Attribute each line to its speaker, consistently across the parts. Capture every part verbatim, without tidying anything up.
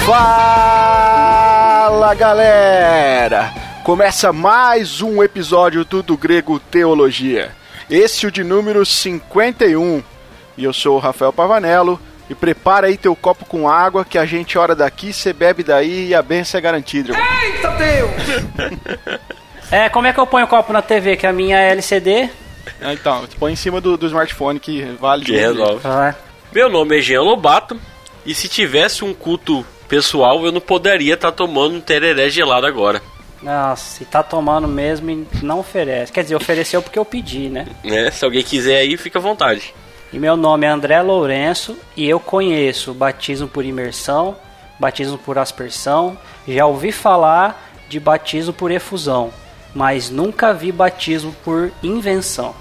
Speaker 1: Fala, galera! Começa mais um episódio do Do Grego Teologia. Esse é o de número cinquenta e um. E eu sou o Rafael Pavanello. E prepara aí teu copo com água, que a gente ora daqui, cê bebe daí e a benção é garantida.
Speaker 2: Eita Deus!
Speaker 3: É, como é que eu ponho o copo na T V? Que a minha é L C D?
Speaker 1: Então, põe em cima do, do smartphone que vale.
Speaker 4: Que resolve.
Speaker 3: Ah.
Speaker 4: Meu nome é Jean Lobato. E se tivesse um culto pessoal, eu não poderia estar tá tomando um tereré gelado agora.
Speaker 3: Nossa, se tá tomando mesmo e não oferece. Quer dizer, ofereceu porque eu pedi, né?
Speaker 4: É, se alguém quiser aí, fica à vontade.
Speaker 3: E meu nome é André Lourenço e eu conheço batismo por imersão, batismo por aspersão, já ouvi falar de batismo por efusão, mas nunca vi batismo por invenção.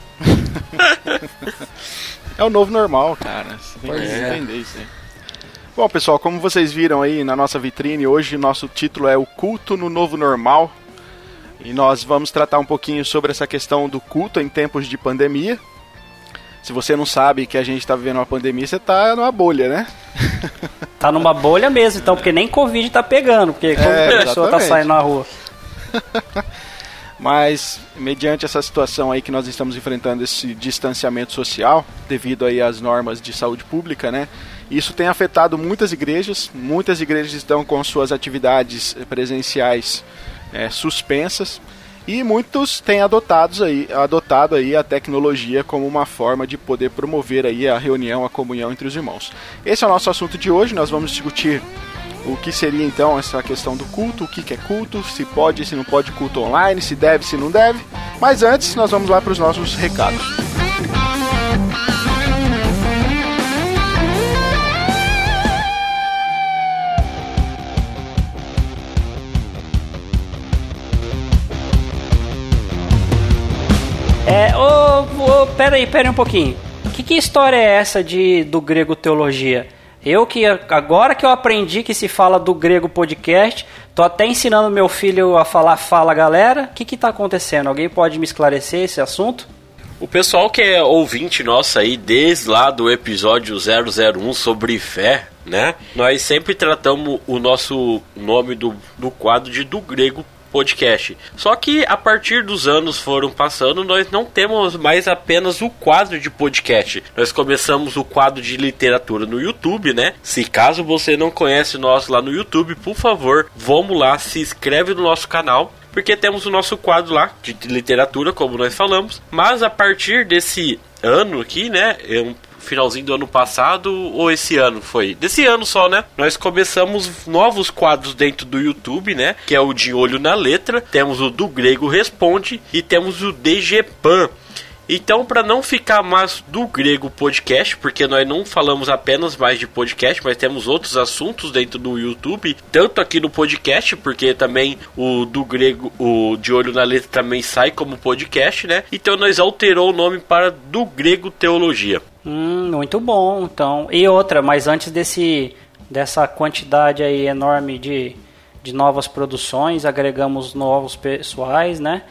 Speaker 1: É o novo normal, cara. Você tem que
Speaker 4: é.
Speaker 1: entender isso aí. Bom, pessoal, como vocês viram aí na nossa vitrine, hoje nosso título é O Culto no Novo Normal. E nós vamos tratar um pouquinho sobre essa questão do culto em tempos de pandemia. Se você não sabe que a gente está vivendo uma pandemia, você está numa bolha, né?
Speaker 3: Tá numa bolha mesmo, então, porque nem Covid tá pegando, porque como
Speaker 1: É,
Speaker 3: a pessoa tá saindo na rua.
Speaker 1: Mas, mediante essa situação aí que nós estamos enfrentando, esse distanciamento social, devido aí às normas de saúde pública, né? Isso tem afetado muitas igrejas, muitas igrejas estão com suas atividades presenciais é, suspensas, e muitos têm adotado aí, adotado aí a tecnologia como uma forma de poder promover aí a reunião, a comunhão entre os irmãos. Esse é o nosso assunto de hoje. Nós vamos discutir o que seria então essa questão do culto, o que é culto, se pode, se não pode culto online, se deve, se não deve. Mas antes nós vamos lá para os nossos recados.
Speaker 3: É, ô, ô, pera aí, pera aí um pouquinho. Que, que história é essa de, do Grego Teologia? Eu que, agora que eu aprendi que se fala do Grego Podcast, tô até ensinando meu filho a falar fala galera. O que que tá acontecendo? Alguém pode me esclarecer esse assunto?
Speaker 4: O pessoal que é ouvinte nosso aí, desde lá do episódio zero zero um sobre fé, né? Nós sempre tratamos o nosso nome do, do quadro de Do Grego Podcast. Só que a partir dos anos foram passando, nós não temos mais apenas o quadro de podcast. Nós começamos o quadro de literatura no YouTube, né? Se caso você não conhece nós lá no YouTube, por favor, vamos lá, se inscreve no nosso canal, porque temos o nosso quadro lá de literatura, como nós falamos. Mas a partir desse ano aqui, né? Eu finalzinho do ano passado ou esse ano foi? Desse ano só, né? Nós começamos novos quadros dentro do YouTube, né? Que é o De Olho na Letra, temos o Do Grego Responde e temos o D G Pan. Então, para não ficar mais do Grego Podcast, porque nós não falamos apenas mais de podcast, mas temos outros assuntos dentro do YouTube, tanto aqui no podcast, porque também o do Grego, o De Olho na Letra também sai como podcast, né? Então nós alterou o nome para Do Grego Teologia.
Speaker 3: Hum, muito bom, então. E outra, mas antes desse, dessa quantidade aí enorme de, de novas produções, agregamos novos pessoais, né?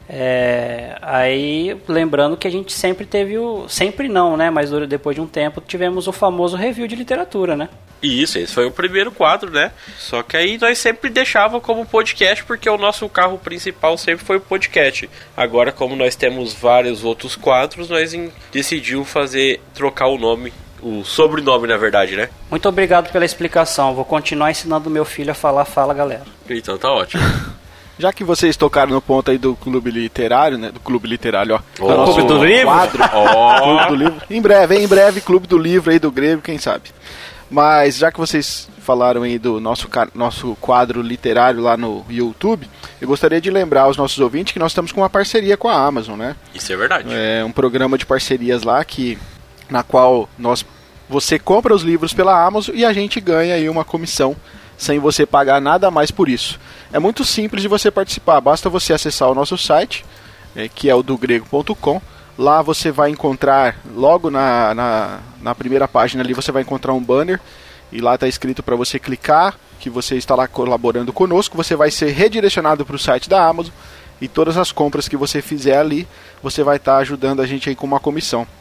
Speaker 3: É, aí lembrando que a gente sempre teve o... Sempre não, né? Mas depois de um tempo tivemos o famoso review de literatura, né?
Speaker 4: Isso, esse foi o primeiro quadro, né? Só que aí nós sempre deixava como podcast, porque o nosso carro principal sempre foi o podcast. Agora, como nós temos vários outros quadros, nós decidimos fazer, trocar o nome, o sobrenome, na verdade, né?
Speaker 3: Muito obrigado pela explicação. Vou continuar ensinando meu filho a falar fala, galera.
Speaker 4: Então tá ótimo.
Speaker 1: Já que vocês tocaram no ponto aí do clube literário, né? Do clube literário, ó.
Speaker 4: Oh,
Speaker 1: do nosso
Speaker 4: clube do livro?
Speaker 1: Quadro.
Speaker 4: Oh.
Speaker 1: Clube do livro. Em breve, hein? Em breve, clube do livro aí do Grego, quem sabe. Mas já que vocês falaram aí do nosso, nosso quadro literário lá no YouTube, eu gostaria de lembrar aos nossos ouvintes que nós estamos com uma parceria com a Amazon, né?
Speaker 4: Isso é verdade.
Speaker 1: É um programa de parcerias lá que, na qual nós, você compra os livros pela Amazon e a gente ganha aí uma comissão sem você pagar nada mais por isso. É muito simples de você participar, basta você acessar o nosso site, é, que é o do grego ponto com. Lá você vai encontrar, logo na, na, na primeira página ali, você vai encontrar um banner, e lá está escrito para você clicar, que você está lá colaborando conosco, você vai ser redirecionado para o site da Amazon, e todas as compras que você fizer ali, você vai estar tá ajudando a gente aí com uma comissão.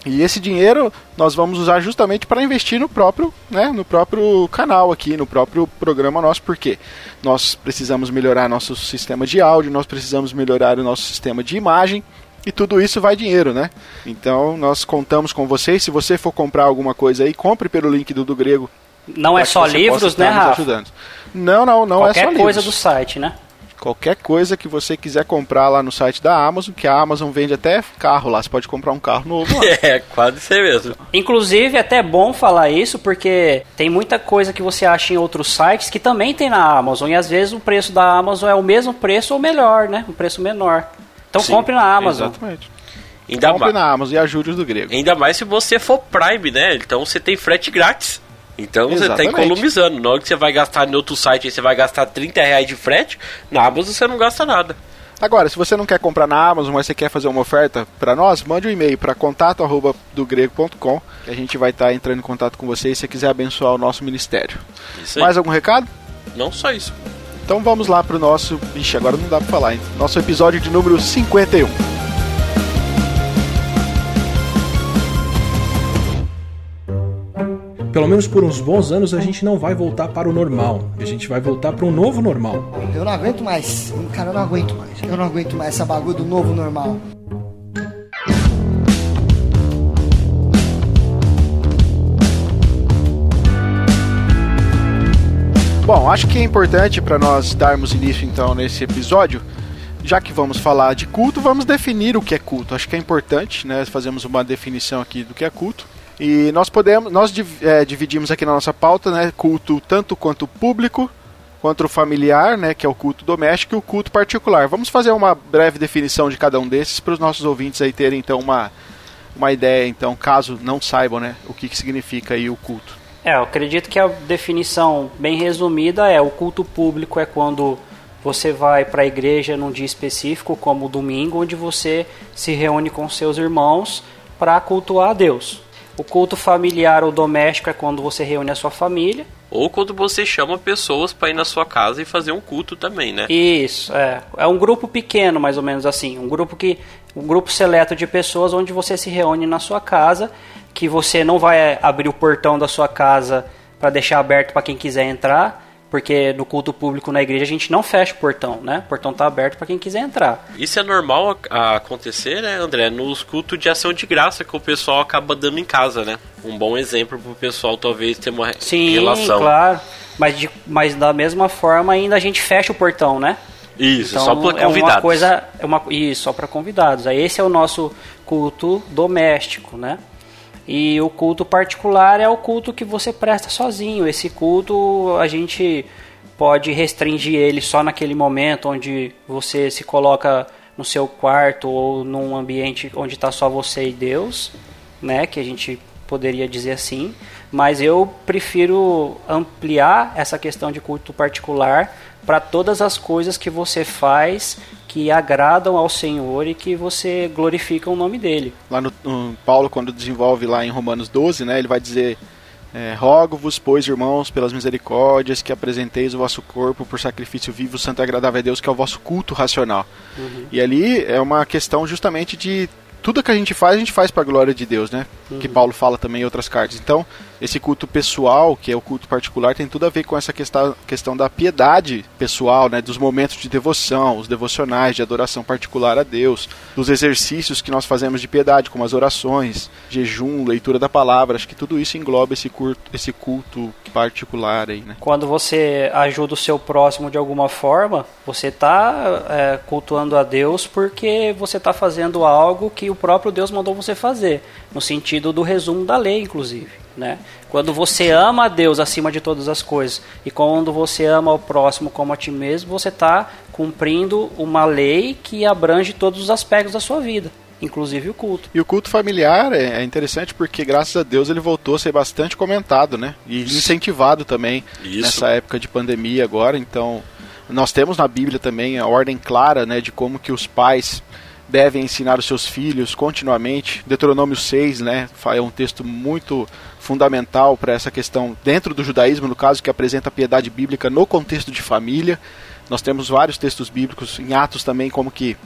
Speaker 1: E esse dinheiro nós vamos usar justamente para investir no próprio, né, no próprio canal aqui, no próprio programa nosso, porque nós precisamos melhorar nosso sistema de áudio, nós precisamos melhorar o nosso sistema de imagem, e tudo isso vai dinheiro, né? Então nós contamos com vocês. Se você for comprar alguma coisa aí, compre pelo link do, do Grego.
Speaker 3: Não é só livros, né, Rafa?
Speaker 1: Não, não, não é só livros.
Speaker 3: Qualquer coisa do site, né?
Speaker 1: Qualquer coisa que você quiser comprar lá no site da Amazon, que a Amazon vende até carro lá, você pode comprar um carro novo lá.
Speaker 4: É, quase isso mesmo.
Speaker 3: Inclusive, é até bom falar isso, porque tem muita coisa que você acha em outros sites que também tem na Amazon, e às vezes o preço da Amazon é o mesmo preço ou melhor, né? Um preço menor. Então Sim, compre na Amazon.
Speaker 1: Exatamente.
Speaker 4: Ainda
Speaker 1: compre na Amazon e ajude os do Grego.
Speaker 4: Ainda mais se você for Prime, né? Então você tem frete grátis. Então Exatamente. Você está economizando. Na hora que você vai gastar em outro site, você vai gastar trinta reais de frete, na Amazon você não gasta nada.
Speaker 1: Agora, se você não quer comprar na Amazon, mas você quer fazer uma oferta para nós, mande um e-mail para contato arroba do grego ponto com, que a gente vai estar tá entrando em contato com você se você quiser abençoar o nosso ministério.
Speaker 4: Isso aí.
Speaker 1: Mais algum recado?
Speaker 4: Não só isso.
Speaker 1: Então vamos lá pro nosso... Ixi, agora não dá para falar, hein? Nosso episódio de número cinquenta e um.
Speaker 2: Pelo menos por uns bons anos a gente não vai voltar para o normal. A gente vai voltar para um novo normal.
Speaker 5: Eu não aguento mais. Cara, eu não aguento mais. Eu não aguento mais essa bagulho do novo normal.
Speaker 1: Bom, acho que é importante para nós darmos início então nesse episódio, já que vamos falar de culto, vamos definir o que é culto. Acho que é importante, né? Fazemos uma definição aqui do que é culto. E nós podemos, nós é, dividimos aqui na nossa pauta, né, culto tanto quanto público, quanto o familiar, né, que é o culto doméstico, e o culto particular. Vamos fazer uma breve definição de cada um desses para os nossos ouvintes aí terem então uma, uma ideia, então, caso não saibam, né, o que, que significa aí o culto.
Speaker 3: É, eu acredito que a definição bem resumida é: o culto público é quando você vai para a igreja num dia específico, como o domingo, onde você se reúne com seus irmãos para cultuar a Deus. O culto familiar ou doméstico é quando você reúne a sua família.
Speaker 4: Ou quando você chama pessoas para ir na sua casa e fazer um culto também, né?
Speaker 3: Isso, é. É um grupo pequeno, mais ou menos assim. Um grupo que, um grupo seleto de pessoas onde você se reúne na sua casa, que você não vai abrir o portão da sua casa para deixar aberto para quem quiser entrar, porque no culto público na igreja a gente não fecha o portão, né? O portão está aberto para quem quiser entrar.
Speaker 4: Isso é normal a acontecer, né, André? Nos cultos de ação de graça que o pessoal acaba dando em casa, né? Um bom exemplo para o pessoal talvez ter uma
Speaker 3: Sim,
Speaker 4: relação.
Speaker 3: Sim, claro. Mas, de, mas da mesma forma ainda a gente fecha o portão, né?
Speaker 4: Isso,
Speaker 3: então,
Speaker 4: só para convidados.
Speaker 3: É uma coisa, é uma, isso, só para convidados. Aí esse é o nosso culto doméstico, né? E o culto particular é o culto que você presta sozinho. Esse culto a gente pode restringir ele só naquele momento onde você se coloca no seu quarto ou num ambiente onde está só você e Deus, né? Que a gente poderia dizer assim. Mas eu prefiro ampliar essa questão de culto particular para todas as coisas que você faz que agradam ao Senhor e que você glorifica o nome dele.
Speaker 1: Lá no, no Paulo, quando desenvolve lá em Romanos doze, né, ele vai dizer: é, rogo-vos, pois, irmãos, pelas misericórdias, que apresenteis o vosso corpo por sacrifício vivo, santo e agradável a Deus, que é o vosso culto racional. Uhum. E ali é uma questão justamente de tudo que a gente faz, a gente faz para a glória de Deus, né? Uhum. Que Paulo fala também em outras cartas. Então, esse culto pessoal, que é o culto particular, tem tudo a ver com essa questão, questão da piedade pessoal, né? Dos momentos de devoção, os devocionais de adoração particular a Deus, dos exercícios que nós fazemos de piedade, como as orações, jejum, leitura da palavra. Acho que tudo isso engloba esse culto, esse culto particular aí, né?
Speaker 3: Quando você ajuda o seu próximo de alguma forma, você está é, cultuando a Deus porque você está fazendo algo que o próprio Deus mandou você fazer, no sentido do resumo da lei, inclusive, né? Quando você ama a Deus acima de todas as coisas e quando você ama o próximo como a ti mesmo, você está cumprindo uma lei que abrange todos os aspectos da sua vida, inclusive o culto.
Speaker 1: E o culto familiar é interessante porque, graças a Deus, ele voltou a ser bastante comentado, né? E incentivado também. Isso. Nessa época de pandemia agora. Então, nós temos na Bíblia também a ordem clara, né, de como que os pais devem ensinar os seus filhos continuamente. Deuteronômio seis, né, é um texto muito fundamental para essa questão dentro do judaísmo, no caso, que apresenta a piedade bíblica no contexto de família. Nós temos vários textos bíblicos, em Atos também, como que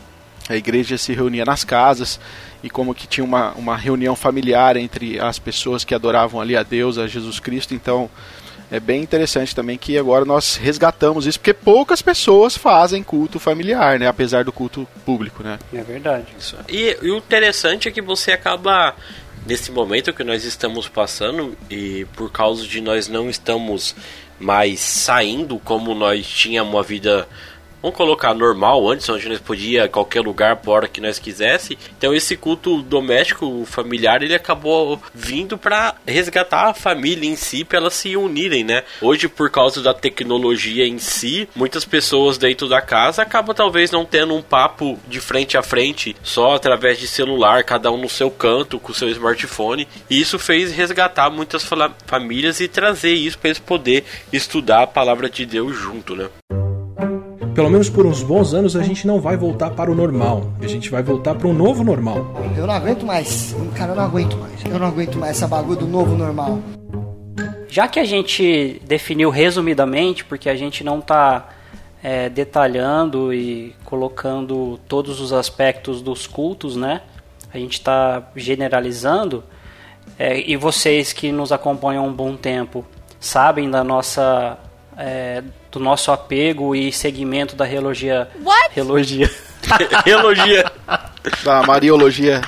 Speaker 1: A igreja se reunia nas casas e como que tinha uma, uma reunião familiar entre as pessoas que adoravam ali a Deus, a Jesus Cristo. Então é bem interessante também que agora nós resgatamos isso, porque poucas pessoas fazem culto familiar, né? Apesar do culto público, né?
Speaker 3: É verdade.
Speaker 4: Isso. E, e o interessante é que você acaba, nesse momento que nós estamos passando, e por causa de nós não estamos mais saindo como nós tínhamos uma vida, vamos colocar, normal antes, onde nós podíamos ir a qualquer lugar por hora que nós quisesse. Então esse culto doméstico, familiar, ele acabou vindo para resgatar a família em si, para elas se unirem, né? Hoje, por causa da tecnologia em si, muitas pessoas dentro da casa acabam talvez não tendo um papo de frente a frente, só através de celular, cada um no seu canto, com o seu smartphone. E isso fez resgatar muitas famílias e trazer isso para eles poderem estudar a palavra de Deus junto, né?
Speaker 2: Pelo menos por uns bons anos a gente não vai voltar para o normal. A gente vai voltar para um novo normal.
Speaker 5: Eu não aguento mais. Cara, eu não aguento mais. Eu não aguento mais essa bagulho do novo normal.
Speaker 3: Já que a gente definiu resumidamente, porque a gente não está é, detalhando e colocando todos os aspectos dos cultos, né? A gente está generalizando. É, e vocês que nos acompanham há um bom tempo sabem da nossa... É, do nosso apego e segmento da relogia.
Speaker 6: What?
Speaker 3: Relogia.
Speaker 4: Relogia.
Speaker 1: Da Mariologia.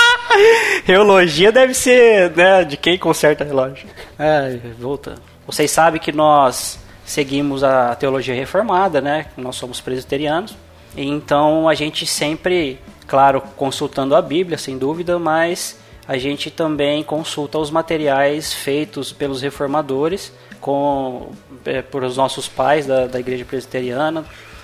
Speaker 3: Reologia deve ser, né, de quem conserta relógio. É, volta. Vocês sabem que nós seguimos a teologia reformada, né? Nós somos presbiterianos. E então a gente sempre, claro, consultando a Bíblia, sem dúvida, mas a gente também consulta os materiais feitos pelos reformadores, com, é, por os nossos pais da, da igreja presbiteriana,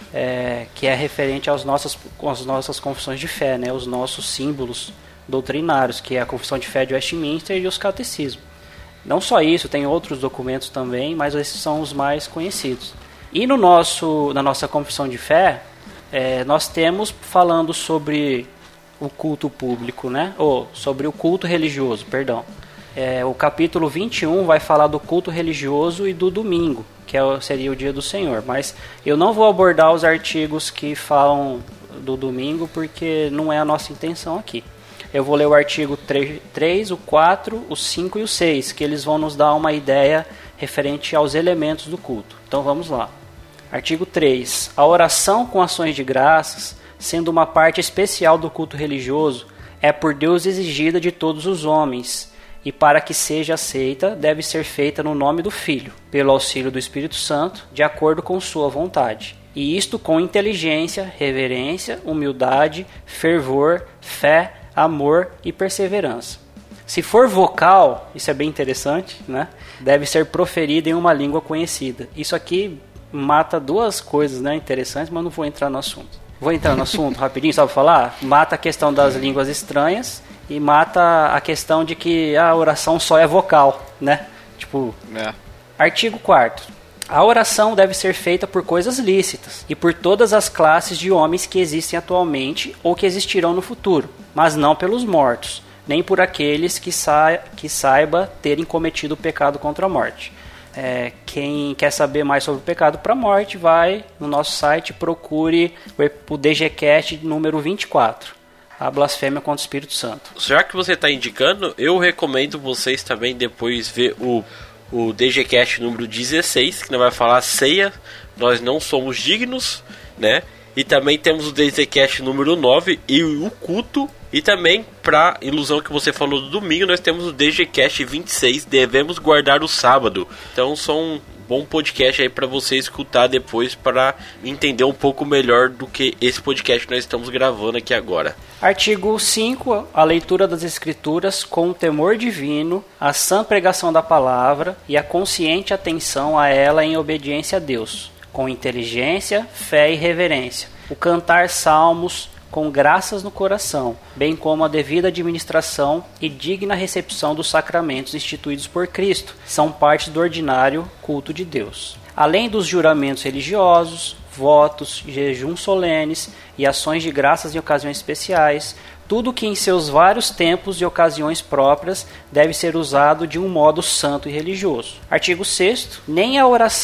Speaker 3: é, que é referente aos nossos, às nossas confissões de fé, né, os nossos símbolos doutrinários, que é a confissão de fé de Westminster e os catecismos. Não só isso, tem outros documentos também, mas esses são os mais conhecidos. E no nosso, na nossa confissão de fé, é, nós temos falando sobre o culto público, né, ou sobre o culto religioso, perdão. É, o capítulo vinte e um vai falar do culto religioso e do domingo, que é, seria o dia do Senhor. Mas eu não vou abordar os artigos que falam do domingo, porque não é a nossa intenção aqui. Eu vou ler o artigo três, o quatro, o cinco e o seis, que eles vão nos dar uma ideia referente aos elementos do culto. Então vamos lá. Artigo três. A oração com ações de graças, sendo uma parte especial do culto religioso, é por Deus exigida de todos os homens, e para que seja aceita, deve ser feita no nome do Filho, pelo auxílio do Espírito Santo, de acordo com sua vontade. E isto com inteligência, reverência, humildade, fervor, fé, amor e perseverança. Se for vocal, isso é bem interessante, né? Deve ser proferida em uma língua conhecida. Isso aqui mata duas coisas, né, interessantes, mas não vou entrar no assunto. Vou entrar no assunto rapidinho, só para falar? Mata a questão das línguas estranhas e mata a questão de que a oração só é vocal, né? Tipo, é. Artigo quarto. A oração deve ser feita por coisas lícitas e por todas as classes de homens que existem atualmente ou que existirão no futuro, mas não pelos mortos, nem por aqueles que, sa- que saiba terem cometido o pecado contra a morte. É, quem quer saber mais sobre o pecado para a morte, vai no nosso site, procure o D G Cast número vinte e quatro. A blasfêmia contra o Espírito Santo.
Speaker 4: Já que você está indicando, eu recomendo vocês também depois ver o, o D G Cast número dezesseis, que não vai falar ceia, nós não somos dignos, né? E também temos o D G Cast número nove e o culto. E também, para ilusão que você falou do domingo, nós temos o D G Cast vinte e seis, devemos guardar o sábado. Então são um bom podcast aí para você escutar depois, para entender um pouco melhor do que esse podcast que nós estamos gravando aqui agora.
Speaker 3: Artigo cinco. A leitura das Escrituras com o temor divino, a sã pregação da palavra e a consciente atenção a ela em obediência a Deus, com inteligência, fé e reverência. O cantar salmos com graças no coração, bem como a devida administração e digna recepção dos sacramentos instituídos por Cristo, são parte do ordinário culto de Deus. Além dos juramentos religiosos, votos, jejuns solenes e ações de graças em ocasiões especiais, tudo que em seus vários tempos e ocasiões próprias deve ser usado de um modo santo e religioso. Artigo sexto. Nem a oração,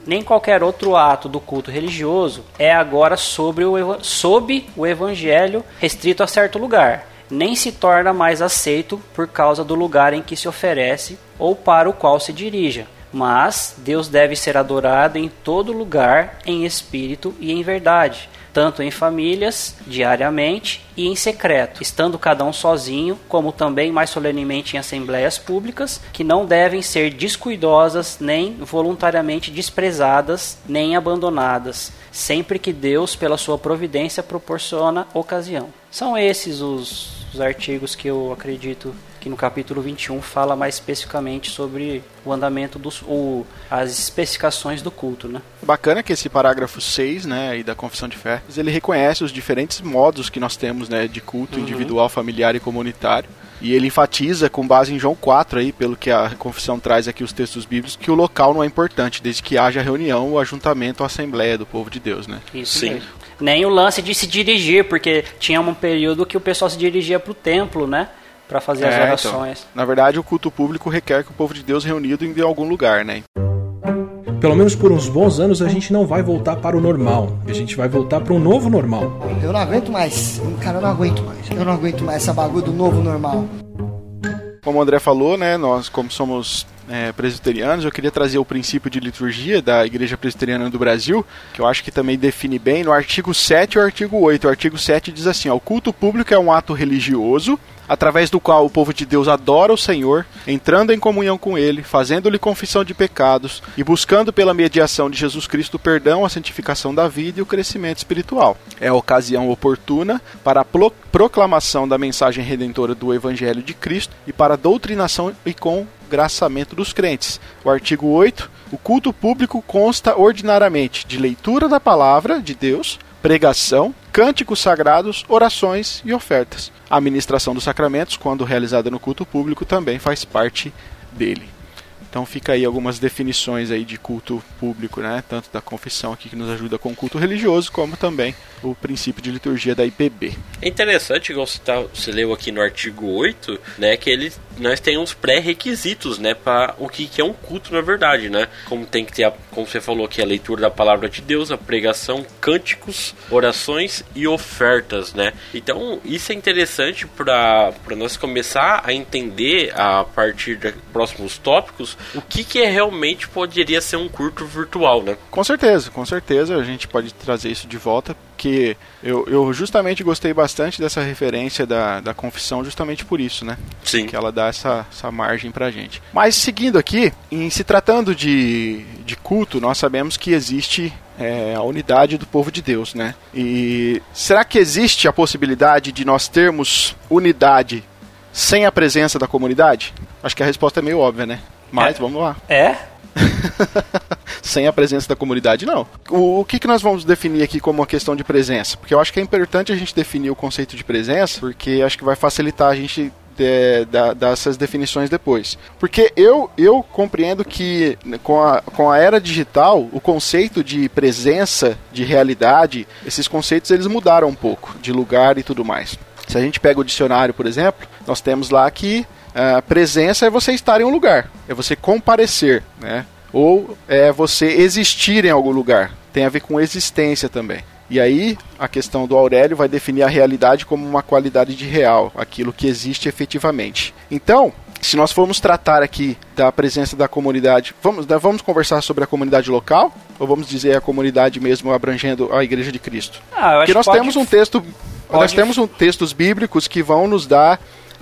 Speaker 3: nem qualquer outro ato do culto religioso é agora sobre o, sob o evangelho restrito a certo lugar, nem se torna mais aceito por causa do lugar em que se oferece ou para o qual se dirija. Mas Deus deve ser adorado em todo lugar, em espírito e em verdade, tanto em famílias, diariamente e em secreto, estando cada um sozinho, como também mais solenemente em assembleias públicas, que não devem ser descuidosas, nem voluntariamente desprezadas, nem abandonadas, sempre que Deus, pela sua providência, proporciona ocasião. São esses os, os artigos que eu acredito que no capítulo vinte e um fala mais especificamente sobre o andamento dos, o, as especificações do culto, né?
Speaker 1: Bacana que esse parágrafo seis, né, aí da Confissão de Fé, ele reconhece os diferentes modos que nós temos, né, de culto, uhum, individual, familiar e comunitário. E ele enfatiza, com base em João quatro, aí, pelo que a Confissão traz aqui os textos bíblicos, que o local não é importante, desde que haja reunião, o ajuntamento, a assembleia do povo de Deus, né?
Speaker 3: Isso. Sim. Mesmo. Nem o lance de se dirigir, porque tinha um período que o pessoal se dirigia para o templo, né? Para fazer as é, orações.
Speaker 1: Então, na verdade, o culto público requer que o povo de Deus reunido em algum lugar, né?
Speaker 2: Pelo menos por uns bons anos a gente não vai voltar para o normal. A gente vai voltar para um novo normal.
Speaker 5: Eu não aguento mais. Cara, eu não aguento mais. Eu não aguento mais essa bagulho do novo normal.
Speaker 1: Como o André falou, né, nós como somos é, presbiterianos, eu queria trazer o princípio de liturgia da Igreja Presbiteriana do Brasil, que eu acho que também define bem no artigo sete e o artigo oito. O artigo sete diz assim, ó, o culto público é um ato religioso através do qual o povo de Deus adora o Senhor, entrando em comunhão com Ele, fazendo-lhe confissão de pecados e buscando pela mediação de Jesus Cristo o perdão, a santificação da vida e o crescimento espiritual. É a ocasião oportuna para a proclamação da mensagem redentora do Evangelho de Cristo e para a doutrinação e congraçamento dos crentes. O artigo oito, o culto público consta ordinariamente de leitura da palavra de Deus, pregação, cânticos sagrados, orações e ofertas. A administração dos sacramentos, quando realizada no culto público, também faz parte dele. Então fica aí algumas definições aí de culto público, né? Tanto da confissão aqui que nos ajuda com o culto religioso, como também o princípio de liturgia da I P B.
Speaker 4: É interessante, igual você, tá, você leu aqui no artigo oito, né, que ele, nós temos pré-requisitos, né, para o que, que é um culto na verdade, né? Como tem que ter, a, como você falou aqui, a leitura da palavra de Deus, a pregação, cânticos, orações e ofertas, né? Então isso é interessante para nós começar a entender a partir dos próximos tópicos o que, que é realmente poderia ser um culto virtual, né?
Speaker 1: Com certeza, com certeza a gente pode trazer isso de volta, porque eu, eu justamente gostei bastante dessa referência da, da confissão justamente por isso, né?
Speaker 4: Sim.
Speaker 1: Que ela dá essa, essa margem pra gente. Mas seguindo aqui, em se tratando de, de culto, nós sabemos que existe é, a unidade do povo de Deus, né? E será que existe a possibilidade de nós termos unidade sem a presença da comunidade? Acho que a resposta é meio óbvia, né? Mas é. Vamos lá.
Speaker 3: É?
Speaker 1: Sem a presença da comunidade, não. O, o que, que nós vamos definir aqui como uma questão de presença? Porque eu acho que é importante a gente definir o conceito de presença, porque acho que vai facilitar a gente de, de, dessas definições depois. Porque eu, eu compreendo que com a, com a era digital, o conceito de presença, de realidade, esses conceitos eles mudaram um pouco, de lugar e tudo mais. Se a gente pega o dicionário, por exemplo, nós temos lá que a presença é você estar em um lugar, é você comparecer, né? Ou é você existir em algum lugar. Tem a ver com existência também. E aí, a questão do Aurélio vai definir a realidade como uma qualidade de real, aquilo que existe efetivamente. Então, se nós formos tratar aqui da presença da comunidade, vamos, vamos conversar sobre a comunidade local? Ou vamos dizer a comunidade mesmo abrangendo a Igreja de Cristo?
Speaker 3: Ah, eu acho
Speaker 1: Porque nós
Speaker 3: que pode,
Speaker 1: temos um texto,
Speaker 3: pode...
Speaker 1: nós temos um textos bíblicos que vão nos dar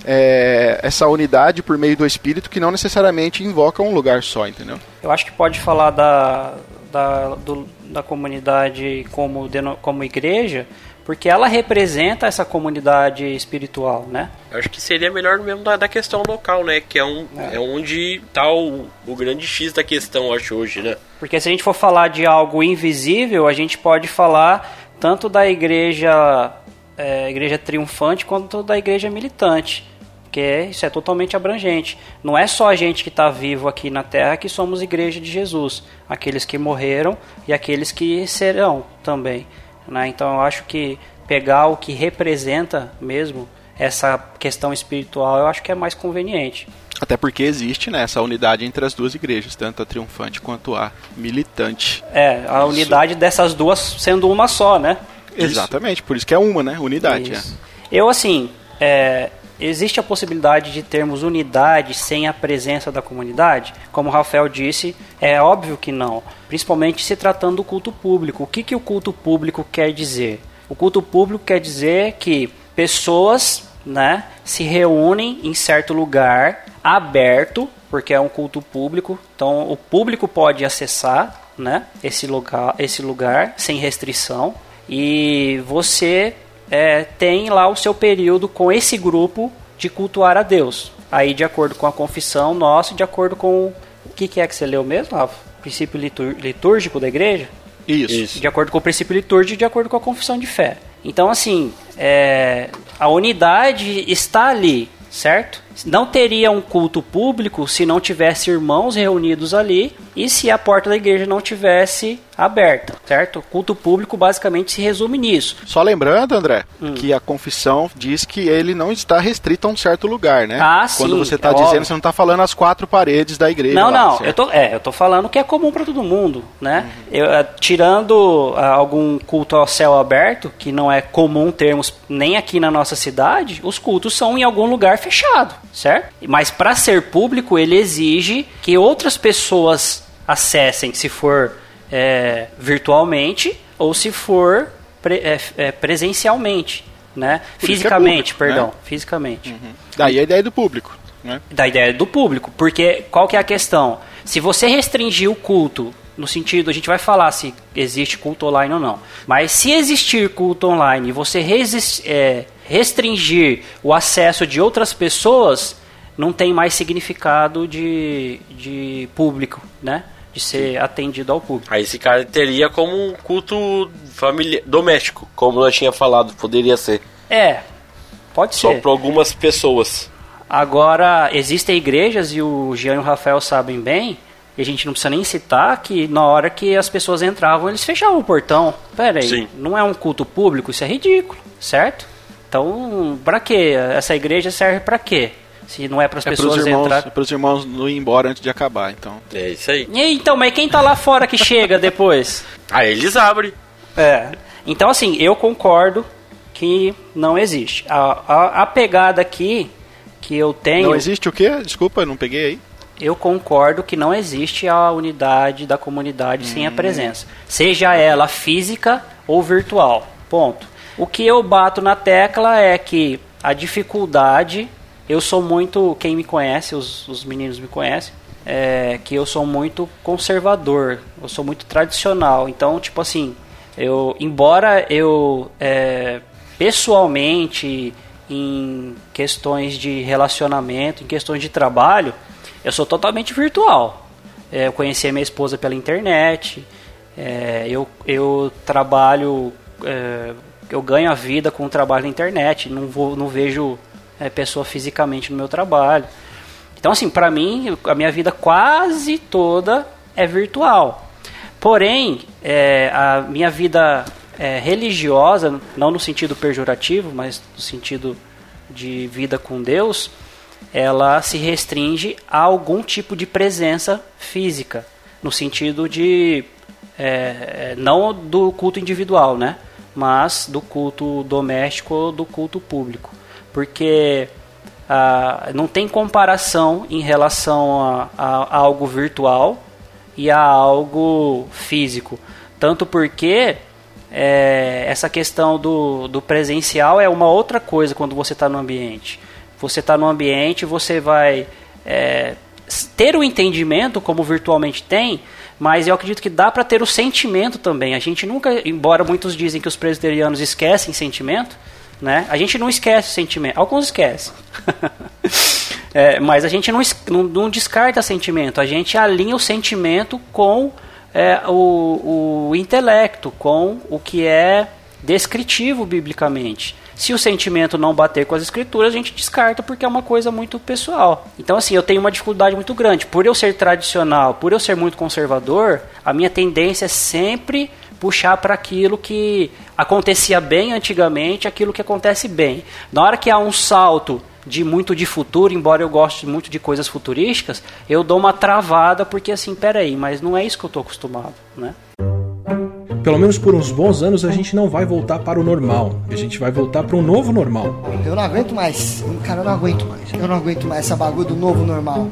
Speaker 1: É, essa unidade por meio do Espírito que não necessariamente invoca um lugar só, entendeu?
Speaker 3: Eu acho que pode falar da, da, do, da comunidade como, como igreja, porque ela representa essa comunidade espiritual, né?
Speaker 4: Eu acho que seria melhor mesmo da, da questão local, né? Que é, um, é. é onde está o, o grande X da questão, eu acho, hoje, né?
Speaker 3: Porque se a gente for falar de algo invisível, a gente pode falar tanto da igreja, é, igreja triunfante quanto da igreja militante. Porque isso é totalmente abrangente. Não é só a gente que está vivo aqui na Terra que somos igreja de Jesus. Aqueles que morreram e aqueles que serão também, né? Então eu acho que pegar o que representa mesmo essa questão espiritual, eu acho que é mais conveniente.
Speaker 1: Até porque existe, né, essa unidade entre as duas igrejas, tanto a triunfante quanto a militante.
Speaker 3: É, a unidade dessas duas sendo uma só, né?
Speaker 1: Exatamente, isso. Por isso que é uma, né? Unidade. É.
Speaker 3: Eu, assim, é, existe a possibilidade de termos unidade sem a presença da comunidade? Como o Rafael disse, é óbvio que não. Principalmente se tratando do culto público. O que, que o culto público quer dizer? O culto público quer dizer que pessoas, né, se reúnem em certo lugar aberto, porque é um culto público, então o público pode acessar, né, esse lugar, esse lugar sem restrição, e você é, tem lá o seu período com esse grupo de cultuar a Deus. Aí, de acordo com a confissão nossa, de acordo com o que, que é que você leu mesmo, Rafa? Princípio litur- litúrgico da igreja?
Speaker 1: Isso.
Speaker 3: Isso. De acordo com o princípio litúrgico, de acordo com a confissão de fé. Então, assim, é, a unidade está ali, certo? Não teria um culto público se não tivesse irmãos reunidos ali e se a porta da igreja não tivesse aberta, certo? O culto público basicamente se resume nisso.
Speaker 1: Só lembrando, André,
Speaker 3: hum.
Speaker 1: que a confissão diz que ele não está restrito a um certo lugar, né?
Speaker 3: Ah,
Speaker 1: Quando
Speaker 3: sim,
Speaker 1: você está
Speaker 3: é
Speaker 1: dizendo,
Speaker 3: óbvio.
Speaker 1: você não está falando as quatro paredes da igreja.
Speaker 3: Não,
Speaker 1: lá,
Speaker 3: não,
Speaker 1: certo?
Speaker 3: eu tô, é, eu tô falando que é comum para todo mundo, né?
Speaker 1: Uhum.
Speaker 3: Eu, é, tirando ah, algum culto ao céu aberto, que não é comum termos nem aqui na nossa cidade, os cultos são em algum lugar fechado, certo? Mas para ser público, ele exige que outras pessoas acessem, se for é, virtualmente ou se for pre, é, é, presencialmente, né?
Speaker 1: Por
Speaker 3: Fisicamente,
Speaker 1: é público,
Speaker 3: perdão,
Speaker 1: né?
Speaker 3: fisicamente.
Speaker 1: Uhum. Daí a ideia do público, né?
Speaker 3: Da ideia do público, porque qual que é a questão? Se você restringir o culto, no sentido, a gente vai falar se existe culto online ou não, mas se existir culto online e você resist, é, restringir o acesso de outras pessoas, não tem mais significado de, de público, né? De ser atendido ao público.
Speaker 4: Aí esse cara teria como um culto familiar, doméstico, como eu tinha falado, poderia ser.
Speaker 3: É, pode
Speaker 4: Só
Speaker 3: ser.
Speaker 4: para algumas pessoas.
Speaker 3: Agora, existem igrejas, e o Jean e o Rafael sabem bem, e a gente não precisa nem citar, que na hora que as pessoas entravam, eles fechavam o portão. Pera aí,
Speaker 4: Sim.
Speaker 3: não é um culto público? Isso é ridículo, certo? Então, pra quê? Essa igreja serve pra quê? Se não é para as
Speaker 1: É
Speaker 3: pessoas
Speaker 1: pros irmãos,
Speaker 3: entrar.
Speaker 1: é para os irmãos não ir embora antes de acabar, então.
Speaker 4: É isso aí.
Speaker 3: E então, mas quem tá lá fora que chega depois?
Speaker 4: Aí eles abrem.
Speaker 3: É. Então, assim, eu concordo que não existe. A, a, a pegada aqui que eu tenho.
Speaker 1: Não existe o quê? Desculpa, eu não peguei aí.
Speaker 3: Eu concordo que não existe a unidade da comunidade hum. sem a presença. Seja ela física ou virtual. Ponto. O que eu bato na tecla é que a dificuldade. Eu sou muito, quem me conhece, os, os meninos me conhecem, é que eu sou muito conservador, eu sou muito tradicional. Então, tipo assim, eu, embora eu é, pessoalmente, em questões de relacionamento, em questões de trabalho, eu sou totalmente virtual. É, eu conheci a minha esposa pela internet, é, eu, eu trabalho, é, eu ganho a vida com o trabalho na internet, não, vou, não vejo... É, pessoa fisicamente no meu trabalho. Então, assim, pra mim, a minha vida quase toda é virtual. Porém, é, a minha vida é, religiosa, não no sentido pejorativo, mas no sentido de vida com Deus, ela se restringe a algum tipo de presença física, no sentido de, é, não do culto individual, né? Mas do culto doméstico ou do culto público. Porque ah, não tem comparação em relação a, a, a algo virtual e a algo físico. Tanto porque é, essa questão do, do presencial é uma outra coisa quando você está no ambiente. Você está no ambiente, você vai é, ter o entendimento, como virtualmente tem, mas eu acredito que dá para ter o sentimento também. A gente nunca, embora muitos dizem que os presbiterianos esquecem sentimento, né? A gente não esquece o sentimento, alguns esquecem. é, mas a gente não, não, não descarta sentimento, a gente alinha o sentimento com é, o, o intelecto, com o que é descritivo biblicamente. Se o sentimento não bater com as escrituras, a gente descarta porque é uma coisa muito pessoal. Então, assim, eu tenho uma dificuldade muito grande. Por eu ser tradicional, por eu ser muito conservador, a minha tendência é sempre puxar para aquilo que acontecia bem antigamente, aquilo que acontece bem. Na hora que há um salto de muito de futuro, embora eu goste muito de coisas futurísticas, eu dou uma travada porque assim, peraí, mas não é isso que eu tô acostumado, né?
Speaker 2: Pelo menos por uns bons anos a gente não vai voltar para o normal. A gente vai voltar para um novo normal.
Speaker 5: Eu não aguento mais. Cara, eu não aguento mais. Eu não aguento mais essa bagulho do novo normal.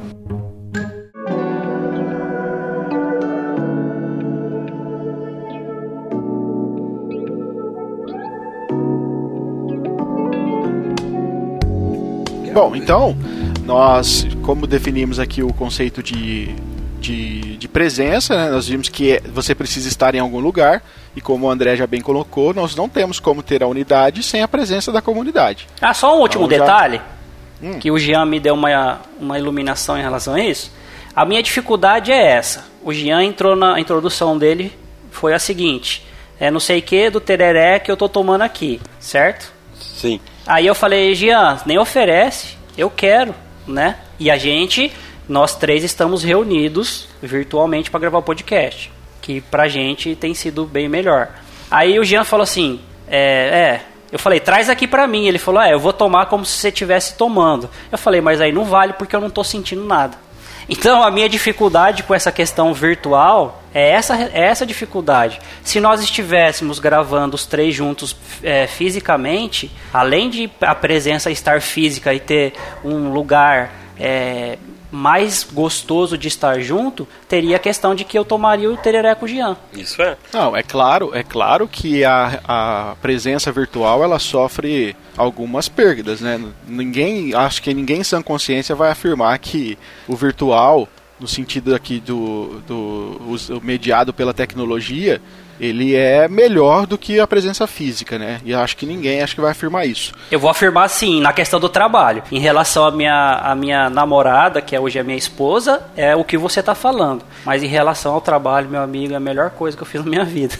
Speaker 1: Bom, então, nós, como definimos aqui o conceito de, de, de presença, né, nós vimos que você precisa estar em algum lugar, e como o André já bem colocou, nós não temos como ter a unidade sem a presença da comunidade.
Speaker 3: Ah, só um último
Speaker 1: então,
Speaker 3: detalhe,
Speaker 1: já... hum.
Speaker 3: que o Jean me deu uma, uma iluminação em relação a isso. A minha dificuldade é essa. O Jean entrou na introdução dele, foi a seguinte, é não sei o que do tereré que eu tô tomando aqui, certo?
Speaker 4: Sim.
Speaker 3: Aí eu falei, Jean, nem oferece, eu quero, né? E a gente, nós três estamos reunidos virtualmente para gravar o podcast, que pra gente tem sido bem melhor. Aí o Jean falou assim, é, é eu falei, traz aqui pra mim. Ele falou, é, eu vou tomar como se você estivesse tomando. Eu falei, mas aí não vale porque eu não tô sentindo nada. Então a minha dificuldade com essa questão virtual é essa, é essa dificuldade. Se nós estivéssemos gravando os três juntos é, fisicamente, além de a presença estar física e ter um lugar é, mais gostoso de estar junto, teria a questão de que eu tomaria o tereré com o Jean.
Speaker 4: Isso é.
Speaker 1: Não, é claro, é claro que a, a presença virtual ela sofre algumas perdas, né? Ninguém, acho que ninguém em sã consciência vai afirmar que o virtual, no sentido aqui do, do o mediado pela tecnologia, ele é melhor do que a presença física, né? E acho que ninguém acho que vai afirmar isso.
Speaker 3: Eu vou afirmar sim, na questão do trabalho. Em relação à minha, à minha namorada, que é hoje a minha esposa, é o que você está falando. Mas em relação ao trabalho, meu amigo, é a melhor coisa que eu fiz na minha vida.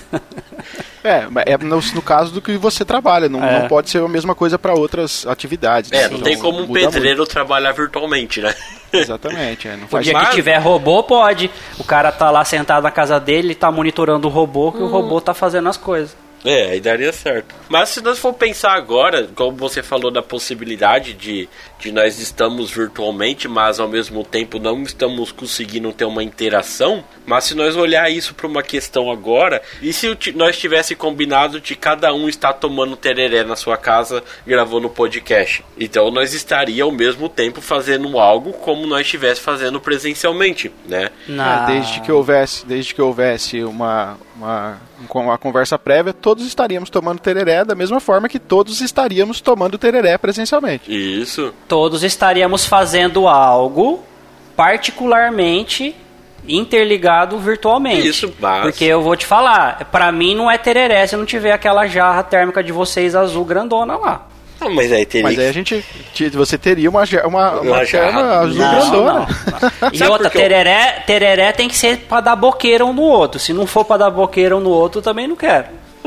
Speaker 1: É, é no, no caso do que você trabalha, não, é. não pode ser a mesma coisa para outras atividades.
Speaker 4: É,
Speaker 1: né?
Speaker 4: não
Speaker 1: então,
Speaker 4: tem como um pedreiro muito. trabalhar virtualmente, né?
Speaker 1: Exatamente, é, não faz
Speaker 3: o dia
Speaker 1: mais.
Speaker 3: que tiver robô, pode. O cara tá lá sentado na casa dele, tá monitorando o robô, que hum. o robô tá fazendo as coisas.
Speaker 4: É, aí daria certo. Mas se nós for pensar agora, como você falou da possibilidade de, de nós estamos virtualmente, mas ao mesmo tempo não estamos conseguindo ter uma interação, mas se nós olhar isso para uma questão agora, e se nós tivesse combinado de cada um estar tomando tereré na sua casa, gravando podcast? Então nós estaria ao mesmo tempo fazendo algo como nós estivesse fazendo presencialmente, né?
Speaker 1: É, desde que houvesse, desde que houvesse uma... uma com a conversa prévia, todos estaríamos tomando tereré da mesma forma que todos estaríamos tomando tereré presencialmente.
Speaker 4: Isso.
Speaker 3: Todos estaríamos fazendo algo particularmente interligado virtualmente.
Speaker 4: Isso, mas...
Speaker 3: Porque eu vou te falar, pra mim não é tereré se não tiver aquela jarra térmica de vocês azul grandona lá.
Speaker 4: Ah, mas aí teria...
Speaker 1: Mas aí a gente... Você teria uma, uma, uma, uma jarra azul
Speaker 3: não,
Speaker 1: grandona.
Speaker 3: Não, não. E outra, tereré, eu... tereré tem que ser pra dar boqueira um no outro. Se não for pra dar boqueira um no outro, eu também não quero.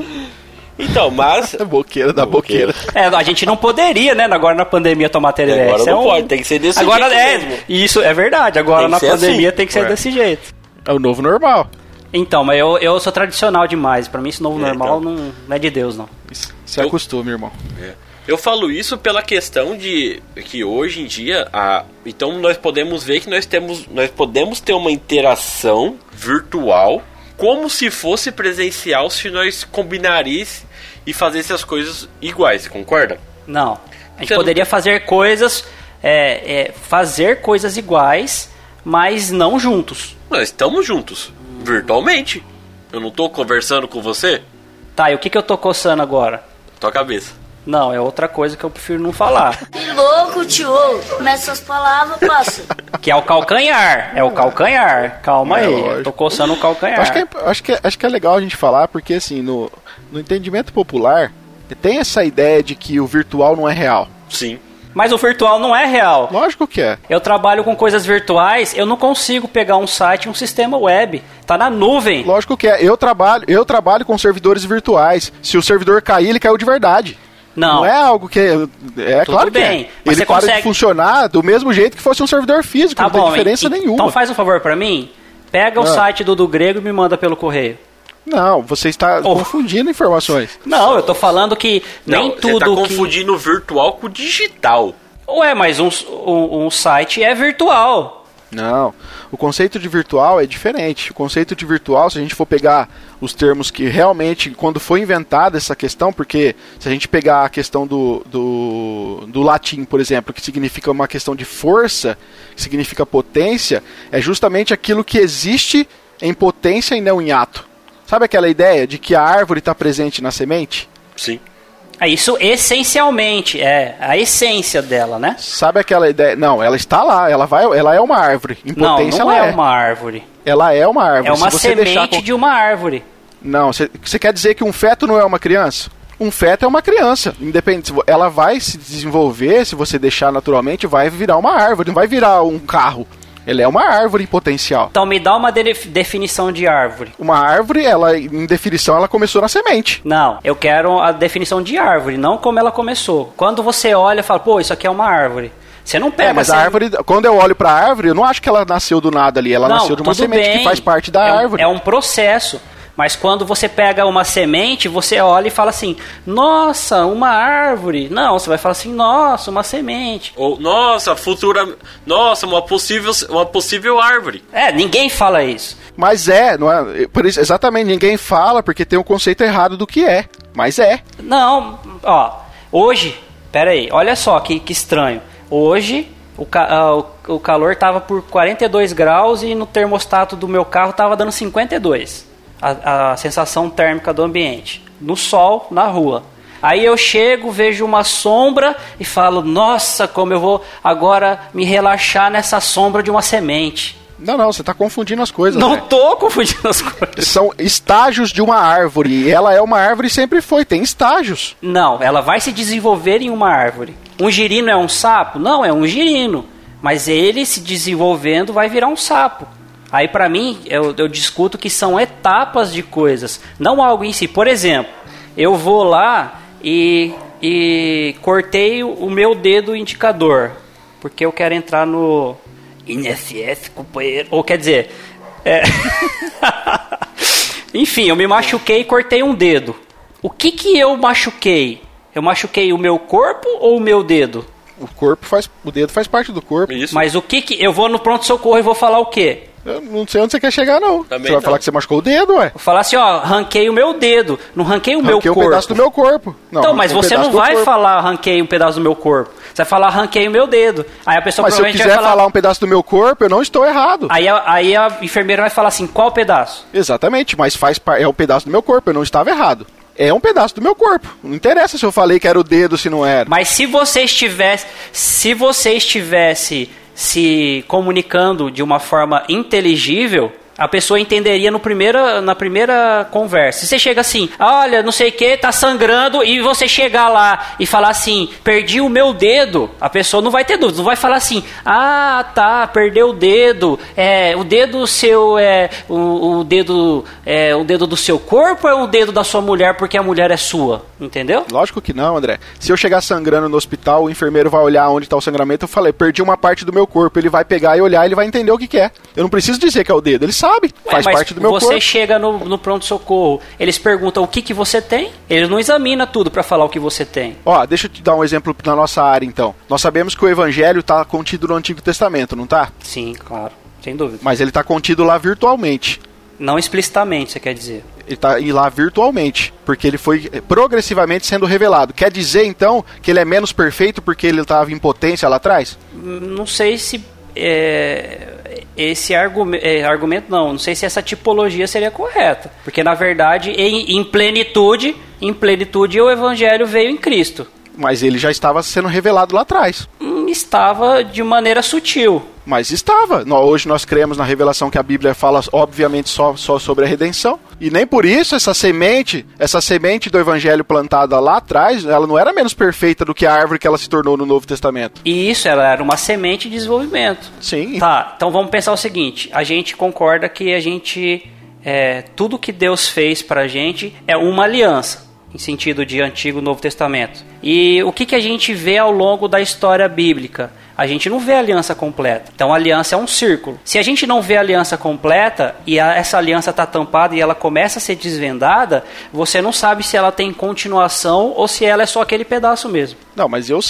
Speaker 4: Então, mas...
Speaker 1: boqueira da boqueira. boqueira.
Speaker 3: É, a gente não poderia, né, agora na pandemia tomar tereré.
Speaker 4: Agora
Speaker 3: isso
Speaker 4: não
Speaker 3: é um...
Speaker 4: pode, tem que ser desse
Speaker 3: agora
Speaker 4: jeito
Speaker 3: é,
Speaker 4: mesmo.
Speaker 3: Isso é verdade, agora na pandemia assim. tem que ser Ué. desse jeito.
Speaker 1: É o novo normal.
Speaker 3: Então, mas eu, eu sou tradicional demais. Pra mim esse novo
Speaker 4: é,
Speaker 3: normal
Speaker 4: então.
Speaker 3: não, não é de Deus, não.
Speaker 1: Se eu... acostume, irmão.
Speaker 4: É. Eu falo isso pela questão de que hoje em dia, a, então nós podemos ver que nós temos, nós podemos ter uma interação virtual como se fosse presencial se nós combinaríamos e fazesse as coisas iguais, concorda?
Speaker 3: Não. A gente
Speaker 4: Você
Speaker 3: poderia
Speaker 4: não...
Speaker 3: fazer coisas, é, é, fazer coisas iguais, mas não juntos.
Speaker 4: Nós estamos juntos, virtualmente. Eu não estou conversando com você?
Speaker 3: Tá, e o que, que eu tô coçando agora?
Speaker 4: Tua cabeça.
Speaker 3: Não, é outra coisa que eu prefiro não falar.
Speaker 6: Que louco, tio. Começa essas palavras, passa.
Speaker 3: Que é o calcanhar. É o calcanhar. Calma é, aí. Lógico. Eu tô coçando o calcanhar.
Speaker 1: Acho que, é, acho, que é, acho que é legal a gente falar, porque assim, no, no entendimento popular, tem essa ideia de que o virtual não é real.
Speaker 4: Sim.
Speaker 3: Mas o virtual não é real.
Speaker 1: Lógico que é.
Speaker 3: Eu trabalho com coisas virtuais, eu não consigo pegar um site, um sistema web. Tá na nuvem.
Speaker 1: Lógico que é. Eu trabalho, eu trabalho com servidores virtuais. Se o servidor cair, ele caiu de verdade.
Speaker 3: Não.
Speaker 1: Não é algo que... É
Speaker 3: Tudo
Speaker 1: claro
Speaker 3: bem,
Speaker 1: que é.
Speaker 3: Mas
Speaker 1: ele
Speaker 3: você
Speaker 1: para
Speaker 3: consegue...
Speaker 1: de funcionar do mesmo jeito que fosse um servidor físico.
Speaker 3: Tá
Speaker 1: não
Speaker 3: bom,
Speaker 1: tem diferença
Speaker 3: e,
Speaker 1: nenhuma.
Speaker 3: Então faz um favor pra mim. Pega o
Speaker 1: ah.
Speaker 3: site do do Grego e me manda pelo correio.
Speaker 1: Não, você está oh. confundindo informações.
Speaker 3: Não, eu tô falando que nem
Speaker 4: não,
Speaker 3: tudo
Speaker 4: você tá
Speaker 3: que...
Speaker 4: confundindo o virtual com o digital.
Speaker 3: Ué, mas um, um, um site é virtual.
Speaker 1: Não, o conceito de virtual é diferente. O conceito de virtual, se a gente for pegar os termos que realmente, quando foi inventada essa questão, porque se a gente pegar a questão do, do, do latim, por exemplo, que significa uma questão de força, que significa potência, é justamente aquilo que existe em potência e não em ato. Sabe aquela ideia de que a árvore está presente na semente?
Speaker 4: Sim.
Speaker 3: É isso essencialmente, é a essência dela, né?
Speaker 1: Sabe aquela ideia? Não, ela está lá, ela, vai, ela é uma árvore. Em
Speaker 3: não,
Speaker 1: potência,
Speaker 3: não
Speaker 1: ela
Speaker 3: é,
Speaker 1: é
Speaker 3: uma árvore.
Speaker 1: Ela é uma árvore.
Speaker 3: É uma
Speaker 1: Se você
Speaker 3: semente
Speaker 1: deixar com...
Speaker 3: de uma árvore.
Speaker 1: Não, você quer dizer que um feto não é uma criança? Um feto é uma criança, independente. Ela vai se desenvolver, se você deixar naturalmente, vai virar uma árvore, não vai virar um carro. Ela é uma árvore em potencial.
Speaker 3: Então me dá uma de- definição de árvore.
Speaker 1: Uma árvore, ela em definição, ela começou na semente.
Speaker 3: Não, eu quero a definição de árvore, não como ela começou. Quando você olha e fala, pô, isso aqui é uma árvore. Você não pega...
Speaker 1: É, mas
Speaker 3: você...
Speaker 1: a árvore, quando eu olho para a árvore, eu não acho que ela nasceu do nada ali. Ela
Speaker 3: não,
Speaker 1: nasceu de uma semente
Speaker 3: bem.
Speaker 1: que faz parte da
Speaker 3: é um,
Speaker 1: árvore.
Speaker 3: É um processo. Mas quando você pega uma semente, você olha e fala assim, nossa, uma árvore. Não, você vai falar assim, nossa, uma semente.
Speaker 4: Ou, nossa, futura... Nossa, uma possível, uma possível árvore.
Speaker 3: É, ninguém fala isso.
Speaker 1: Mas é, não é? Por isso, exatamente, ninguém fala porque tem um conceito errado do que é. Mas é.
Speaker 3: Não, ó, hoje, pera aí, olha só que, que estranho. Hoje, o, ca- uh, o, o calor estava por quarenta e dois graus e no termostato do meu carro estava dando cinquenta e dois. A, a sensação térmica do ambiente. No sol, na rua. Aí eu chego, vejo uma sombra e falo, nossa, como eu vou agora me relaxar nessa sombra de uma semente.
Speaker 1: Não, não, você está confundindo as coisas.
Speaker 3: Não
Speaker 1: né?
Speaker 3: tô confundindo as coisas.
Speaker 1: São estágios de uma árvore. E ela é uma árvore e sempre foi. Tem estágios.
Speaker 3: Não, ela vai se desenvolver em uma árvore. Um girino é um sapo? Não, é um girino. Mas ele se desenvolvendo vai virar um sapo. Aí pra mim, eu, eu discuto que são etapas de coisas, não algo em si. Por exemplo, eu vou lá e, e cortei o meu dedo indicador, porque eu quero entrar no I N S S, companheiro. Ou quer dizer, é... enfim, eu me machuquei e cortei um dedo. O que que eu machuquei? Eu machuquei o meu corpo ou o meu dedo?
Speaker 1: O corpo faz, o dedo faz parte do corpo.
Speaker 4: Isso.
Speaker 3: Mas o que que... Eu vou no pronto-socorro e vou falar o quê?
Speaker 1: Eu não sei onde você quer chegar, não.
Speaker 4: Também
Speaker 1: você vai
Speaker 4: não.
Speaker 1: falar que você machucou o dedo, ué?
Speaker 3: Vou falar assim, ó, ranquei o meu dedo, não ranquei o meu
Speaker 1: Ranquei um
Speaker 3: corpo.
Speaker 1: pedaço do meu corpo. Não,
Speaker 3: Então, mas
Speaker 1: um
Speaker 3: você
Speaker 1: pedaço
Speaker 3: não
Speaker 1: do
Speaker 3: vai
Speaker 1: corpo.
Speaker 3: falar ranquei um pedaço do meu corpo. Você vai falar ranquei o meu dedo. Aí a pessoa
Speaker 1: Mas se eu
Speaker 3: provavelmente
Speaker 1: quiser
Speaker 3: vai
Speaker 1: falar...
Speaker 3: falar...
Speaker 1: um pedaço do meu corpo, eu não estou errado.
Speaker 3: Aí a, aí a enfermeira vai falar assim, qual pedaço?
Speaker 1: Exatamente, mas faz par... é um pedaço do meu corpo, eu não estava errado. É um pedaço do meu corpo. Não interessa se eu falei que era o dedo, se não era.
Speaker 3: Mas se você estivesse, se você estivesse se comunicando de uma forma inteligível, a pessoa entenderia no primeira, na primeira conversa. Se você chega assim, olha, não sei o que, tá sangrando, e você chegar lá e falar assim, perdi o meu dedo, a pessoa não vai ter dúvida, não vai falar assim, ah, tá, perdeu o dedo, é, o dedo seu é o, o dedo é o dedo do seu corpo ou é o dedo da sua mulher porque a mulher é sua, entendeu?
Speaker 1: Lógico que não, André. Se eu chegar sangrando no hospital, o enfermeiro vai olhar onde está o sangramento, eu falei, perdi uma parte do meu corpo, ele vai pegar e olhar, ele vai entender o que, que é. Eu não preciso dizer que é o dedo, ele sabe,
Speaker 3: Ué,
Speaker 1: faz
Speaker 3: mas
Speaker 1: parte do meu
Speaker 3: você
Speaker 1: corpo.
Speaker 3: chega no, no pronto-socorro, eles perguntam o que, que você tem, eles não examinam tudo para falar o que você tem.
Speaker 1: Ó, deixa eu te dar um exemplo na nossa área, então. Nós sabemos que o Evangelho está contido no Antigo Testamento, não tá?
Speaker 3: Sim, claro, sem dúvida.
Speaker 1: Mas ele está contido lá virtualmente.
Speaker 3: Não explicitamente, você quer dizer.
Speaker 1: Ele está lá virtualmente, porque ele foi progressivamente sendo revelado. Quer dizer, então, que ele é menos perfeito porque ele estava em potência lá atrás?
Speaker 3: Não sei se é, esse argume, é, argumento, não, não sei se essa tipologia seria correta. Porque, na verdade, em, em plenitude, em plenitude o Evangelho veio em Cristo.
Speaker 1: Mas ele já estava sendo revelado lá atrás.
Speaker 3: Hum, Estava de maneira sutil.
Speaker 1: Mas estava. Nó- Hoje nós cremos na revelação que a Bíblia fala, obviamente, só, só sobre a redenção. E nem por isso essa semente, essa semente do Evangelho plantada lá atrás, ela não era menos perfeita do que a árvore que ela se tornou no Novo Testamento.
Speaker 3: E isso, ela era uma semente de desenvolvimento.
Speaker 1: Sim.
Speaker 3: Tá, então vamos pensar o seguinte, a gente concorda que a gente, é, tudo que Deus fez pra gente é uma aliança, em sentido de Antigo e Novo Testamento. E o que, que a gente vê ao longo da história bíblica? A gente não vê a aliança completa. Então a aliança é um círculo. Se a gente não vê a aliança completa e a, essa aliança está tampada e ela começa a ser desvendada, você não sabe se ela tem continuação ou se ela é só aquele pedaço mesmo.
Speaker 1: Não, mas eu sei.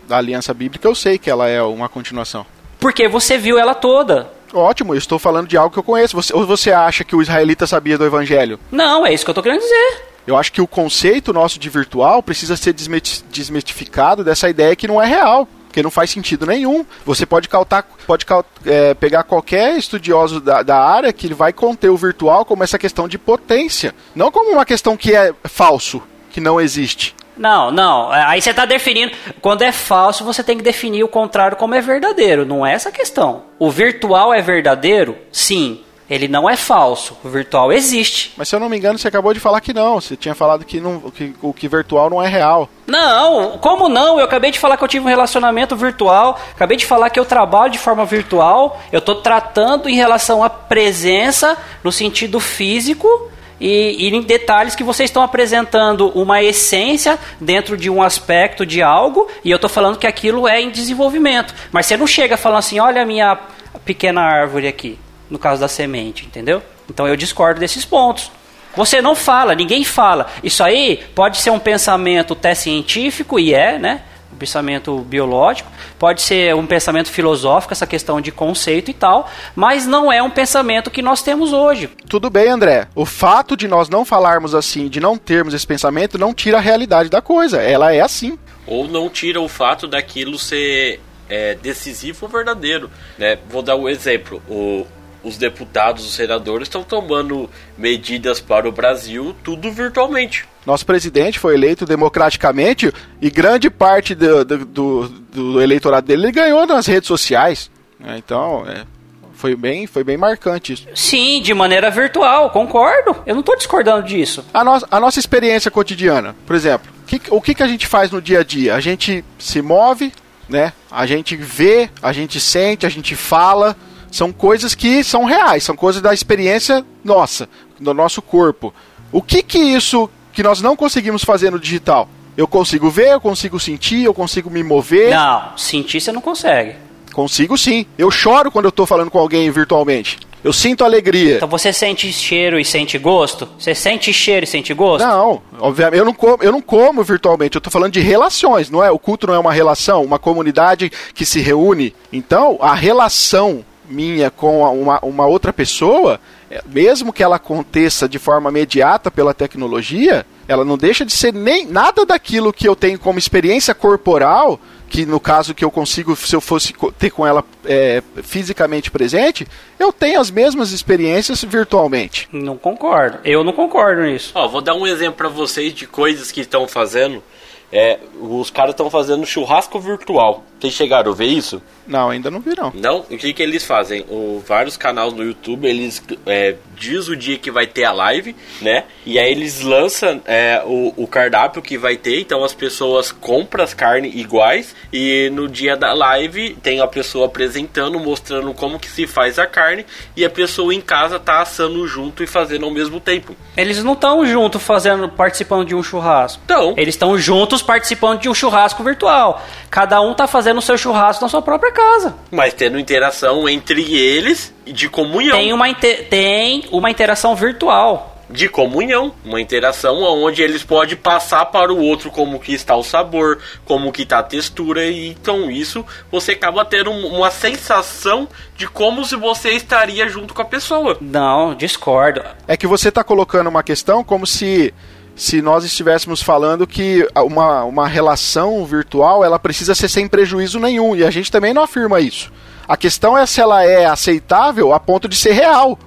Speaker 1: da Aliança Bíblica, eu sei que ela é uma continuação.
Speaker 3: Porque você viu ela toda.
Speaker 1: Ótimo, eu estou falando de algo que eu conheço. Você, ou você acha que o israelita sabia do Evangelho?
Speaker 3: Não, é isso que eu estou querendo dizer.
Speaker 1: Eu acho que o conceito nosso de virtual precisa ser desmistificado dessa ideia que não é real, porque não faz sentido nenhum. Você pode, cautar, pode é, pegar qualquer estudioso da, da área que ele vai conter o virtual como essa questão de potência, não como uma questão que é falso, que não existe.
Speaker 3: Não, não. Aí você está definindo... Quando é falso, você tem que definir o contrário como é verdadeiro. Não é essa a questão. O virtual é verdadeiro? Sim. Ele não é falso. O virtual existe.
Speaker 1: Mas se eu não me engano, você acabou de falar que não. Você tinha falado que, não, que o que virtual não é real.
Speaker 3: Não, como não? Eu acabei de falar que eu tive um relacionamento virtual. Acabei de falar que eu trabalho de forma virtual. Eu estou tratando em relação à presença no sentido físico... E, e em detalhes que vocês estão apresentando uma essência dentro de um aspecto de algo, e eu estou falando que aquilo é em desenvolvimento. Mas você não chega falando assim, olha a minha pequena árvore aqui, no caso da semente, entendeu? Então eu discordo desses pontos. Você não fala, ninguém fala. Isso aí pode ser um pensamento até científico, e é, né? Um pensamento biológico, pode ser um pensamento filosófico, essa questão de conceito e tal, mas não é um pensamento que nós temos hoje.
Speaker 1: Tudo bem, André. O fato de nós não falarmos assim, de não termos esse pensamento, não tira a realidade da coisa. Ela é assim.
Speaker 4: Ou não tira o fato daquilo ser é, decisivo ou verdadeiro. Né? Vou dar um exemplo. O, os deputados, os senadores estão tomando medidas para o Brasil, tudo virtualmente.
Speaker 1: Nosso presidente foi eleito democraticamente e grande parte do, do, do, do eleitorado dele ele ganhou nas redes sociais. Então, é, foi, bem, foi bem marcante isso.
Speaker 3: Sim, de maneira virtual, concordo. Eu não estou discordando disso.
Speaker 1: A, no, a nossa experiência cotidiana, por exemplo, que, o que, que a gente faz no dia a dia? A gente se move, né? A gente vê, a gente sente, a gente fala. São coisas que são reais, são coisas da experiência nossa, do nosso corpo. O que que isso... que nós não conseguimos fazer no digital? Eu consigo ver, eu consigo sentir, eu consigo me mover.
Speaker 3: Não, sentir você não consegue.
Speaker 1: Consigo sim. Eu choro quando eu estou falando com alguém virtualmente. Eu sinto alegria.
Speaker 3: Então você sente cheiro e sente gosto? Você sente cheiro e sente gosto?
Speaker 1: Não, obviamente, eu não como, eu não como virtualmente. Eu estou falando de relações, não é? O culto não é uma relação, uma comunidade que se reúne. Então, a relação minha com uma, uma outra pessoa, mesmo que ela aconteça de forma imediata pela tecnologia, ela não deixa de ser nem nada daquilo que eu tenho como experiência corporal, que no caso que eu consigo, se eu fosse ter com ela é, fisicamente presente, eu tenho as mesmas experiências virtualmente.
Speaker 3: Não concordo, eu não concordo nisso.
Speaker 4: Ó, vou dar um exemplo para vocês de coisas que estão fazendo. É, os caras estão fazendo churrasco virtual. Vocês chegaram a ver isso?
Speaker 1: Não, ainda não vi não.
Speaker 4: Não? O que que eles fazem? O, vários canais no YouTube, eles é, diz o dia que vai ter a live, né? E aí eles lançam é, o, o cardápio que vai ter. Então as pessoas compram as carnes iguais. E no dia da live tem a pessoa apresentando, mostrando como que se faz a carne. E a pessoa em casa tá assando junto e fazendo ao mesmo tempo.
Speaker 3: Eles não estão juntos fazendo, participando de um churrasco.
Speaker 4: Então.
Speaker 3: Eles estão juntos participando de um churrasco virtual. Cada um tá fazendo o seu churrasco na sua própria casa.
Speaker 4: Mas tendo interação entre eles e de comunhão.
Speaker 3: Tem uma, inter... Tem uma interação virtual.
Speaker 4: De comunhão, uma interação onde eles podem passar para o outro como que está o sabor, como que está a textura, e então isso você acaba tendo uma sensação de como se você estaria junto com a pessoa.
Speaker 3: Não, discordo.
Speaker 1: É que você está colocando uma questão como se, se nós estivéssemos falando que uma, uma relação virtual ela precisa ser sem prejuízo nenhum, e a gente também não afirma isso. A questão é se ela é aceitável a ponto de ser real.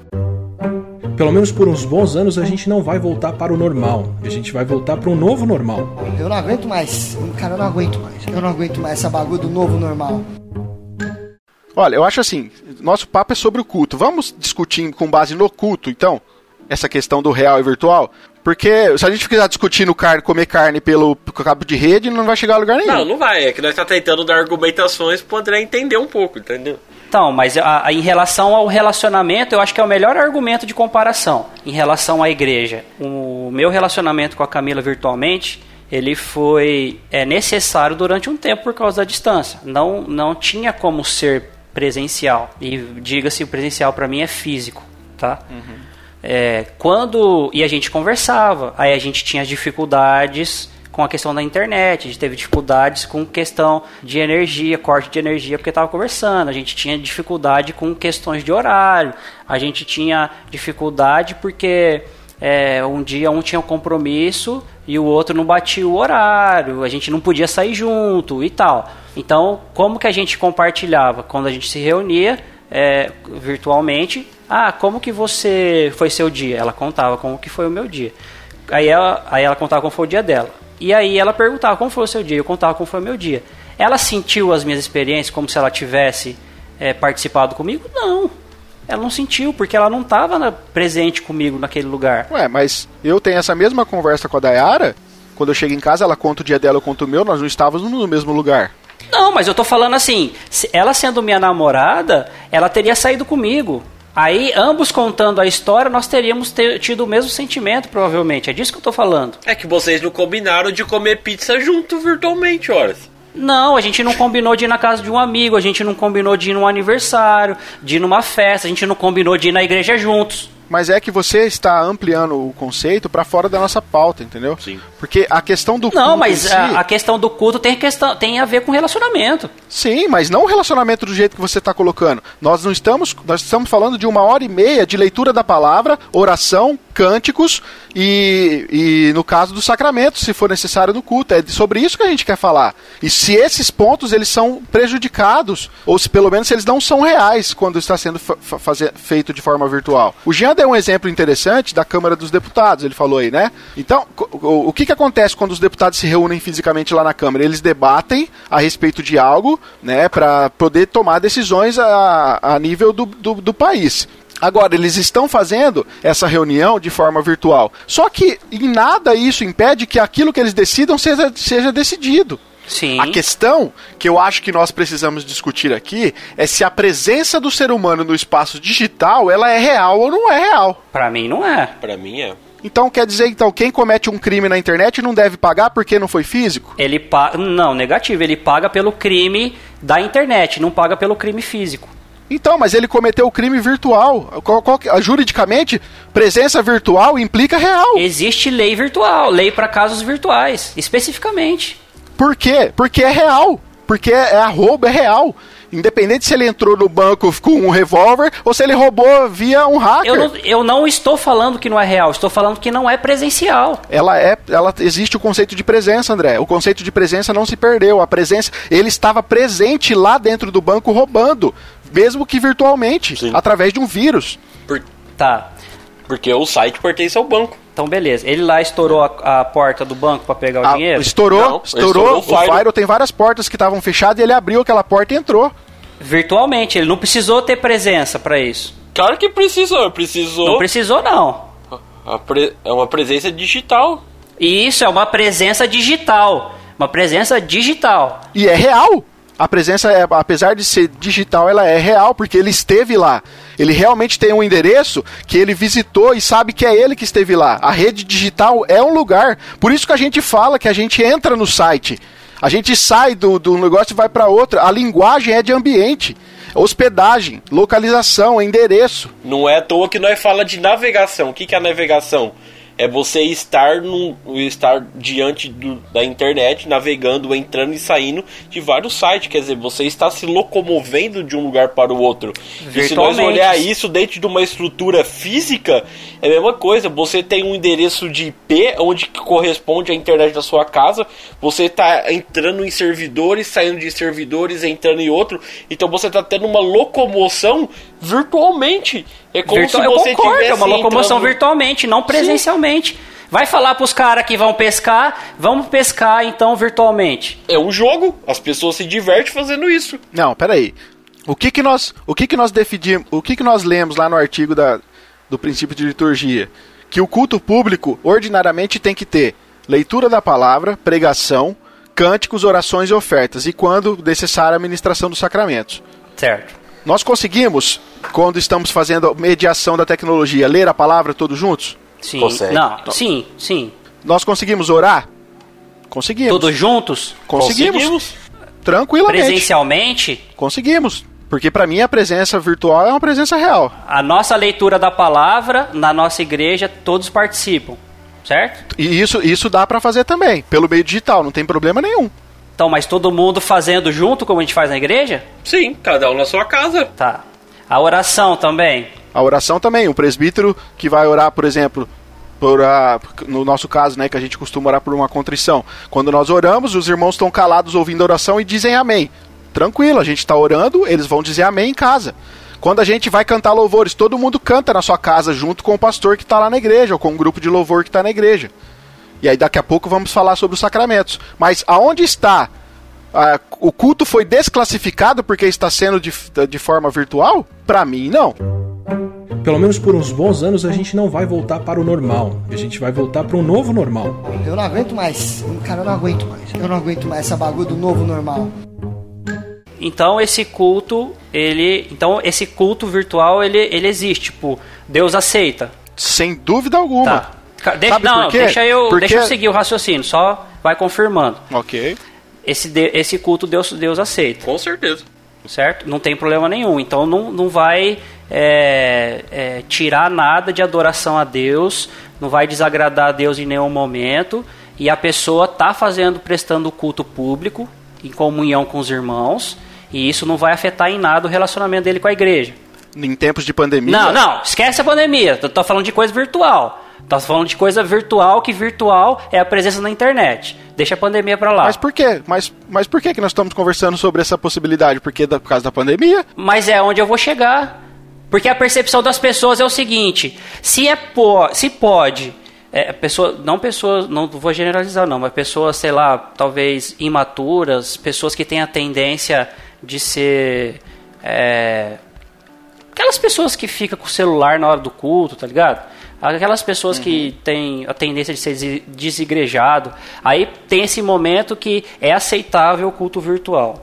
Speaker 2: Pelo menos por uns bons anos a gente não vai voltar para o normal. A gente vai voltar para um novo normal.
Speaker 5: Eu não aguento mais. Cara, eu não aguento mais. Eu não aguento mais essa bagulho do novo normal.
Speaker 1: Olha, eu acho assim, nosso papo é sobre o culto. Vamos discutir com base no culto, então, essa questão do real e virtual? Porque se a gente ficar discutindo carne, comer carne pelo cabo de rede, não vai chegar a lugar nenhum.
Speaker 4: Não, não vai. É que nós estamos tentando dar argumentações para o André entender um pouco, entendeu?
Speaker 3: Então, mas a, a, em relação ao relacionamento, eu acho que é o melhor argumento de comparação em relação à igreja. O meu relacionamento com a Camila virtualmente, ele foi é, necessário durante um tempo por causa da distância. Não, não tinha como ser presencial. E diga-se, o presencial para mim é físico, tá? Uhum. É, quando... E a gente conversava, aí a gente tinha dificuldades com a questão da internet, a gente teve dificuldades com questão de energia, corte de energia, porque estava conversando, a gente tinha dificuldade com questões de horário, a gente tinha dificuldade porque é, um dia um tinha um compromisso e o outro não batia o horário, a gente não podia sair junto e tal. Então, como que a gente compartilhava? Quando a gente se reunia é, virtualmente, ah, como que você foi seu dia? Ela contava como que foi o meu dia. Aí ela, aí ela contava como foi o dia dela. E aí ela perguntava como foi o seu dia, eu contava como foi o meu dia. Ela sentiu as minhas experiências como se ela tivesse é, participado comigo? Não, ela não sentiu, porque ela não estava presente comigo naquele lugar.
Speaker 1: Ué, mas eu tenho essa mesma conversa com a Dayara, quando eu chego em casa, ela conta o dia dela, eu conto o meu, nós não estávamos no mesmo lugar.
Speaker 3: Não, mas eu tô falando assim, ela sendo minha namorada, ela teria saído comigo. Aí, ambos contando a história, nós teríamos ter, tido o mesmo sentimento, provavelmente. É disso que eu tô falando.
Speaker 4: É que vocês não combinaram de comer pizza junto virtualmente, horas.
Speaker 3: Não, a gente não combinou de ir na casa de um amigo, a gente não combinou de ir num aniversário, de ir numa festa, a gente não combinou de ir na igreja juntos.
Speaker 1: Mas é que você está ampliando o conceito para fora da nossa pauta, entendeu?
Speaker 4: Sim.
Speaker 1: Porque a questão do culto
Speaker 3: Não, mas
Speaker 1: em si...
Speaker 3: a, a questão do culto tem, questão, tem a ver com relacionamento.
Speaker 1: Sim, mas não o relacionamento do jeito que você está colocando. Nós não estamos... Nós estamos falando de uma hora e meia de leitura da palavra, oração, cânticos e, e no caso do sacramento, se for necessário no culto. É sobre isso que a gente quer falar. E se esses pontos eles são prejudicados, ou se pelo menos se eles não são reais quando está sendo fa- fazer, feito de forma virtual. O Jean deu um exemplo interessante da Câmara dos Deputados, ele falou aí, né? Então, o, o que, que acontece quando os deputados se reúnem fisicamente lá na Câmara? Eles debatem a respeito de algo, né, para poder tomar decisões a, a nível do, do, do país. Agora, eles estão fazendo essa reunião de forma virtual. Só que em nada isso impede que aquilo que eles decidam seja, seja decidido.
Speaker 3: Sim.
Speaker 1: A questão que eu acho que nós precisamos discutir aqui é se a presença do ser humano no espaço digital, ela é real ou não é real.
Speaker 3: Pra mim não é.
Speaker 4: Pra mim é.
Speaker 1: Então quer dizer, então, quem comete um crime na internet não deve pagar porque não foi físico?
Speaker 3: Ele paga... Não, negativo. Ele paga pelo crime da internet, não paga pelo crime físico.
Speaker 1: Então, mas ele cometeu o crime virtual. Qual, qual, juridicamente, presença virtual implica real.
Speaker 3: Existe lei virtual, lei para casos virtuais, especificamente.
Speaker 1: Por quê? Porque é real. Porque é, é arrobo, é real. Independente se ele entrou no banco com um revólver ou se ele roubou via um hacker.
Speaker 3: Eu não, eu não estou falando que não é real, estou falando que não é presencial.
Speaker 1: Ela é, ela existe o conceito de presença, André. O conceito de presença não se perdeu. A presença, ele estava presente lá dentro do banco roubando, mesmo que virtualmente, Sim. através de um vírus.
Speaker 4: Por...
Speaker 3: Tá.
Speaker 4: Porque o site pertence ao banco.
Speaker 3: Então, beleza. Ele lá estourou a, a porta do banco para pegar o
Speaker 1: ah,
Speaker 3: dinheiro?
Speaker 1: Estourou, Não, estourou. estourou o Firewall. O Firewall tem várias portas que estavam fechadas e ele abriu aquela porta e entrou.
Speaker 3: Virtualmente, ele não precisou ter presença para isso.
Speaker 4: Claro que precisou, precisou.
Speaker 3: Não precisou, não.
Speaker 4: A pre... É uma presença digital.
Speaker 3: E isso é uma presença digital. Uma presença digital.
Speaker 1: E é real. A presença, é, apesar de ser digital, ela é real, porque ele esteve lá. Ele realmente tem um endereço que ele visitou e sabe que é ele que esteve lá. A rede digital é um lugar. Por isso que a gente fala que a gente entra no site. A gente sai do, do negócio e vai para outro. A linguagem é de ambiente. Hospedagem, localização, endereço.
Speaker 4: Não é à toa que nós fala de navegação. O que, que é a navegação? É você estar, no, estar diante do, da internet, navegando, entrando e saindo de vários sites. Quer dizer, você está se locomovendo de um lugar para o outro. E se nós olhar isso dentro de uma estrutura física, é a mesma coisa. Você tem um endereço de I P, onde corresponde à internet da sua casa. Você está entrando em servidores, saindo de servidores, entrando em outro. Então você está tendo uma locomoção virtualmente. É como
Speaker 3: Virtu...
Speaker 4: se você
Speaker 3: Eu concordo,
Speaker 4: tivesse
Speaker 3: é uma locomoção
Speaker 4: entrando...
Speaker 3: virtualmente, não presencialmente. Sim. Vai falar pros caras que vão pescar, vamos pescar então virtualmente.
Speaker 4: É um jogo, as pessoas se divertem fazendo isso.
Speaker 1: Não, peraí. O que que nós, o que que nós definimos, o que que nós lemos lá no artigo da, do princípio de liturgia? Que o culto público ordinariamente tem que ter leitura da palavra, pregação, cânticos, orações e ofertas, e quando necessária a ministração dos sacramentos.
Speaker 3: Certo.
Speaker 1: Nós conseguimos, quando estamos fazendo mediação da tecnologia, ler a palavra todos juntos?
Speaker 3: Sim. Consegue. Não, sim, sim.
Speaker 1: Nós conseguimos orar? Conseguimos.
Speaker 3: Todos juntos?
Speaker 1: Conseguimos. Conseguimos. Tranquilamente.
Speaker 3: Presencialmente?
Speaker 1: Conseguimos. Porque para mim a presença virtual é uma presença real.
Speaker 3: A nossa leitura da palavra, na nossa igreja, todos participam. certo?
Speaker 1: E isso, isso dá para fazer também, pelo meio digital, não tem problema nenhum.
Speaker 3: Então, mas todo mundo fazendo junto, como a gente faz na igreja?
Speaker 4: Sim, cada um na sua casa.
Speaker 3: Tá. A oração também?
Speaker 1: A oração também, o presbítero que vai orar, por exemplo, por a, no nosso caso, né, que a gente costuma orar por uma contrição. Quando nós oramos, os irmãos estão calados ouvindo a oração e dizem amém. Tranquilo, a gente está orando, eles vão dizer amém em casa. Quando a gente vai cantar louvores, todo mundo canta na sua casa junto com o pastor que está lá na igreja, ou com o grupo de louvor que está na igreja. E aí daqui a pouco vamos falar sobre os sacramentos. Mas aonde está? Ah, o culto foi desclassificado porque está sendo de, de forma virtual? Para mim, não.
Speaker 2: Pelo menos por uns bons anos a gente não vai voltar para o normal. A gente vai voltar para um novo normal.
Speaker 5: Eu não aguento mais. Cara, eu não aguento mais. Eu não aguento mais essa bagulho do novo normal.
Speaker 3: Então esse culto, ele, então esse culto virtual, ele, ele existe, tipo, Deus aceita.
Speaker 1: Sem dúvida alguma.
Speaker 3: Tá. Deixa, não, não, deixa eu,
Speaker 1: Porque...
Speaker 3: deixa eu seguir o raciocínio, só vai confirmando.
Speaker 1: Ok.
Speaker 3: Esse, de, esse culto Deus, Deus aceita.
Speaker 4: Com certeza.
Speaker 3: Certo? Não tem problema nenhum. Então não, não vai é, é, tirar nada de adoração a Deus, não vai desagradar a Deus em nenhum momento. E a pessoa está fazendo, prestando culto público, em comunhão com os irmãos, e isso não vai afetar em nada o relacionamento dele com a igreja.
Speaker 1: Em tempos de pandemia?
Speaker 3: Não, não, esquece a pandemia. Eu tô falando de coisa virtual. Tô falando de coisa virtual, que virtual é a presença na internet. Deixa a pandemia pra lá.
Speaker 1: Mas por quê? Mas, mas por que que nós estamos conversando sobre essa possibilidade? Porque da, por causa da pandemia?
Speaker 3: Mas é onde eu vou chegar. Porque a percepção das pessoas é o seguinte: se é po- se pode, é, pessoa, não pessoas, não vou generalizar não, mas pessoas, sei lá, talvez imaturas, pessoas que têm a tendência de ser é, aquelas pessoas que ficam com o celular na hora do culto, tá ligado? Aquelas pessoas uhum. que têm a tendência de ser desigrejado. Aí tem esse momento que é aceitável o culto virtual.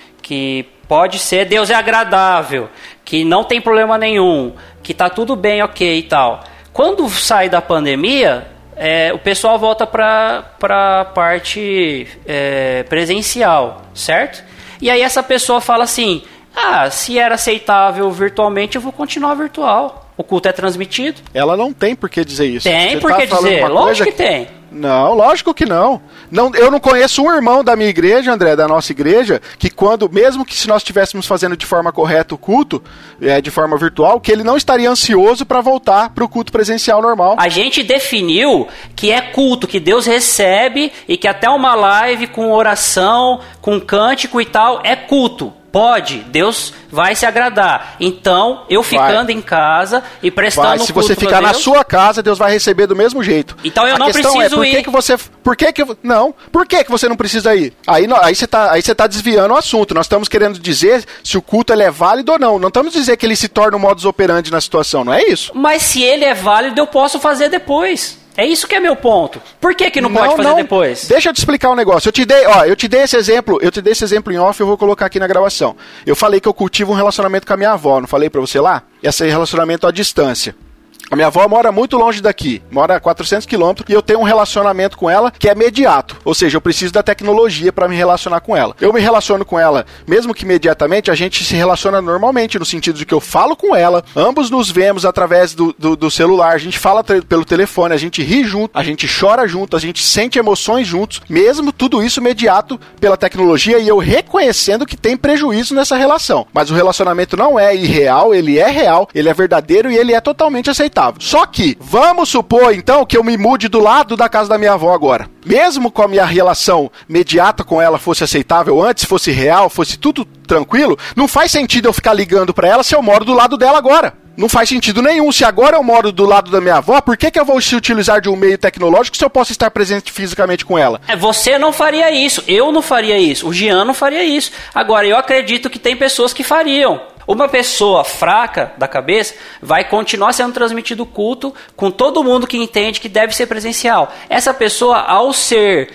Speaker 3: Que pode ser, Deus é agradável, que não tem problema nenhum, que tá tudo bem, ok e tal. Quando sai da pandemia, é, o pessoal volta para a parte é, presencial, certo? E aí essa pessoa fala assim, ah, se era aceitável virtualmente, eu vou continuar virtual. O culto é transmitido?
Speaker 1: Ela não tem por que dizer isso.
Speaker 3: Tem
Speaker 1: Você
Speaker 3: por
Speaker 1: tá
Speaker 3: que dizer, lógico que tem.
Speaker 1: Não, lógico que não. não. Eu não conheço um irmão da minha igreja, André, da nossa igreja, que quando, mesmo que se nós estivéssemos fazendo de forma correta o culto, é, de forma virtual, que ele não estaria ansioso para voltar para o culto presencial normal.
Speaker 3: A gente definiu que é culto, que Deus recebe e que até uma live com oração, com cântico e tal, é culto. Pode, Deus vai se agradar. Então, eu ficando vai. em casa e prestando
Speaker 1: vai. Se culto você ficar na
Speaker 3: Deus,
Speaker 1: sua casa, Deus vai receber do mesmo jeito.
Speaker 3: Então eu
Speaker 1: a
Speaker 3: não preciso
Speaker 1: é, por que
Speaker 3: ir.
Speaker 1: Que você, por que que não? Por que que você não precisa ir? Aí, aí você está aí você tá desviando o assunto. Nós estamos querendo dizer se o culto ele é válido ou não. Não estamos dizendo que ele se torna um modus operandi na situação, não é isso?
Speaker 3: Mas se ele é válido, eu posso fazer depois. É isso que é meu ponto. Por que que não, não pode fazer
Speaker 1: não.
Speaker 3: depois?
Speaker 1: Deixa eu te explicar um negócio. Eu te dei, ó, eu te dei esse exemplo, eu te dei esse exemplo em off, eu vou colocar aqui na gravação. Eu falei que eu cultivo um relacionamento com a minha avó, não falei pra você lá? Esse relacionamento à distância. A minha avó mora muito longe daqui, mora a quatrocentos quilômetros, e eu tenho um relacionamento com ela que é imediato. Ou seja, eu preciso da tecnologia para me relacionar com ela. Eu me relaciono com ela, mesmo que imediatamente, a gente se relaciona normalmente, no sentido de que eu falo com ela, ambos nos vemos através do, do, do celular, a gente fala te- pelo telefone, a gente ri junto, a gente chora junto, a gente sente emoções juntos, mesmo tudo isso imediato pela tecnologia, e eu reconhecendo que tem prejuízo nessa relação. Mas o relacionamento não é irreal, ele é real, ele é verdadeiro e ele é totalmente aceitável. Só que, vamos supor então que eu me mude do lado da casa da minha avó agora. Mesmo com a minha relação imediata com ela fosse aceitável antes, fosse real, fosse tudo tranquilo, não faz sentido eu ficar ligando pra ela se eu moro do lado dela agora. Não faz sentido nenhum. Se agora eu moro do lado da minha avó, por que que eu vou se utilizar de um meio tecnológico se eu posso estar presente fisicamente com ela?
Speaker 3: É, você não faria isso, eu não faria isso, o Jean não faria isso. Agora, eu acredito que tem pessoas que fariam. Uma pessoa fraca da cabeça vai continuar sendo transmitido o culto com todo mundo que entende que deve ser presencial. Essa pessoa, ao ser,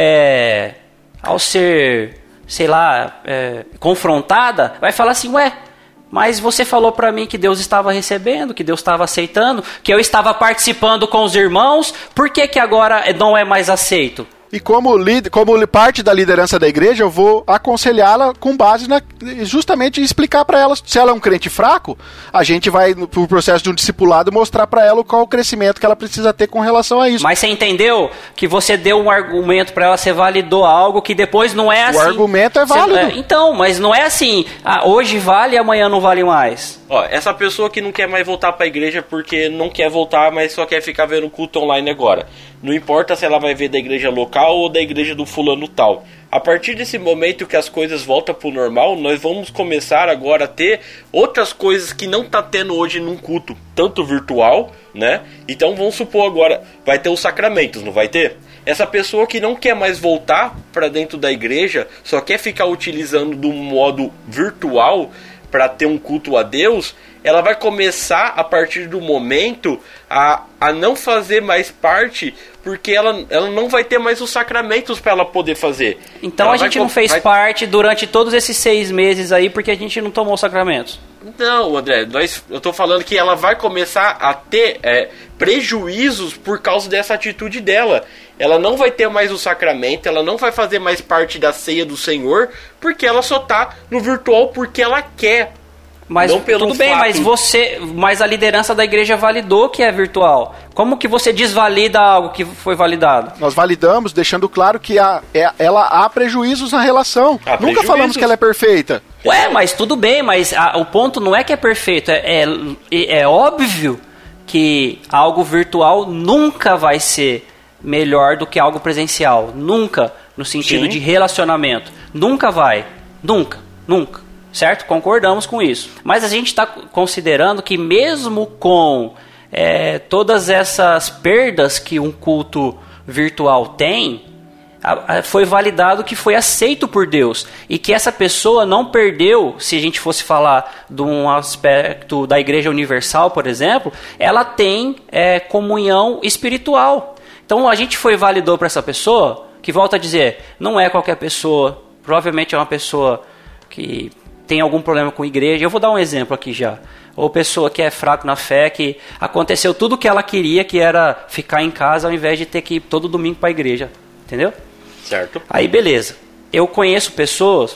Speaker 3: é, ao ser, sei lá, é, confrontada, vai falar assim, ué, mas você falou para mim que Deus estava recebendo, que Deus estava aceitando, que eu estava participando com os irmãos, por que que agora não é mais aceito?
Speaker 1: E como, como parte da liderança da igreja, eu vou aconselhá-la com base na, justamente em explicar para ela, se ela é um crente fraco, a gente vai, pro processo de um discipulado, mostrar para ela qual o crescimento que ela precisa ter com relação a isso.
Speaker 3: Mas você entendeu que você deu um argumento para ela, você validou algo que depois não é assim.
Speaker 1: O argumento é válido.
Speaker 3: Você, é, então, mas não é assim, ah, hoje vale e amanhã não vale mais.
Speaker 4: Ó, essa pessoa que não quer mais voltar para a igreja porque não quer voltar, mas só quer ficar vendo culto online agora. Não importa se ela vai ver da igreja local ou da igreja do fulano tal. A partir desse momento que as coisas voltam para o normal, nós vamos começar agora a ter outras coisas que não está tendo hoje num culto, tanto virtual, né? Então vamos supor agora, vai ter os sacramentos, não vai ter? Essa pessoa que não quer mais voltar para dentro da igreja, só quer ficar utilizando do modo virtual para ter um culto a Deus, ela vai começar a partir do momento a, a não fazer mais parte, porque ela, ela não vai ter mais os sacramentos para ela poder fazer.
Speaker 3: Então
Speaker 4: ela
Speaker 3: a gente
Speaker 4: vai,
Speaker 3: não fez
Speaker 4: vai...
Speaker 3: parte durante todos esses seis meses aí porque a gente não tomou os sacramentos.
Speaker 4: Não, André, nós, eu tô falando que ela vai começar a ter é, prejuízos por causa dessa atitude dela. Ela não vai ter mais o sacramento, ela não vai fazer mais parte da ceia do Senhor, porque ela só tá no virtual porque ela quer.
Speaker 3: Mas tudo bem, fato... mas você, mas a liderança da igreja validou que é virtual. Como que você desvalida algo que foi validado?
Speaker 1: Nós validamos, deixando claro que há, é, ela há prejuízos na relação. Há Nunca prejuízos. Falamos que ela é perfeita.
Speaker 3: Ué, mas tudo bem, mas a, o ponto não é que é perfeito, é, é, é óbvio que algo virtual nunca vai ser melhor do que algo presencial. Nunca, no sentido Sim. de relacionamento. Nunca vai. Nunca, nunca. Certo? Concordamos com isso. Mas a gente está considerando que mesmo com é, todas essas perdas que um culto virtual tem, a, a, foi validado que foi aceito por Deus. E que essa pessoa não perdeu, se a gente fosse falar de um aspecto da Igreja Universal, por exemplo, ela tem é, comunhão espiritual. Então a gente foi validou para essa pessoa, que volta a dizer, não é qualquer pessoa, provavelmente é uma pessoa que tem algum problema com a igreja. Eu vou dar um exemplo aqui já. Ou pessoa que é fraco na fé, que aconteceu tudo o que ela queria, que era ficar em casa ao invés de ter que ir todo domingo para a igreja. Entendeu?
Speaker 4: Certo.
Speaker 3: Aí beleza. Eu conheço pessoas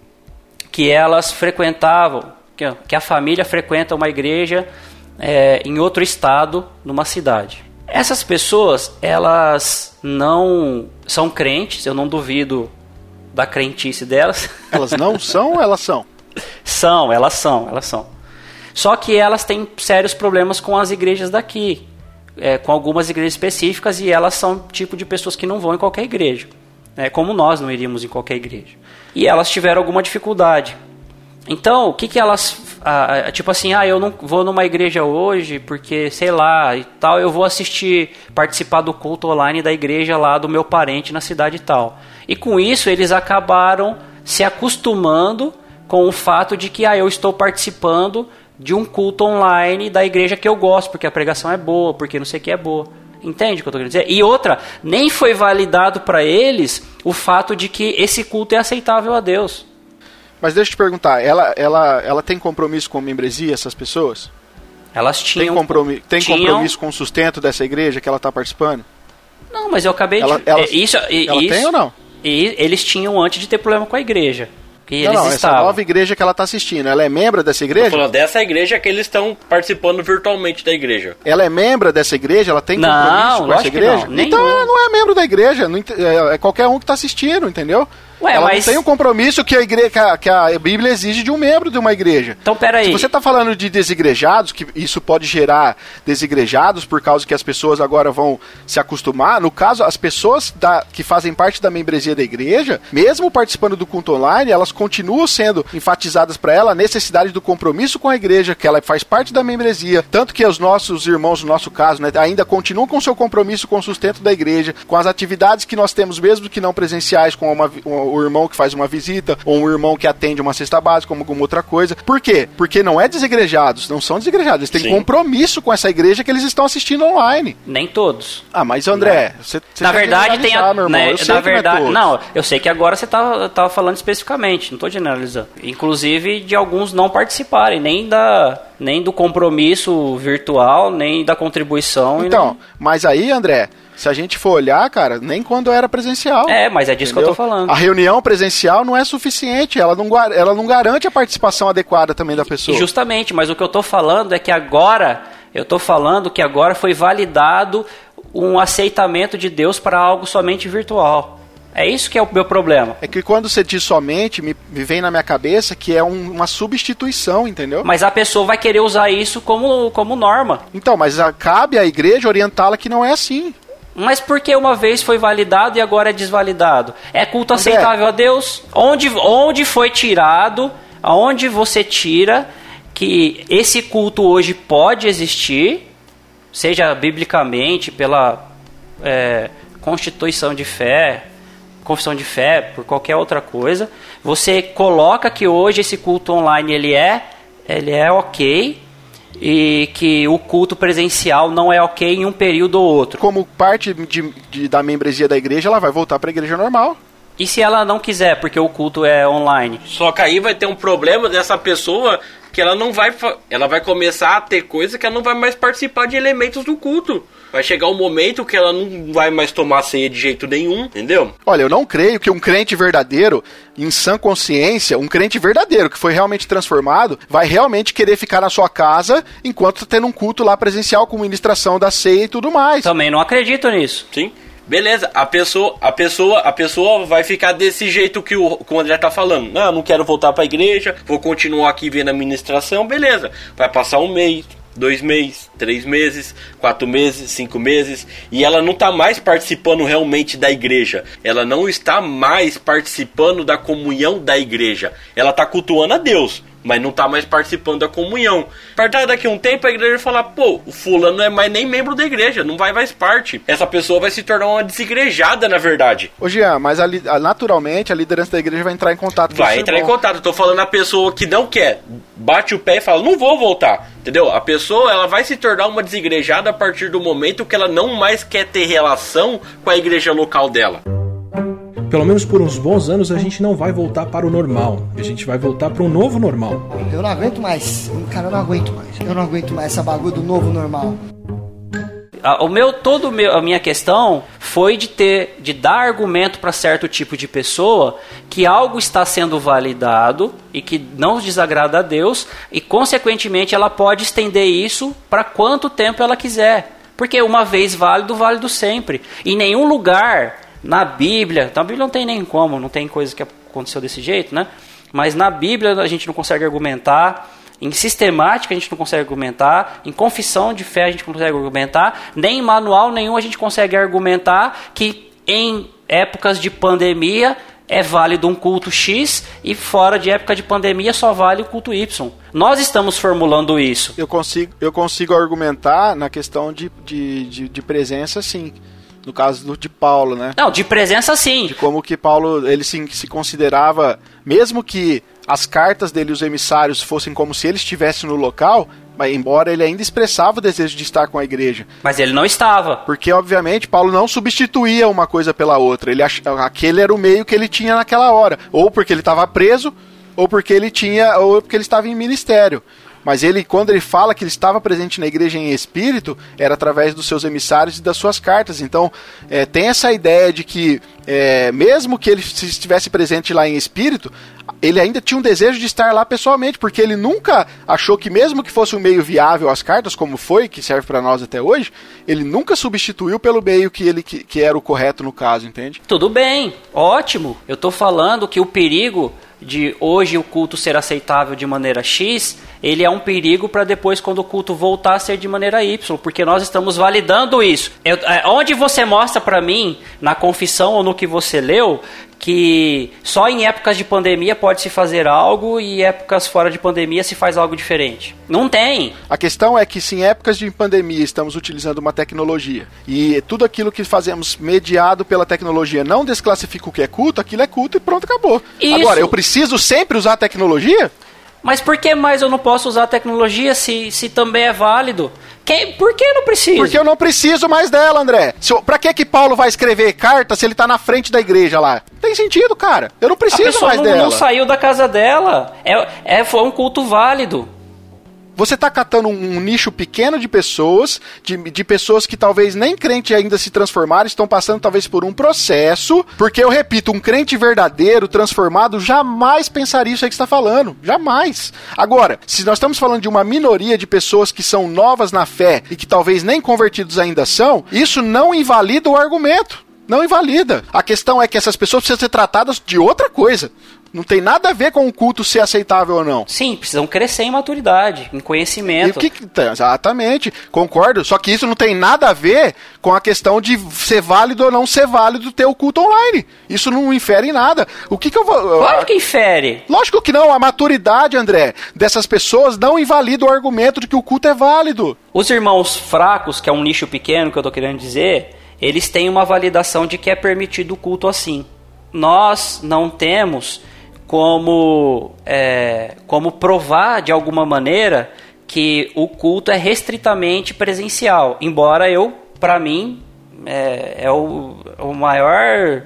Speaker 3: que elas frequentavam, que, que a família frequenta uma igreja é, em outro estado, numa cidade. Essas pessoas, elas não são crentes, eu não duvido da crentice delas.
Speaker 1: Elas não são ou elas são?
Speaker 3: São, elas são, elas são. Só que elas têm sérios problemas com as igrejas daqui, é, com algumas igrejas específicas, e elas são tipo de pessoas que não vão em qualquer igreja, é, como nós não iríamos em qualquer igreja. E elas tiveram alguma dificuldade. Então, o que que elas... Ah, tipo assim, ah, eu não vou numa igreja hoje porque, sei lá, e tal, eu vou assistir, participar do culto online da igreja lá do meu parente na cidade e tal. E com isso, eles acabaram se acostumando com o fato de que, ah, eu estou participando de um culto online da igreja que eu gosto, porque a pregação é boa, porque não sei o que é boa. Entende o que eu estou querendo dizer? E outra, nem foi validado para eles o fato de que esse culto é aceitável a Deus.
Speaker 1: Mas deixa eu te perguntar, ela, ela, ela tem compromisso com membresia, essas pessoas?
Speaker 3: Elas tinham...
Speaker 1: Tem, compromi tem
Speaker 3: tinham...
Speaker 1: compromisso com o sustento dessa igreja que ela está participando?
Speaker 3: Não, mas eu acabei
Speaker 1: ela,
Speaker 3: de...
Speaker 1: Ela,
Speaker 3: isso,
Speaker 1: ela
Speaker 3: isso,
Speaker 1: tem ou não?
Speaker 3: E eles tinham antes de ter problema com a igreja. Que
Speaker 1: não,
Speaker 3: eles
Speaker 1: não,
Speaker 3: estavam.
Speaker 1: Essa nova igreja que ela está assistindo, ela é membro dessa igreja?
Speaker 4: Tô falando dessa igreja que eles estão participando virtualmente da igreja.
Speaker 1: Ela é membro dessa igreja? Ela tem compromisso
Speaker 3: não,
Speaker 1: com essa igreja?
Speaker 3: Não,
Speaker 1: então ela não é membro da igreja, não, é, é qualquer um que está assistindo, entendeu?
Speaker 3: Ué,
Speaker 1: ela
Speaker 3: mas...
Speaker 1: não tem o compromisso que a, igreja, que, a, que a Bíblia exige de um membro de uma igreja.
Speaker 3: Então, peraí.
Speaker 1: Se você está falando de desigrejados, que isso pode gerar desigrejados por causa que as pessoas agora vão se acostumar, no caso, as pessoas da, que fazem parte da membresia da igreja, mesmo participando do culto online, elas continuam sendo enfatizadas para ela a necessidade do compromisso com a igreja, que ela faz parte da membresia, tanto que os nossos irmãos, no nosso caso, né, ainda continuam com seu compromisso com o sustento da igreja, com as atividades que nós temos, mesmo que não presenciais, com uma, uma o irmão que faz uma visita, ou um irmão que atende uma cesta básica, como alguma outra coisa. Por quê? Porque não é desigrejados, não são desigrejados, eles têm Sim. compromisso com essa igreja que eles estão assistindo online.
Speaker 3: Nem todos.
Speaker 1: Ah, mas André, você, você
Speaker 3: na verdade tem a,
Speaker 1: meu irmão.
Speaker 3: Né,
Speaker 1: eu sei
Speaker 3: na verdade,
Speaker 1: não, é
Speaker 3: não, eu sei que agora você estava tava falando especificamente, não estou generalizando. Inclusive de alguns não participarem, nem da nem do compromisso virtual, nem da contribuição.
Speaker 1: Então,
Speaker 3: nem...
Speaker 1: mas aí, André, se a gente for olhar, cara, nem quando era presencial.
Speaker 3: É, mas é disso, entendeu? Que eu tô falando.
Speaker 1: A reunião presencial não é suficiente, ela não, ela não garante a participação adequada também da pessoa.
Speaker 3: Justamente, mas o que eu tô falando é que agora, eu tô falando que agora foi validado um aceitamento de Deus para algo somente virtual. É isso que é o meu problema.
Speaker 1: É que quando você diz somente, me, me vem na minha cabeça que é um, uma substituição, entendeu?
Speaker 3: Mas a pessoa vai querer usar isso como, como norma.
Speaker 1: Então, mas a, cabe à igreja orientá-la que não é assim.
Speaker 3: Mas por que uma vez foi validado e agora é desvalidado? É culto aceitável a Deus? Onde, onde foi tirado, aonde você tira que esse culto hoje pode existir, seja biblicamente, pela é, constituição de fé, confissão de fé, por qualquer outra coisa, você coloca que hoje esse culto online ele é, ele é ok, e que o culto presencial não é ok em um período ou outro.
Speaker 1: Como parte de, de, da membresia da igreja, ela vai voltar para a igreja normal.
Speaker 3: E se ela não quiser, porque o culto é online?
Speaker 4: Só que aí vai ter um problema dessa pessoa que ela não vai, ela vai começar a ter coisa que ela não vai mais participar de elementos do culto. Vai chegar um momento que ela não vai mais tomar ceia de jeito nenhum, entendeu?
Speaker 1: Olha, eu não creio que um crente verdadeiro, em sã consciência, um crente verdadeiro que foi realmente transformado, vai realmente querer ficar na sua casa enquanto tá tendo um culto lá presencial com ministração da ceia e tudo mais.
Speaker 3: Também não acredito nisso.
Speaker 4: Sim. Beleza, a pessoa, a pessoa, a pessoa vai ficar desse jeito que o, que o André tá falando. Não, não quero voltar pra igreja, vou continuar aqui vendo a ministração, beleza. Vai passar um mês, dois meses, três meses, quatro meses, cinco meses, e ela não está mais participando realmente da igreja. Ela não está mais participando da comunhão da igreja. Ela está cultuando a Deus, mas não está mais participando da comunhão. A partir daqui a um tempo a igreja vai falar, pô, o fulano não é mais nem membro da igreja, não vai mais parte. Essa pessoa vai se tornar uma desigrejada, na verdade.
Speaker 1: Ô Jean, mas a, a, naturalmente a liderança da igreja vai entrar em contato com
Speaker 4: Vai entrar em contato, eu tô falando a pessoa que não quer, bate o pé e fala, não vou voltar. Entendeu? A pessoa, ela vai se tornar uma desigrejada a partir do momento que ela não mais quer ter relação com a igreja local dela.
Speaker 2: Pelo menos por uns bons anos a gente não vai voltar para o normal. A gente vai voltar para um novo normal.
Speaker 5: Eu não aguento mais. Cara, eu não aguento mais. Eu não aguento mais essa bagulho do novo normal.
Speaker 3: O meu, todo o meu, a minha questão foi de ter, de dar argumento para certo tipo de pessoa que algo está sendo validado e que não desagrada a Deus e, consequentemente, ela pode estender isso para quanto tempo ela quiser. Porque uma vez válido, válido sempre. Em nenhum lugar na Bíblia, na Bíblia não tem nem como, não tem coisa que aconteceu desse jeito, né? Mas na Bíblia a gente não consegue argumentar. Em sistemática a gente não consegue argumentar, em confissão de fé a gente não consegue argumentar, nem em manual nenhum a gente consegue argumentar que em épocas de pandemia é válido um culto X e fora de época de pandemia só vale o culto Y. Nós estamos formulando isso.
Speaker 1: Eu consigo, eu consigo argumentar na questão de, de, de, de presença, sim. No caso do, de Paulo, né?
Speaker 3: Não, de presença sim.
Speaker 1: De como que Paulo, ele se, se considerava, mesmo que as cartas dele, os emissários, fossem como se ele estivesse no local, mas embora ele ainda expressava o desejo de estar com a igreja.
Speaker 3: Mas ele não estava.
Speaker 1: Porque, obviamente, Paulo não substituía uma coisa pela outra. Ele ach... Aquele era o meio que ele tinha naquela hora. Ou porque ele estava preso, ou porque ele tinha, ou porque ele estava em ministério. Mas ele, quando ele fala que ele estava presente na igreja em espírito, era através dos seus emissários e das suas cartas. Então, é, tem essa ideia de que, é, mesmo que ele estivesse presente lá em espírito, ele ainda tinha um desejo de estar lá pessoalmente, porque ele nunca achou que, mesmo que fosse um meio viável as cartas, como foi, que serve para nós até hoje, ele nunca substituiu pelo meio que, ele, que, que era o correto no caso, entende?
Speaker 3: Tudo bem, ótimo. Eu estou falando que o perigo de hoje o culto ser aceitável de maneira X, ele é um perigo para depois, quando o culto voltar a ser de maneira Y, porque nós estamos validando isso. Eu, é, onde você mostra para mim, na confissão ou no que você leu, que só em épocas de pandemia pode se fazer algo e épocas fora de pandemia se faz algo diferente? Não tem.
Speaker 1: A questão é que se em épocas de pandemia estamos utilizando uma tecnologia e tudo aquilo que fazemos mediado pela tecnologia não desclassifica o que é culto, aquilo é culto e pronto, acabou.
Speaker 3: Isso.
Speaker 1: Agora, eu preciso sempre usar a tecnologia?
Speaker 3: Mas por que mais eu não posso usar a tecnologia se, se também é válido? Que, por que eu não preciso?
Speaker 1: Porque eu não preciso mais dela, André. Se eu, pra que que Paulo vai escrever carta se ele tá na frente da igreja lá? Não tem sentido, cara. Eu não preciso mais
Speaker 3: não,
Speaker 1: dela.
Speaker 3: A pessoa não saiu da casa dela. É, é, foi um culto válido.
Speaker 1: Você tá catando um, um nicho pequeno de pessoas, de, de pessoas que talvez nem crente ainda se transformaram, estão passando talvez por um processo, porque eu repito, um crente verdadeiro, transformado, jamais pensaria isso aí que você está falando. Jamais. Agora, se nós estamos falando de uma minoria de pessoas que são novas na fé e que talvez nem convertidos ainda são, isso não invalida o argumento. Não invalida. A questão é que essas pessoas precisam ser tratadas de outra coisa. Não tem nada a ver com o culto ser aceitável ou não.
Speaker 3: Sim, precisam crescer em maturidade, em conhecimento.
Speaker 1: E o que, exatamente, concordo. Só que isso não tem nada a ver com a questão de ser válido ou não ser válido ter o culto online. Isso não infere em nada. O que que eu vou...
Speaker 3: Claro que infere.
Speaker 1: Lógico que não. A maturidade, André, dessas pessoas não invalida o argumento de que o culto é válido.
Speaker 3: Os irmãos fracos, que é um nicho pequeno que eu estou querendo dizer, eles têm uma validação de que é permitido o culto assim. Nós não temos... Como, é, como provar de alguma maneira que o culto é restritamente presencial. Embora eu, para mim, é, é o, o maior,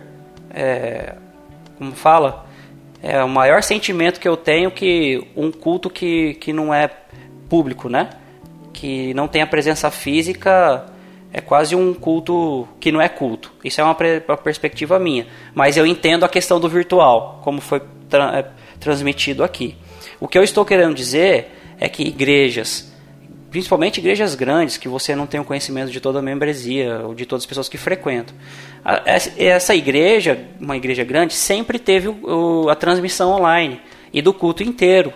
Speaker 3: é, como fala, é o maior sentimento que eu tenho que um culto que, que não é público, né? Que não tem a presença física, é quase um culto que não é culto. Isso é uma, pre, uma perspectiva minha. Mas eu entendo a questão do virtual, como foi Tra- transmitido aqui. O que eu estou querendo dizer é que igrejas, principalmente igrejas grandes, que você não tem o conhecimento de toda a membresia ou de todas as pessoas que frequentam, a, essa igreja, uma igreja grande, sempre teve o, o, a transmissão online e do culto inteiro.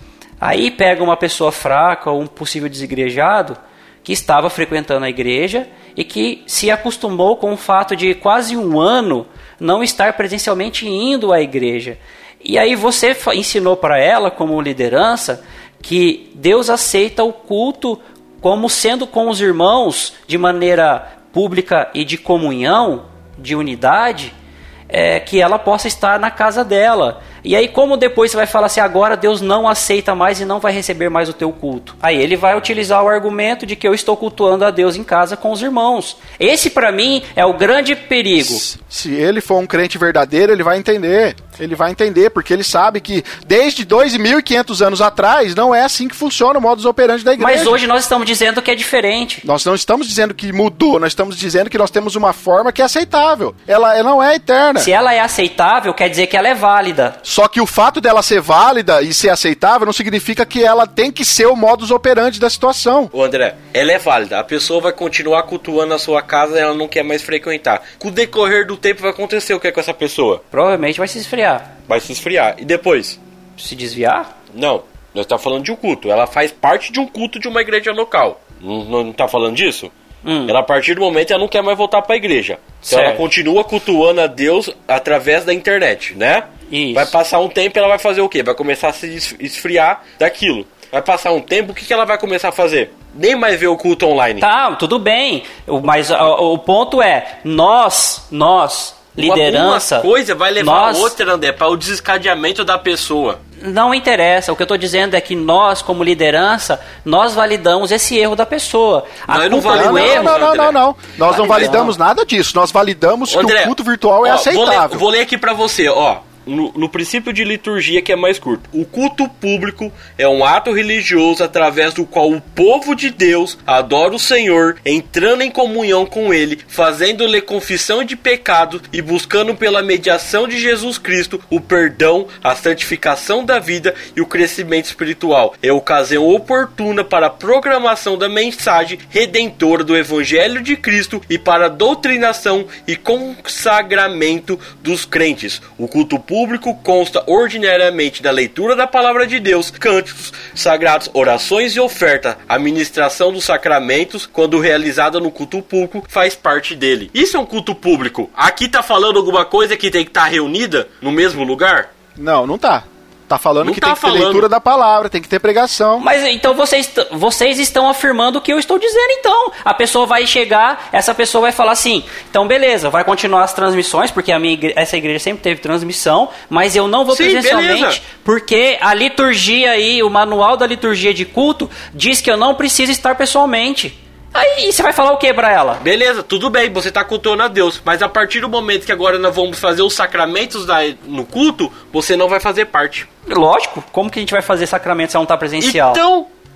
Speaker 3: Aí pega uma pessoa fraca ou um possível desigrejado que estava frequentando a igreja e que se acostumou com o fato de quase um ano não estar presencialmente indo à igreja. E aí você ensinou para ela, como liderança, que Deus aceita o culto como sendo com os irmãos de maneira pública e de comunhão, de unidade, é, que ela possa estar na casa dela. E aí como depois você vai falar assim, agora Deus não aceita mais e não vai receber mais o teu culto? Aí ele vai utilizar o argumento de que eu estou cultuando a Deus em casa com os irmãos. Esse para mim é o grande perigo.
Speaker 1: Se ele for um crente verdadeiro, ele vai entender. Ele vai entender, porque ele sabe que desde dois mil e quinhentos anos atrás não é assim que funciona o modus operandi da igreja.
Speaker 3: Mas hoje nós estamos dizendo que é diferente.
Speaker 1: Nós não estamos dizendo que mudou, nós estamos dizendo que nós temos uma forma que é aceitável. Ela, ela não é eterna.
Speaker 3: Se ela é aceitável, quer dizer que ela é válida.
Speaker 1: Só que o fato dela ser válida e ser aceitável não significa que ela tem que ser o modus operandi da situação.
Speaker 4: Ô André, ela é válida. A pessoa vai continuar cultuando a sua casa e ela não quer mais frequentar. Com o decorrer do tempo vai acontecer o que é com essa pessoa?
Speaker 3: Provavelmente vai se esfriar.
Speaker 4: Vai se esfriar. E depois?
Speaker 3: Se desviar?
Speaker 4: Não. Nós estamos falando de um culto. Ela faz parte de um culto de uma igreja local. Não, não, não tá falando disso? Hum. Ela, a partir do momento, ela não quer mais voltar para a igreja. Então ela continua cultuando a Deus através da internet, né?
Speaker 3: Isso.
Speaker 4: Vai passar um tempo e ela vai fazer o quê? Vai começar a se esfriar daquilo. Vai passar um tempo, o que, que ela vai começar a fazer? Nem mais ver o culto online.
Speaker 3: Tá, tudo bem. Mas o, o ponto é, nós, nós, liderança...
Speaker 4: Uma coisa vai levar
Speaker 3: nós,
Speaker 4: a outra, André, para o descadeamento da pessoa.
Speaker 3: Não interessa. O que eu estou dizendo é que nós, como liderança, nós validamos esse erro da pessoa. A
Speaker 4: nós não
Speaker 3: validamos.
Speaker 1: Não, não, não, não, não, não. Nós não validamos nada disso. Nós validamos
Speaker 4: André,
Speaker 1: que o culto virtual é
Speaker 4: ó,
Speaker 1: aceitável.
Speaker 4: Vou ler, vou ler aqui para você, ó. No, no princípio de liturgia, que é mais curto, o culto público é um ato religioso através do qual o povo de Deus adora o Senhor, entrando em comunhão com Ele, fazendo-lhe confissão de pecado e buscando pela mediação de Jesus Cristo o perdão, a santificação da vida e o crescimento espiritual. É ocasião oportuna para a programação da mensagem redentora do Evangelho de Cristo e para a doutrinação e consagramento dos crentes. O culto público público consta ordinariamente da leitura da palavra de Deus, cânticos sagrados, orações e oferta. A ministração dos sacramentos, quando realizada no culto público, faz parte dele. Isso é um culto público. Aqui tá falando alguma coisa que tem que estar reunida no mesmo lugar?
Speaker 1: Não, não tá. Tá falando
Speaker 4: não
Speaker 1: que
Speaker 4: tá
Speaker 1: tem que
Speaker 4: falando.
Speaker 1: ter leitura da palavra, tem que ter pregação.
Speaker 3: Mas então vocês, vocês estão afirmando o que eu estou dizendo então. A pessoa vai chegar, essa pessoa vai falar assim, então beleza, vai continuar as transmissões, porque a minha igreja, essa igreja sempre teve transmissão, mas eu não vou
Speaker 4: Sim,
Speaker 3: presencialmente,
Speaker 4: beleza.
Speaker 3: porque a liturgia aí, o manual da liturgia de culto, diz que eu não preciso estar pessoalmente. Aí você vai falar o que pra ela?
Speaker 4: Beleza, tudo bem, você tá cultuando a Deus, mas a partir do momento que agora nós vamos fazer os sacramentos da, no culto, você não vai fazer parte.
Speaker 3: Lógico, como que a gente vai fazer sacramento se ela não tá presencial?
Speaker 4: Então,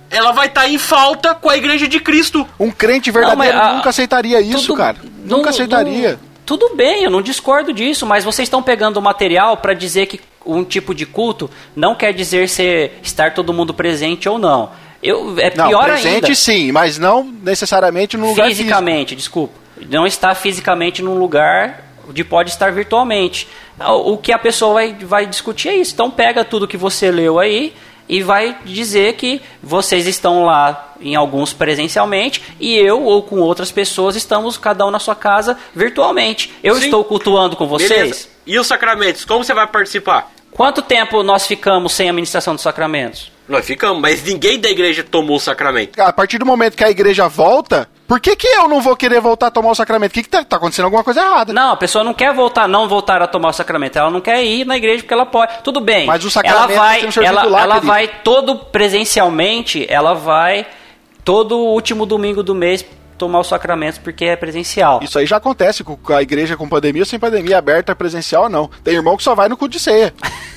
Speaker 4: ela vai estar tá em falta com a Igreja de Cristo.
Speaker 1: Um crente verdadeiro não, mas, nunca a, aceitaria isso, tudo, cara.
Speaker 3: Não,
Speaker 1: nunca aceitaria.
Speaker 3: Não, tudo bem, eu não discordo disso, mas vocês estão pegando o material para dizer que um tipo de culto não quer dizer ser, estar todo mundo presente ou não. Eu, é
Speaker 1: não,
Speaker 3: pior
Speaker 1: presente
Speaker 3: ainda.
Speaker 1: sim, mas não necessariamente no lugar
Speaker 3: fisicamente, físico. Desculpa. Não está fisicamente num lugar de pode estar virtualmente. O, o que a pessoa vai, vai discutir é isso. Então pega tudo que você leu aí e vai dizer que vocês estão lá em alguns presencialmente e eu ou com outras pessoas estamos cada um na sua casa virtualmente. Eu Sim. estou cultuando com vocês.
Speaker 4: Beleza. E os sacramentos? Como você vai participar?
Speaker 3: Quanto tempo nós ficamos sem a ministração dos sacramentos?
Speaker 4: Nós ficamos, mas ninguém da igreja tomou o sacramento.
Speaker 1: A partir do momento que a igreja volta, por que, que eu não vou querer voltar a tomar o sacramento? O que, que tá, tá acontecendo alguma coisa errada?
Speaker 3: Não, a pessoa não quer voltar, não voltar a tomar o sacramento. Ela não quer ir na igreja porque ela pode. Tudo bem.
Speaker 1: Mas o sacramento
Speaker 3: ela vai,
Speaker 1: tem um
Speaker 3: ela,
Speaker 1: lá,
Speaker 3: ela vai todo presencialmente, ela vai todo último domingo do mês tomar os sacramentos porque é presencial.
Speaker 1: Isso aí já acontece com a igreja com pandemia ou sem pandemia, aberta, presencial não. Tem irmão que só vai no culto de ceia.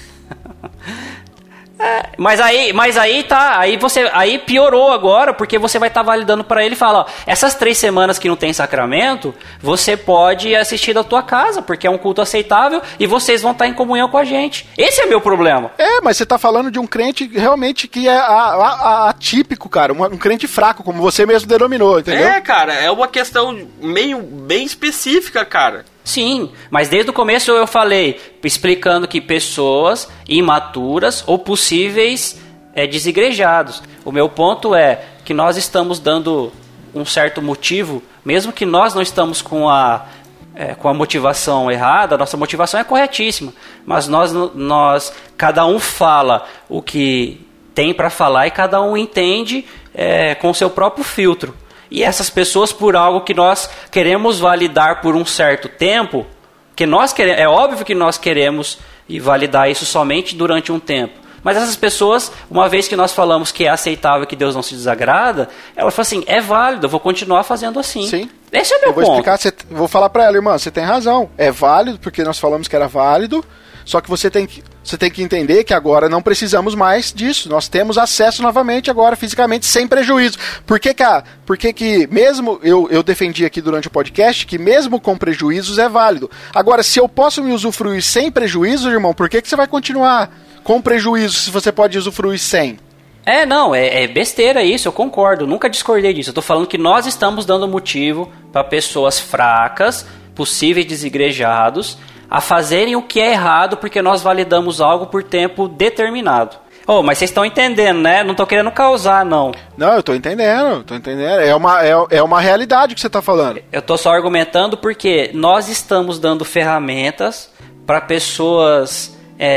Speaker 3: É, mas aí, mas aí tá, aí você, aí piorou agora, porque você vai estar tá validando para ele e fala, ó, essas três semanas que não tem sacramento, você pode assistir da tua casa, porque é um culto aceitável e vocês vão estar tá em comunhão com a gente. Esse é meu problema.
Speaker 1: É, mas você tá falando de um crente realmente que é atípico, cara, um, um crente fraco, como você mesmo denominou, entendeu?
Speaker 4: É, cara, é uma questão meio bem específica, cara.
Speaker 3: Sim, mas desde o começo eu falei, explicando que pessoas imaturas ou possíveis é, desigrejados. O meu ponto é que nós estamos dando um certo motivo, mesmo que nós não estamos com a, é, com a motivação errada, a nossa motivação é corretíssima, mas nós, nós cada um fala o que tem para falar e cada um entende é, com o seu próprio filtro. E essas pessoas, por algo que nós queremos validar por um certo tempo, que nós queremos, é óbvio que nós queremos e validar isso somente durante um tempo. Mas essas pessoas, uma vez que nós falamos que é aceitável, que Deus não se desagrada, ela fala assim, é válido, eu vou continuar fazendo assim.
Speaker 1: Sim.
Speaker 3: Esse é o meu
Speaker 1: eu vou
Speaker 3: ponto.
Speaker 1: Explicar, você, vou falar pra ela, irmã, você tem razão. É válido, porque nós falamos que era válido, só que você tem que, você tem que entender que agora não precisamos mais disso. Nós temos acesso novamente agora, fisicamente, sem prejuízo. Por que, cara? Porque que mesmo, eu, eu defendi aqui durante o podcast, que mesmo com prejuízos é válido. Agora, se eu posso me usufruir sem prejuízo, irmão, por que, que você vai continuar com prejuízo se você pode usufruir sem?
Speaker 3: É, não, é, é besteira isso, eu concordo, nunca discordei disso. Eu tô falando que nós estamos dando motivo para pessoas fracas, possíveis desigrejados, a fazerem o que é errado porque nós validamos algo por tempo determinado. Oh, mas vocês estão entendendo, né? Não tô querendo causar, não.
Speaker 1: Não, eu tô entendendo, tô entendendo. É uma, é, é uma realidade que você tá falando.
Speaker 3: Eu tô só argumentando porque nós estamos dando ferramentas para pessoas,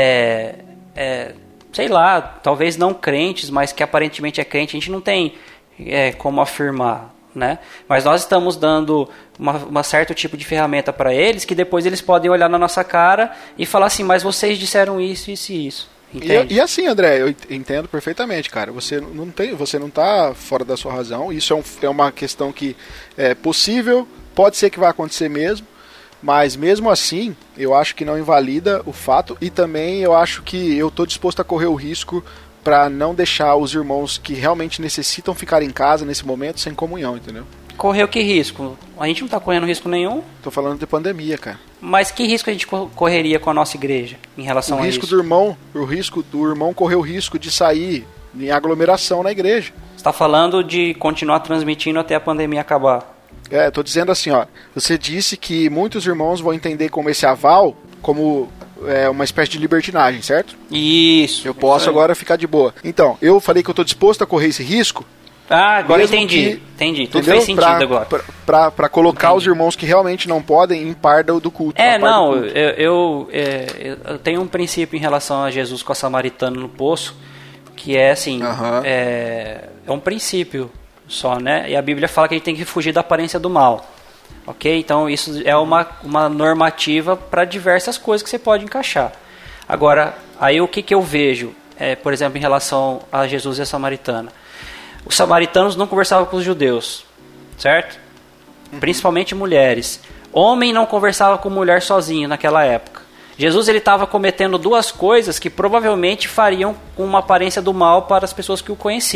Speaker 3: é, é, sei lá, talvez não crentes, mas que aparentemente é crente. A gente não tem é, como afirmar, né? Mas nós estamos dando uma, uma certo tipo de ferramenta para eles que depois eles podem olhar na nossa cara e falar assim, mas vocês disseram isso, isso e isso.
Speaker 1: E, e assim, André, eu entendo perfeitamente, cara. Você não tem, você não está fora da sua razão. Isso é, um, é uma questão que é possível, pode ser que vai acontecer mesmo, mas mesmo assim, eu acho que não invalida o fato e também eu acho que eu estou disposto a correr o risco para não deixar os irmãos que realmente necessitam ficar em casa nesse momento sem comunhão, entendeu?
Speaker 3: Correu que risco? A gente não está correndo risco nenhum.
Speaker 1: Tô falando de pandemia, cara.
Speaker 3: Mas que risco a gente correria com a nossa igreja em relação
Speaker 1: o
Speaker 3: a
Speaker 1: risco
Speaker 3: isso?
Speaker 1: Do irmão, o risco do irmão correr o risco de sair em aglomeração na igreja.
Speaker 3: Você está falando de continuar transmitindo até a pandemia acabar.
Speaker 1: É, tô dizendo assim, ó. Você disse que muitos irmãos vão entender como esse aval como é, uma espécie de libertinagem, certo?
Speaker 3: Isso.
Speaker 1: Eu posso
Speaker 3: isso
Speaker 1: agora ficar de boa. Então, eu falei que eu tô disposto a correr esse risco.
Speaker 3: Ah, agora entendi.
Speaker 1: Que,
Speaker 3: entendi. Tudo
Speaker 1: entendeu?
Speaker 3: fez sentido
Speaker 1: pra,
Speaker 3: agora.
Speaker 1: Pra, pra, pra colocar
Speaker 3: entendi.
Speaker 1: Os irmãos que realmente não podem em par do, do culto.
Speaker 3: É, não,
Speaker 1: culto.
Speaker 3: Eu, eu, é, eu tenho um princípio em relação a Jesus com a samaritana no poço, que é assim,
Speaker 1: uhum.
Speaker 3: é, é um princípio só, né? E a Bíblia fala que a gente tem que fugir da aparência do mal. Ok? Então isso é uma, uma normativa para diversas coisas que você pode encaixar. Agora, aí o que, que eu vejo, é, por exemplo, em relação a Jesus e a samaritana? Os samaritanos não conversavam com os judeus, certo? Uhum. Principalmente mulheres. Homem não conversava com mulher sozinho naquela época. Jesus ele estava cometendo duas coisas que provavelmente fariam uma aparência do mal para as pessoas que o conheciam.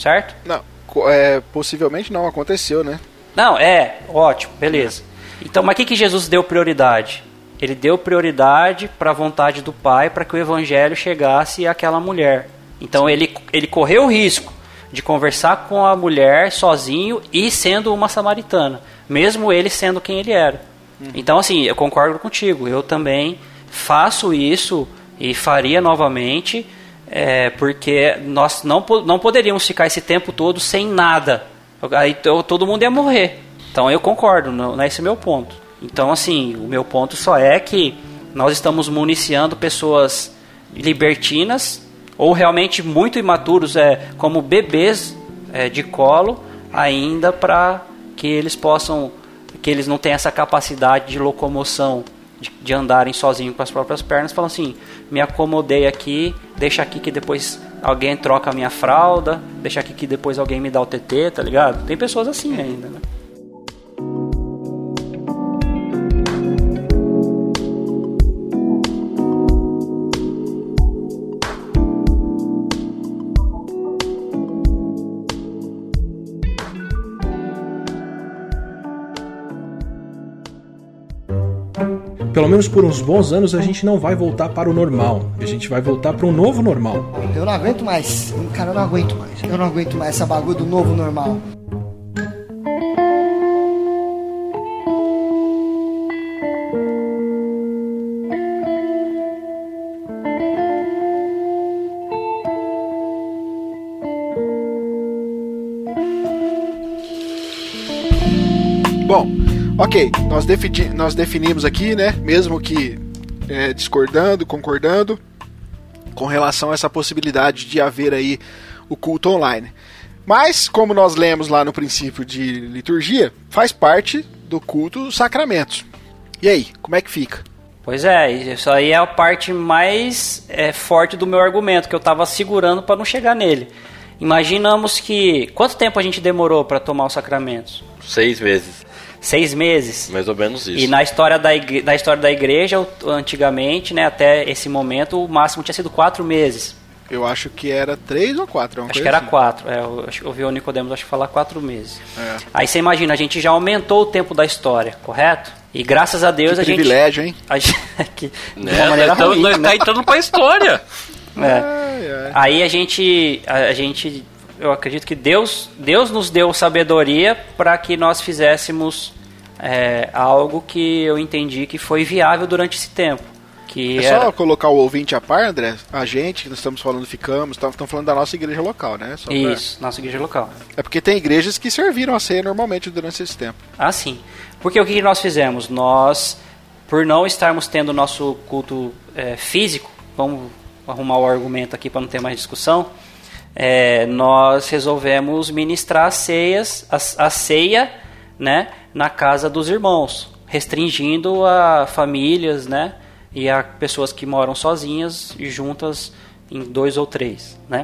Speaker 3: certo?
Speaker 1: Não, é, possivelmente não aconteceu, né?
Speaker 3: Não, é, ótimo, beleza. Então, mas o que, que Jesus deu prioridade? Ele deu prioridade para a vontade do Pai, para que o Evangelho chegasse àquela mulher. Então, ele, ele correu o risco de conversar com a mulher sozinho e sendo uma samaritana, mesmo ele sendo quem ele era. Uhum. Então, assim, eu concordo contigo, eu também faço isso e faria novamente, é, porque nós não, não poderíamos ficar esse tempo todo sem nada. Aí todo mundo ia morrer. Então eu concordo, não, não é esse meu ponto. Então, assim, o meu ponto só é que nós estamos municiando pessoas libertinas ou realmente muito imaturos, é, como bebês é, de colo, ainda para que eles possam, que eles não tenham essa capacidade de locomoção, de, de andarem sozinhos com as próprias pernas, falam assim, me acomodei aqui, deixa aqui que depois alguém troca a minha fralda, deixa aqui que depois alguém me dá o T T, tá ligado? Tem pessoas assim ainda, né?
Speaker 2: Pelo menos por uns bons anos a gente não vai voltar para o normal. A gente vai voltar para um novo normal.
Speaker 5: Eu não aguento mais. Cara, eu não aguento mais. Eu não aguento mais essa bagulho do novo normal.
Speaker 1: Bom, ok, nós, defini- nós definimos aqui, né, mesmo que é, discordando, concordando, com relação a essa possibilidade de haver aí o culto online. Mas, como nós lemos lá no princípio de liturgia, faz parte do culto dos sacramentos. E aí, como é que fica?
Speaker 3: Pois é, isso aí é a parte mais é, forte do meu argumento, que eu estava segurando para não chegar nele. Imaginamos que... Quanto tempo a gente demorou para tomar os sacramentos?
Speaker 4: Seis meses.
Speaker 3: Seis meses.
Speaker 4: Mais ou menos isso.
Speaker 3: E na história da igreja, da história da igreja antigamente, né, até esse momento, o máximo tinha sido quatro meses.
Speaker 1: Eu acho que era três ou quatro.
Speaker 3: Acho que era assim. quatro. É, eu, eu ouvi o Nicodemos acho que falar quatro meses.
Speaker 1: É.
Speaker 3: Aí você imagina, a gente já aumentou o tempo da história, correto? E graças a Deus
Speaker 1: que
Speaker 3: a gente...
Speaker 1: privilégio, hein?
Speaker 3: A gente, que, de
Speaker 4: né?
Speaker 3: uma maneira
Speaker 4: então,
Speaker 3: ruim,
Speaker 4: nós
Speaker 3: né?
Speaker 4: tá entrando pra história.
Speaker 3: É.
Speaker 1: Ai, ai.
Speaker 3: Aí a gente... A, a gente... Eu acredito que Deus, Deus nos deu sabedoria para que nós fizéssemos... É, algo que eu entendi que foi viável durante esse tempo. Que
Speaker 1: é
Speaker 3: era...
Speaker 1: só colocar o ouvinte a par, André. A gente, que nós estamos falando, ficamos, estamos falando da nossa igreja local, né? Só
Speaker 3: Isso,
Speaker 1: pra...
Speaker 3: nossa igreja local.
Speaker 1: É porque tem igrejas que serviram a ceia normalmente durante esse tempo.
Speaker 3: Ah, sim. Porque o que nós fizemos? Nós, por não estarmos tendo o nosso culto é, físico, vamos arrumar o argumento aqui para não ter mais discussão, é, nós resolvemos ministrar as ceias, a, a ceia, né, na casa dos irmãos, restringindo a famílias, né, e a pessoas que moram sozinhas e juntas em dois ou três, né.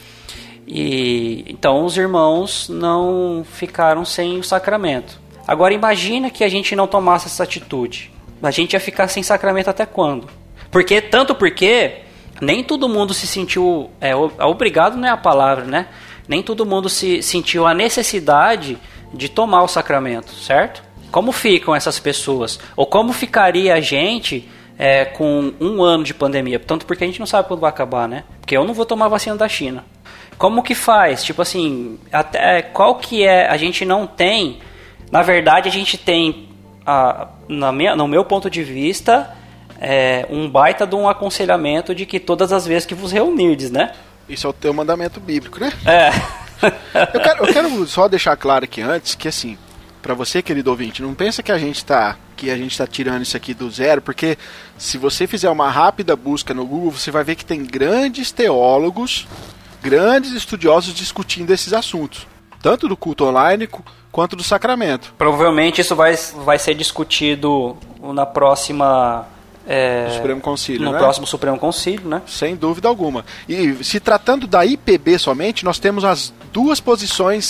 Speaker 3: E então os irmãos não ficaram sem o sacramento. Agora imagina que a gente não tomasse essa atitude. A gente ia ficar sem sacramento até quando? Porque tanto porque nem todo mundo se sentiu é, obrigado, não é a palavra, né? Nem todo mundo se sentiu a necessidade de tomar o sacramento, certo? Como ficam essas pessoas? Ou como ficaria a gente é, com um ano de pandemia? Tanto porque a gente não sabe quando vai acabar, né? Porque eu não vou tomar vacina da China. Como que faz? Tipo assim, até, qual que é? A gente não tem... Na verdade, a gente tem, a, na minha, no meu ponto de vista, é, um baita de um aconselhamento de que todas as vezes que vos reunirdes, né?
Speaker 1: Isso é o teu mandamento bíblico, né?
Speaker 3: É...
Speaker 1: eu, quero, eu quero só deixar claro aqui antes que, assim, para você, querido ouvinte, não pensa que a gente tá que a gente tá tirando isso aqui do zero, porque se você fizer uma rápida busca no Google, você vai ver que tem grandes teólogos, grandes estudiosos discutindo esses assuntos, tanto do culto online quanto do sacramento.
Speaker 3: Provavelmente isso vai, vai ser discutido na próxima... É,
Speaker 1: Supremo Concílio,
Speaker 3: no
Speaker 1: né?
Speaker 3: próximo Supremo Concílio, né?
Speaker 1: Sem dúvida alguma. E se tratando da I P B somente, nós temos as duas posições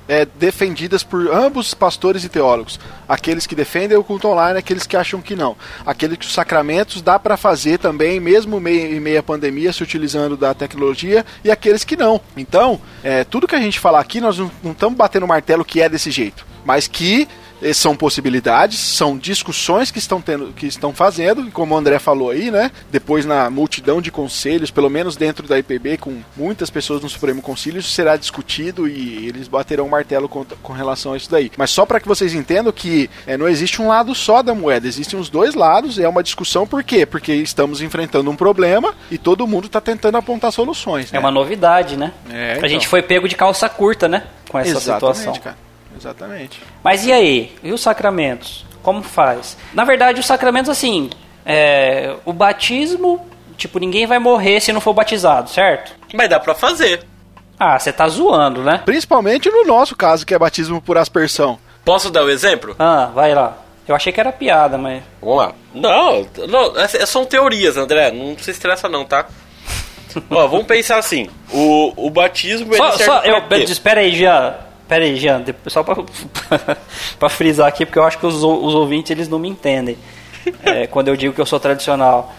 Speaker 1: é, defendidas por ambos pastores e teólogos. Aqueles que defendem o culto online, aqueles que acham que não. Aqueles que os sacramentos dá para fazer também, mesmo meio, em meio à pandemia, se utilizando da tecnologia, e aqueles que não. Então, é, tudo que a gente falar aqui, nós não estamos batendo o martelo que é desse jeito, mas que são possibilidades, são discussões que estão tendo, que estão fazendo, e como o André falou aí, né? Depois na multidão de conselhos, pelo menos dentro da I P B, com muitas pessoas no Supremo Concílio, isso será discutido e eles baterão o martelo com, com relação a isso daí. Mas só para que vocês entendam que é, não existe um lado só da moeda, existem os dois lados, é uma discussão, por quê? Porque estamos enfrentando um problema e todo mundo está tentando apontar soluções. Né?
Speaker 3: É uma novidade, né?
Speaker 1: É,
Speaker 3: a
Speaker 1: então.
Speaker 3: gente foi pego de calça curta, né? Com essa
Speaker 1: Exatamente,
Speaker 3: situação.
Speaker 1: Cara. Exatamente.
Speaker 3: Mas e aí? E os sacramentos? Como faz? Na verdade, os sacramentos, assim, é, o batismo, tipo, ninguém vai morrer se não for batizado, certo?
Speaker 4: Mas dá pra fazer.
Speaker 3: Ah, você tá zoando, né?
Speaker 1: Principalmente no nosso caso, que é batismo por aspersão.
Speaker 4: Posso dar um exemplo?
Speaker 3: Ah, vai lá. Eu achei que era piada, mas...
Speaker 4: Vamos lá. Não, não é, são teorias, André. Não se estressa não, tá? Ó, vamos pensar assim. O, o batismo...
Speaker 3: Só,
Speaker 4: ele serve
Speaker 3: só eu,
Speaker 4: quê?
Speaker 3: espera aí, Jean. Espera aí, Jean. Só pra, pra frisar aqui, porque eu acho que os, os ouvintes, eles não me entendem. É, quando eu digo que eu sou tradicional.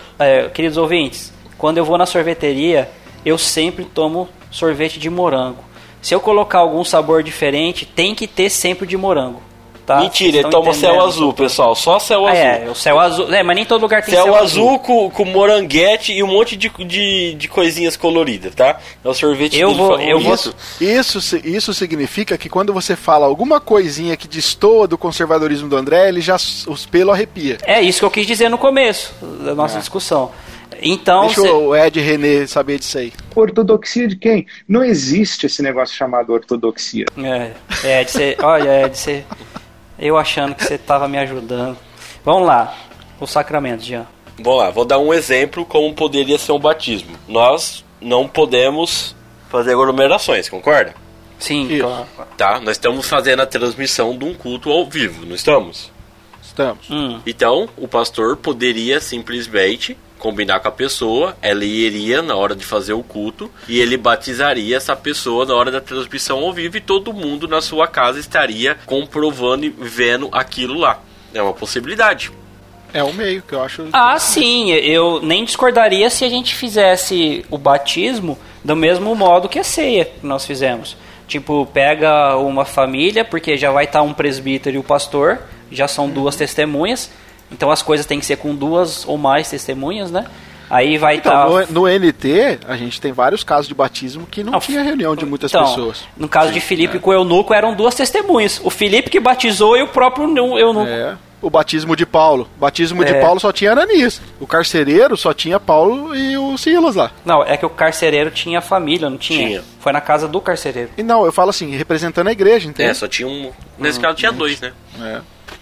Speaker 3: É, queridos ouvintes, quando eu vou na sorveteria, eu sempre tomo sorvete de morango. Se eu colocar algum sabor diferente, tem que ter sempre de morango. Tá?
Speaker 4: Mentira, ele toma céu azul, pessoal. Só céu
Speaker 3: ah,
Speaker 4: azul.
Speaker 3: É, o céu azul. É, mas nem todo lugar tem
Speaker 4: céu,
Speaker 3: céu azul.
Speaker 4: Céu azul com, com moranguete e um monte de, de, de coisinhas coloridas, tá? É o sorvete
Speaker 3: eu
Speaker 4: dele
Speaker 3: vou,
Speaker 4: favorito.
Speaker 3: eu vou...
Speaker 1: Isso, isso, isso significa que quando você fala alguma coisinha que destoa do conservadorismo do André, ele já os pelos arrepia.
Speaker 3: É isso que eu quis dizer no começo da nossa é. discussão. Então,
Speaker 1: Deixa cê... o Ed René saber disso aí.
Speaker 7: Ortodoxia de quem? Não existe esse negócio chamado ortodoxia.
Speaker 3: É, é Ed, cê... olha, Ed, você... Eu achando que você estava me ajudando. Vamos lá, os sacramentos, Jean.
Speaker 4: Vamos lá, vou dar um exemplo como poderia ser um batismo. Nós não podemos fazer aglomerações, concorda?
Speaker 3: Sim, claro.
Speaker 4: Tá, nós estamos fazendo a transmissão de um culto ao vivo, não estamos?
Speaker 1: Estamos.
Speaker 3: Hum.
Speaker 4: Então, o pastor poderia simplesmente combinar com a pessoa, ela iria na hora de fazer o culto e ele batizaria essa pessoa na hora da transmissão ao vivo e todo mundo na sua casa estaria comprovando e vendo aquilo lá. É uma possibilidade.
Speaker 1: É um meio que eu acho...
Speaker 3: Ah, sim, eu nem discordaria se a gente fizesse o batismo do mesmo modo que a ceia que nós fizemos. Tipo, pega uma família, porque já vai estar um presbítero e o pastor, já são duas testemunhas. Então as coisas têm que ser com duas ou mais testemunhas, né? Aí vai estar...
Speaker 1: Então, tá... no, no N T, a gente tem vários casos de batismo que não, não tinha reunião de muitas
Speaker 3: então,
Speaker 1: pessoas.
Speaker 3: No caso Sim, de Filipe é. com o eunuco, eram duas testemunhas. O Filipe que batizou e o próprio eunuco.
Speaker 1: É. O batismo de Paulo. O batismo
Speaker 3: é.
Speaker 1: de Paulo só tinha Ananias. O carcereiro só tinha Paulo e o Silas lá.
Speaker 3: Não, é que o carcereiro tinha família, não tinha?
Speaker 4: Tinha.
Speaker 3: Foi na casa do carcereiro.
Speaker 1: E não, eu falo assim, representando a igreja, entendeu?
Speaker 4: É, só tinha um... Nesse hum, caso tinha dois, né?
Speaker 1: É.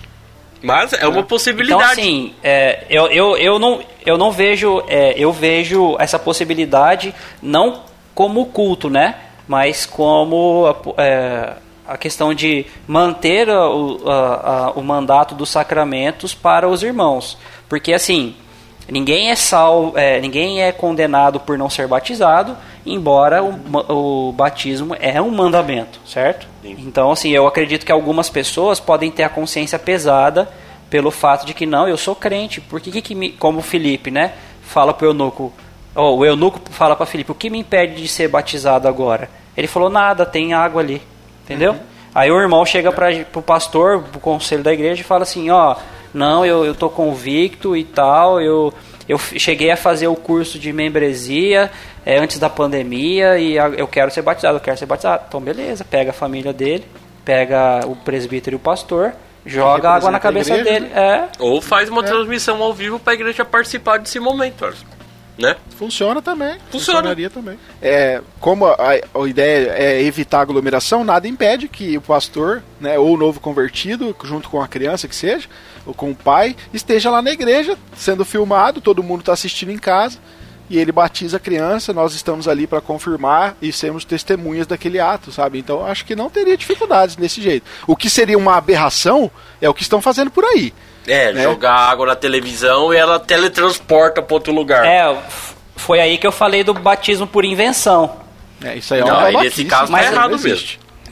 Speaker 4: Mas é uma possibilidade.
Speaker 3: Então, assim, é, eu, eu, eu, não, eu não vejo... É, eu vejo essa possibilidade não como culto, né? Mas como... É, a questão de manter a, a, a, o mandato dos sacramentos para os irmãos. Porque, assim, ninguém é, sal, é, ninguém é condenado por não ser batizado, embora o, o batismo é um mandamento, certo? Sim. Então, assim, eu acredito que algumas pessoas podem ter a consciência pesada pelo fato de que, não, eu sou crente, porque que, que me, como o Filipe, né, fala para o eunuco, oh, o eunuco fala para Filipe, o que me impede de ser batizado agora? Ele falou, nada, tem água ali. Entendeu? Uhum. Aí o irmão chega para o pastor, pro conselho da igreja e fala assim, ó, não, eu, eu tô convicto e tal, eu, eu cheguei a fazer o curso de membresia é, antes da pandemia e a, eu quero ser batizado, eu quero ser batizado. Então beleza, pega a família dele, pega o presbítero e o pastor, joga água na cabeça igreja, dele.
Speaker 4: Né? É. Ou faz uma é. transmissão ao vivo para a igreja participar desse momento, né?
Speaker 1: Funciona também.
Speaker 4: Funciona.
Speaker 1: Funcionaria também. É, como a, a ideia é evitar aglomeração, nada impede que o pastor, né, ou o novo convertido, junto com a criança que seja, ou com o pai, esteja lá na igreja, sendo filmado, todo mundo está assistindo em casa, e ele batiza a criança, nós estamos ali para confirmar e sermos testemunhas daquele ato, sabe? Então acho que não teria dificuldades desse jeito. O que seria uma aberração é o que estão fazendo por aí.
Speaker 4: É, né? Jogar água na televisão e ela teletransporta para outro lugar.
Speaker 3: É, foi aí que eu falei do batismo por invenção.
Speaker 1: É, isso aí é
Speaker 4: não,
Speaker 1: uma
Speaker 4: nesse caso
Speaker 3: mas
Speaker 4: tá errado mesmo.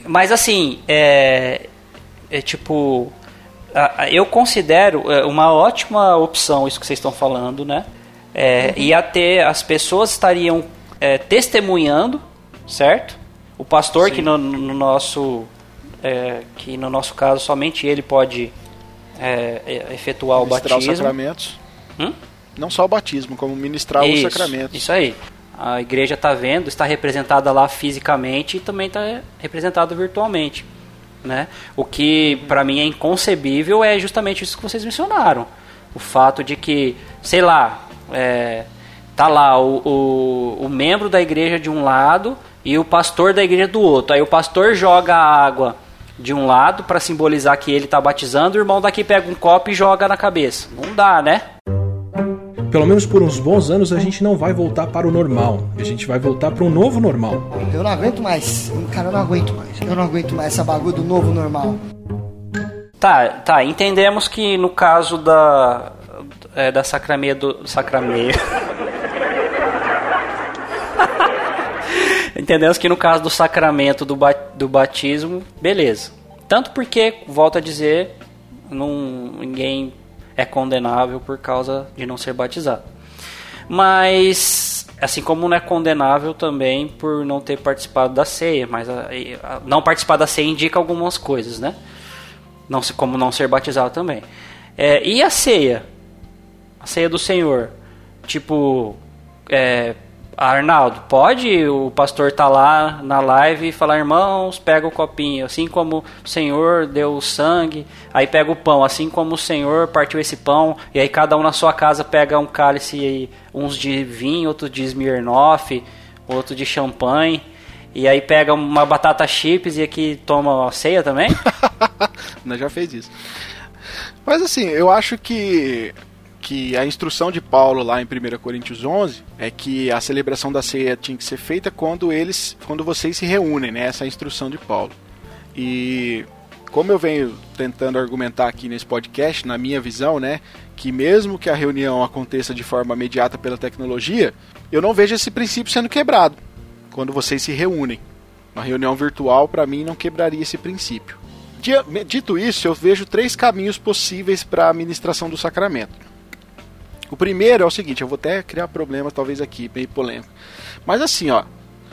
Speaker 3: Mas assim, é, é tipo, eu considero uma ótima opção isso que vocês estão falando, né? É, uhum. Ia ter, as pessoas estariam é, testemunhando, certo? O pastor, Sim. que no, no nosso é, que no nosso caso somente ele pode é, efetuar o batismo.
Speaker 1: Ministrar os sacramentos.
Speaker 3: Hum?
Speaker 1: Não só o batismo, como ministrar
Speaker 3: isso,
Speaker 1: os sacramentos.
Speaker 3: Isso aí. A igreja está vendo, está representada lá fisicamente e também está representada virtualmente, né? O que para mim é inconcebível é justamente isso que vocês mencionaram. O fato de que, sei lá, é, tá lá o, o, o membro da igreja de um lado e o pastor da igreja do outro. Aí o pastor joga a água de um lado para simbolizar que ele está batizando, o irmão daqui pega um copo e joga na cabeça. Não dá, né?
Speaker 2: Pelo menos por uns bons anos a gente não vai voltar para o normal. A gente vai voltar para um novo normal.
Speaker 5: Eu não aguento mais. Cara, eu não aguento mais. Eu não aguento mais essa bagulho do novo normal.
Speaker 3: Tá, tá. Entendemos que no caso da é, da sacrameia do sacrameia. Entendemos que no caso do sacramento do, ba, do batismo, beleza. Tanto porque, volto a dizer, não, ninguém é condenável por causa de não ser batizado. Mas, assim como não é condenável também por não ter participado da ceia, mas a, a, não participar da ceia indica algumas coisas, né? Não, como não ser batizado também. É, e a ceia? A ceia do Senhor? Tipo, é, Arnaldo, pode o pastor estar tá lá na live e falar, irmãos, pega o copinho, assim como o Senhor deu o sangue, aí pega o pão, assim como o Senhor partiu esse pão, e aí cada um na sua casa pega um cálice, aí, uns de vinho, outros de Smirnoff, outro de champanhe, e aí pega uma batata chips e aqui toma a ceia também?
Speaker 1: Nós já fez isso. Mas assim, eu acho que que a instrução de Paulo lá em primeira Coríntios onze é que a celebração da ceia tinha que ser feita quando eles, quando vocês se reúnem, né? Essa é a instrução de Paulo. E como eu venho tentando argumentar aqui nesse podcast, na minha visão, né, que mesmo que a reunião aconteça de forma imediata pela tecnologia, eu não vejo esse princípio sendo quebrado quando vocês se reúnem. Uma reunião virtual, para mim, não quebraria esse princípio. Dito isso, eu vejo três caminhos possíveis para a administração do sacramento. O primeiro é o seguinte, eu vou até criar problemas talvez aqui, meio polêmico. Mas assim, ó,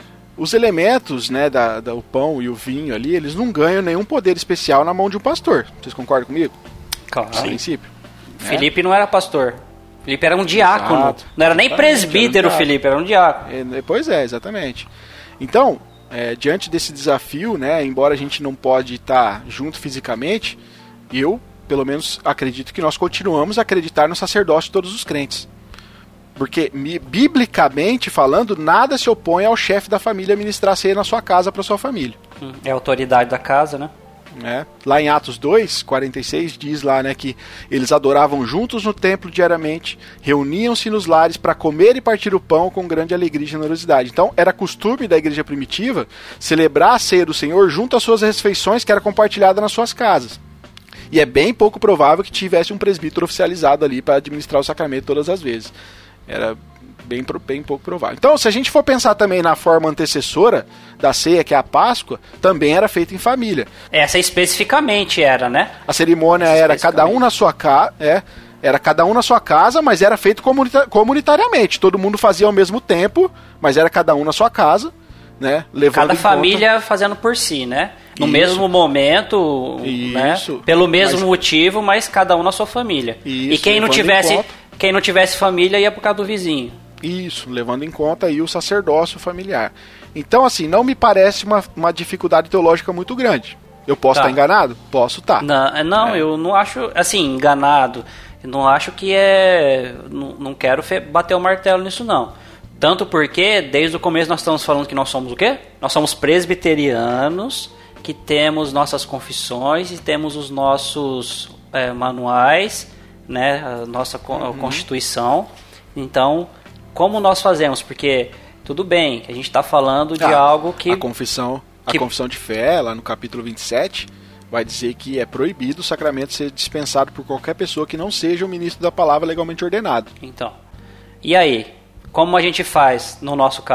Speaker 1: os elementos, né, da, da, o pão e o vinho ali, eles não ganham nenhum poder especial na mão de um pastor. Vocês concordam comigo?
Speaker 3: Claro.
Speaker 1: A princípio.
Speaker 3: Felipe é? Não era pastor. Felipe era um diácono.
Speaker 1: Exato.
Speaker 3: Não era nem
Speaker 1: Exatamente,
Speaker 3: presbítero,
Speaker 1: era um
Speaker 3: Felipe, era um diácono.
Speaker 1: É, pois é, exatamente. Então, é, diante desse desafio, né, embora a gente não pode estar junto fisicamente, eu... pelo menos acredito que nós continuamos a acreditar no sacerdócio de todos os crentes. Porque, biblicamente falando, nada se opõe ao chefe da família ministrar ceia na sua casa para sua família.
Speaker 3: É a autoridade da casa, né?
Speaker 1: É. Lá em Atos dois, quarenta e seis, diz lá, né, que eles adoravam juntos no templo diariamente, reuniam-se nos lares para comer e partir o pão com grande alegria e generosidade. Então, era costume da igreja primitiva celebrar a ceia do Senhor junto às suas refeições que era compartilhada nas suas casas. E é bem pouco provável que tivesse um presbítero oficializado ali para administrar o sacramento todas as vezes. Era bem, bem pouco provável. Então, se a gente for pensar também na forma antecessora da ceia, que é a Páscoa, também era feita em família.
Speaker 3: Essa especificamente era, né?
Speaker 1: A cerimônia era cada um na sua casa, é, era cada um na sua casa, mas era feito comunita- comunitariamente. Todo mundo fazia ao mesmo tempo, mas era cada um na sua casa, né? Levando
Speaker 3: cada
Speaker 1: em
Speaker 3: família
Speaker 1: conta...
Speaker 3: fazendo por si, né? No
Speaker 1: Isso.
Speaker 3: mesmo momento, né? Pelo mesmo mas... motivo, mas cada um na sua família.
Speaker 1: Isso,
Speaker 3: e quem não tivesse, quem não tivesse família ia por causa do vizinho.
Speaker 1: Isso, levando em conta aí o sacerdócio familiar. Então, assim, não me parece uma, uma dificuldade teológica muito grande. Eu posso estar tá. tá enganado? Posso estar. Tá.
Speaker 3: Não, não é. Eu não acho, assim, enganado. Eu não acho que é... Não, não quero bater o martelo nisso, não. Tanto porque, desde o começo nós estamos falando que nós somos o quê? Nós somos presbiterianos, que temos nossas confissões e temos os nossos é, manuais, né, a nossa uhum. Constituição. Então, como nós fazemos? Porque, tudo bem, a gente está falando de ah, algo que...
Speaker 1: A confissão,
Speaker 3: que...
Speaker 1: a confissão de fé, lá no capítulo vinte e sete, vai dizer que é proibido o sacramento ser dispensado por qualquer pessoa que não seja o ministro da palavra legalmente ordenado.
Speaker 3: Então, e aí? Como a gente faz, no nosso caso?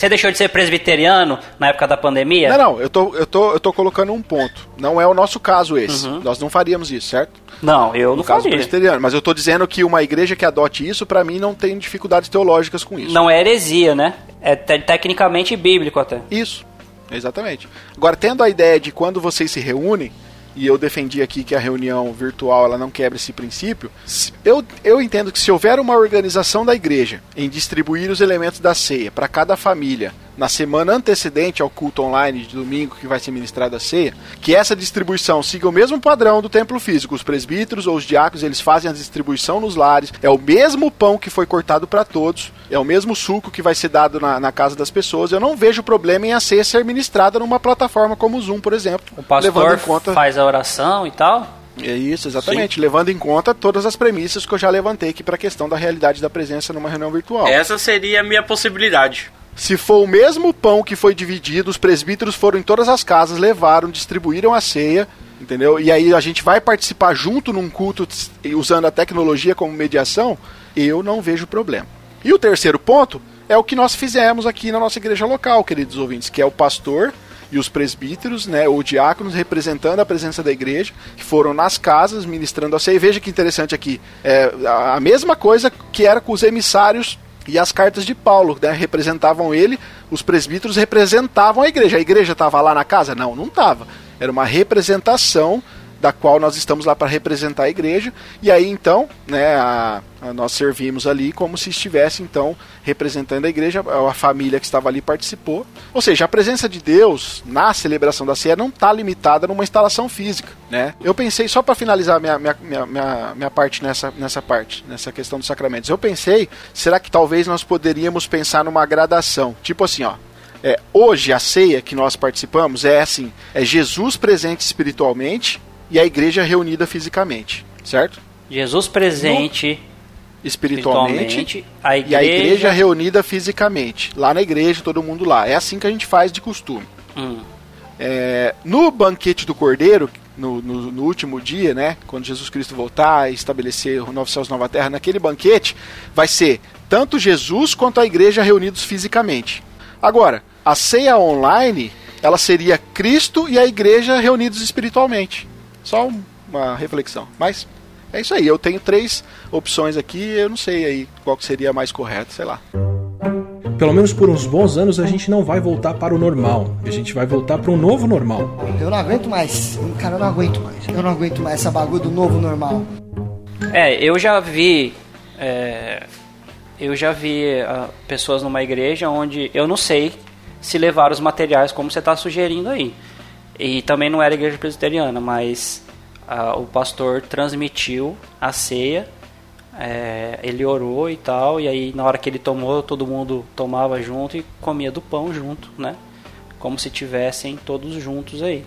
Speaker 3: Você deixou de ser presbiteriano na época da pandemia?
Speaker 1: Não, não, eu tô, eu tô, eu tô colocando um ponto. Não é o nosso caso esse. Uhum. Nós não faríamos isso, certo?
Speaker 3: Não, eu não
Speaker 1: no caso
Speaker 3: faria.
Speaker 1: Presbiteriano. Mas eu tô dizendo que uma igreja que adote isso, pra mim, não tem dificuldades teológicas com isso.
Speaker 3: Não é heresia, né? É te- tecnicamente bíblico até.
Speaker 1: Isso, exatamente. Agora, tendo a ideia de quando vocês se reúnem, e eu defendi aqui que a reunião virtual ela não quebra esse princípio, eu, eu entendo que se houver uma organização da igreja em distribuir os elementos da ceia para cada família na semana antecedente ao culto online de domingo que vai ser ministrada a ceia, que essa distribuição siga o mesmo padrão do templo físico. Os presbíteros ou os diáconos, eles fazem a distribuição nos lares, é o mesmo pão que foi cortado para todos, é o mesmo suco que vai ser dado na, na casa das pessoas. Eu não vejo problema em a ceia ser ministrada numa plataforma como o Zoom, por exemplo.
Speaker 3: O pastor
Speaker 1: levando em conta...
Speaker 3: faz a oração e tal?
Speaker 1: É isso, exatamente. Sim. Levando em conta todas as premissas que eu já levantei aqui para a questão da realidade da presença numa reunião virtual.
Speaker 4: Essa seria a minha possibilidade.
Speaker 1: Se for o mesmo pão que foi dividido, os presbíteros foram em todas as casas, levaram, distribuíram a ceia, entendeu? E aí a gente vai participar junto num culto usando a tecnologia como mediação, eu não vejo problema. E o terceiro ponto é o que nós fizemos aqui na nossa igreja local, queridos ouvintes, que é o pastor e os presbíteros, né, ou diáconos representando a presença da igreja, que foram nas casas ministrando a ceia. E veja que interessante aqui, é a mesma coisa que era com os emissários e as cartas de Paulo, né, representavam ele, os presbíteros representavam a igreja. A igreja estava lá na casa? Não, não estava. Era uma representação da qual nós estamos lá para representar a igreja, e aí então, né, a, a nós servimos ali como se estivesse então representando a igreja, a, a família que estava ali participou. Ou seja, a presença de Deus na celebração da ceia não está limitada numa instalação física, né? Eu pensei, só para finalizar minha, minha, minha, minha, minha parte nessa, nessa parte, nessa questão dos sacramentos, eu pensei, será que talvez nós poderíamos pensar numa gradação, tipo assim, ó, é, hoje a ceia que nós participamos é assim, é Jesus presente espiritualmente e a igreja reunida fisicamente, certo?
Speaker 3: Jesus presente
Speaker 1: no, espiritualmente, espiritualmente
Speaker 3: a igreja...
Speaker 1: e a igreja reunida fisicamente. Lá na igreja, todo mundo lá. É assim que a gente faz de costume.
Speaker 3: Hum.
Speaker 1: É, no banquete do Cordeiro, no, no, no último dia, né, quando Jesus Cristo voltar e estabelecer o novo céus e nova terra, naquele banquete vai ser tanto Jesus quanto a igreja reunidos fisicamente. Agora, a ceia online, ela seria Cristo e a igreja reunidos espiritualmente. Só uma reflexão. Mas é isso aí. Eu tenho três opções aqui. Eu não sei aí qual que seria a mais correta, sei lá.
Speaker 2: Pelo menos por uns bons anos a gente não vai voltar para o normal. A gente vai voltar para um novo normal.
Speaker 5: Eu não aguento mais. Cara, eu não aguento mais. Eu não aguento mais essa bagulho do novo normal.
Speaker 3: É, eu já vi... É, eu já vi uh, pessoas numa igreja onde eu não sei se levaram os materiais como você está sugerindo aí. E também não era igreja presbiteriana, mas uh, o pastor transmitiu a ceia, é, ele orou e tal, e aí na hora que ele tomou, todo mundo tomava junto e comia do pão junto, né? Como se tivessem todos juntos aí.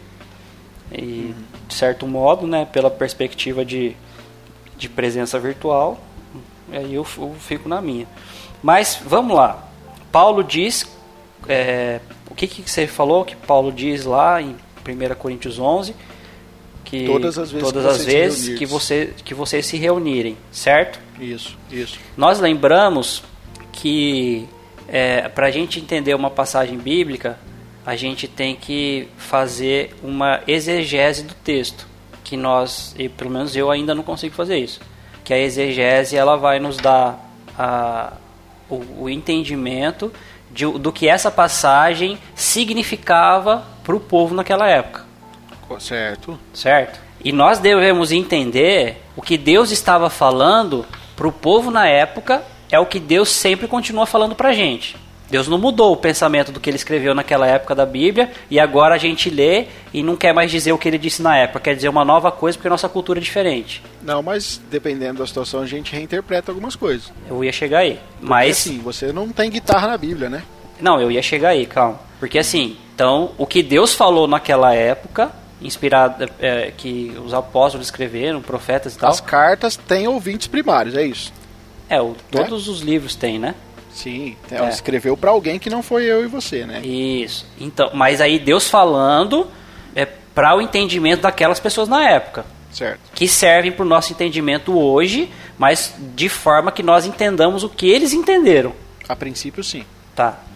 Speaker 3: E de certo modo, né, pela perspectiva de, de presença virtual, aí eu, eu fico na minha. Mas vamos lá. Paulo diz, é, o que, que você falou que Paulo diz lá em primeira Coríntios onze, que
Speaker 1: todas as vezes,
Speaker 3: todas
Speaker 1: que,
Speaker 3: as
Speaker 1: vocês
Speaker 3: vezes que, você, que vocês se reunirem, certo?
Speaker 1: Isso, isso.
Speaker 3: Nós lembramos que é, para a gente entender uma passagem bíblica, a gente tem que fazer uma exegese do texto, que nós, e pelo menos eu ainda não consigo fazer isso, que a exegese ela vai nos dar a, o, o entendimento de, do que essa passagem significava para o povo naquela época.
Speaker 1: Certo.
Speaker 3: Certo. E nós devemos entender o que Deus estava falando para o povo na época é o que Deus sempre continua falando para a gente. Deus não mudou o pensamento do que ele escreveu naquela época da Bíblia e agora a gente lê e não quer mais dizer o que ele disse na época, quer dizer uma nova coisa porque a nossa cultura é diferente.
Speaker 1: Não, mas dependendo da situação a gente reinterpreta algumas coisas.
Speaker 3: Eu ia chegar aí.
Speaker 1: Porque,
Speaker 3: mas
Speaker 1: assim, você não tem guitarra na Bíblia, né?
Speaker 3: Não, eu ia chegar aí, calma. Porque assim, então o que Deus falou naquela época, inspirado, é, que os apóstolos escreveram, profetas e tal.
Speaker 1: As cartas têm ouvintes primários, é isso?
Speaker 3: É, o, todos é? os livros têm, né?
Speaker 1: Sim, ela é. escreveu para alguém que não foi eu e você, né?
Speaker 3: Isso. Então, mas aí Deus falando é para o entendimento daquelas pessoas na época.
Speaker 1: Certo.
Speaker 3: Que servem para o nosso entendimento hoje, mas de forma que nós entendamos o que eles entenderam.
Speaker 1: A princípio, sim.
Speaker 3: Tá.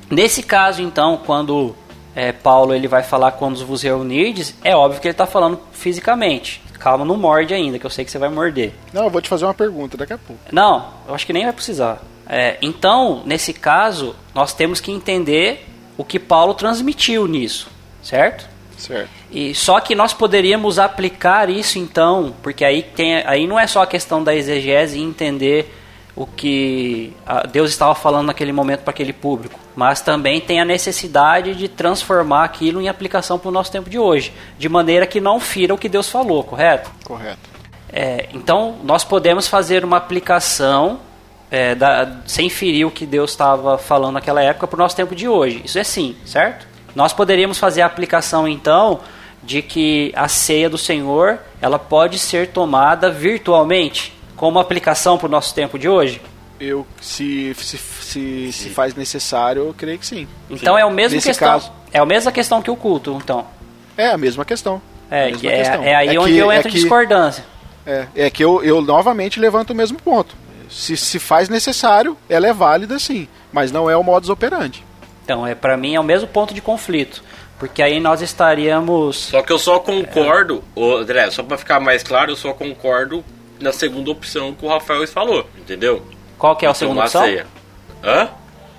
Speaker 3: Nesse caso, então, quando é, Paulo ele vai falar quando vos reunirdes, é óbvio que ele está falando fisicamente. Calma, não morde ainda, que eu sei que você vai morder.
Speaker 1: Não, eu vou te fazer uma pergunta daqui a pouco.
Speaker 3: Não, eu acho que nem vai precisar. É, então, nesse caso, nós temos que entender o que Paulo transmitiu nisso, certo?
Speaker 1: Certo.
Speaker 3: E só que nós poderíamos aplicar isso então, porque aí, tem, aí não é só a questão da exegese e entender o que Deus estava falando naquele momento para aquele público, mas também tem a necessidade de transformar aquilo em aplicação para o nosso tempo de hoje, de maneira que não fira o que Deus falou, correto?
Speaker 1: Correto.
Speaker 3: É, então, nós podemos fazer uma aplicação é, da, sem ferir o que Deus estava falando naquela época para o nosso tempo de hoje. Isso é sim, certo? Nós poderíamos fazer a aplicação, então, de que a ceia do Senhor ela pode ser tomada virtualmente, como aplicação para o nosso tempo de hoje?
Speaker 1: Eu, se, se, se, se faz necessário, eu creio que sim.
Speaker 3: Então sim. é a mesma
Speaker 1: Nesse
Speaker 3: questão.
Speaker 1: Caso,
Speaker 3: é a mesma questão que o culto, então.
Speaker 1: É a mesma questão.
Speaker 3: É,
Speaker 1: a mesma
Speaker 3: é,
Speaker 1: questão.
Speaker 3: é aí
Speaker 1: é
Speaker 3: onde
Speaker 1: que,
Speaker 3: eu entro
Speaker 1: é
Speaker 3: em discordância.
Speaker 1: É, é que eu, eu novamente levanto o mesmo ponto. Se se faz necessário, ela é válida sim, mas não é o modus operandi.
Speaker 3: Então, é, para mim é o mesmo ponto de conflito, porque aí nós estaríamos...
Speaker 4: Só que eu só concordo, é... ô, André, só para ficar mais claro, eu só concordo na segunda opção que o Rafael falou, entendeu?
Speaker 3: Qual que é a segunda opção?
Speaker 4: Ceia. Hã?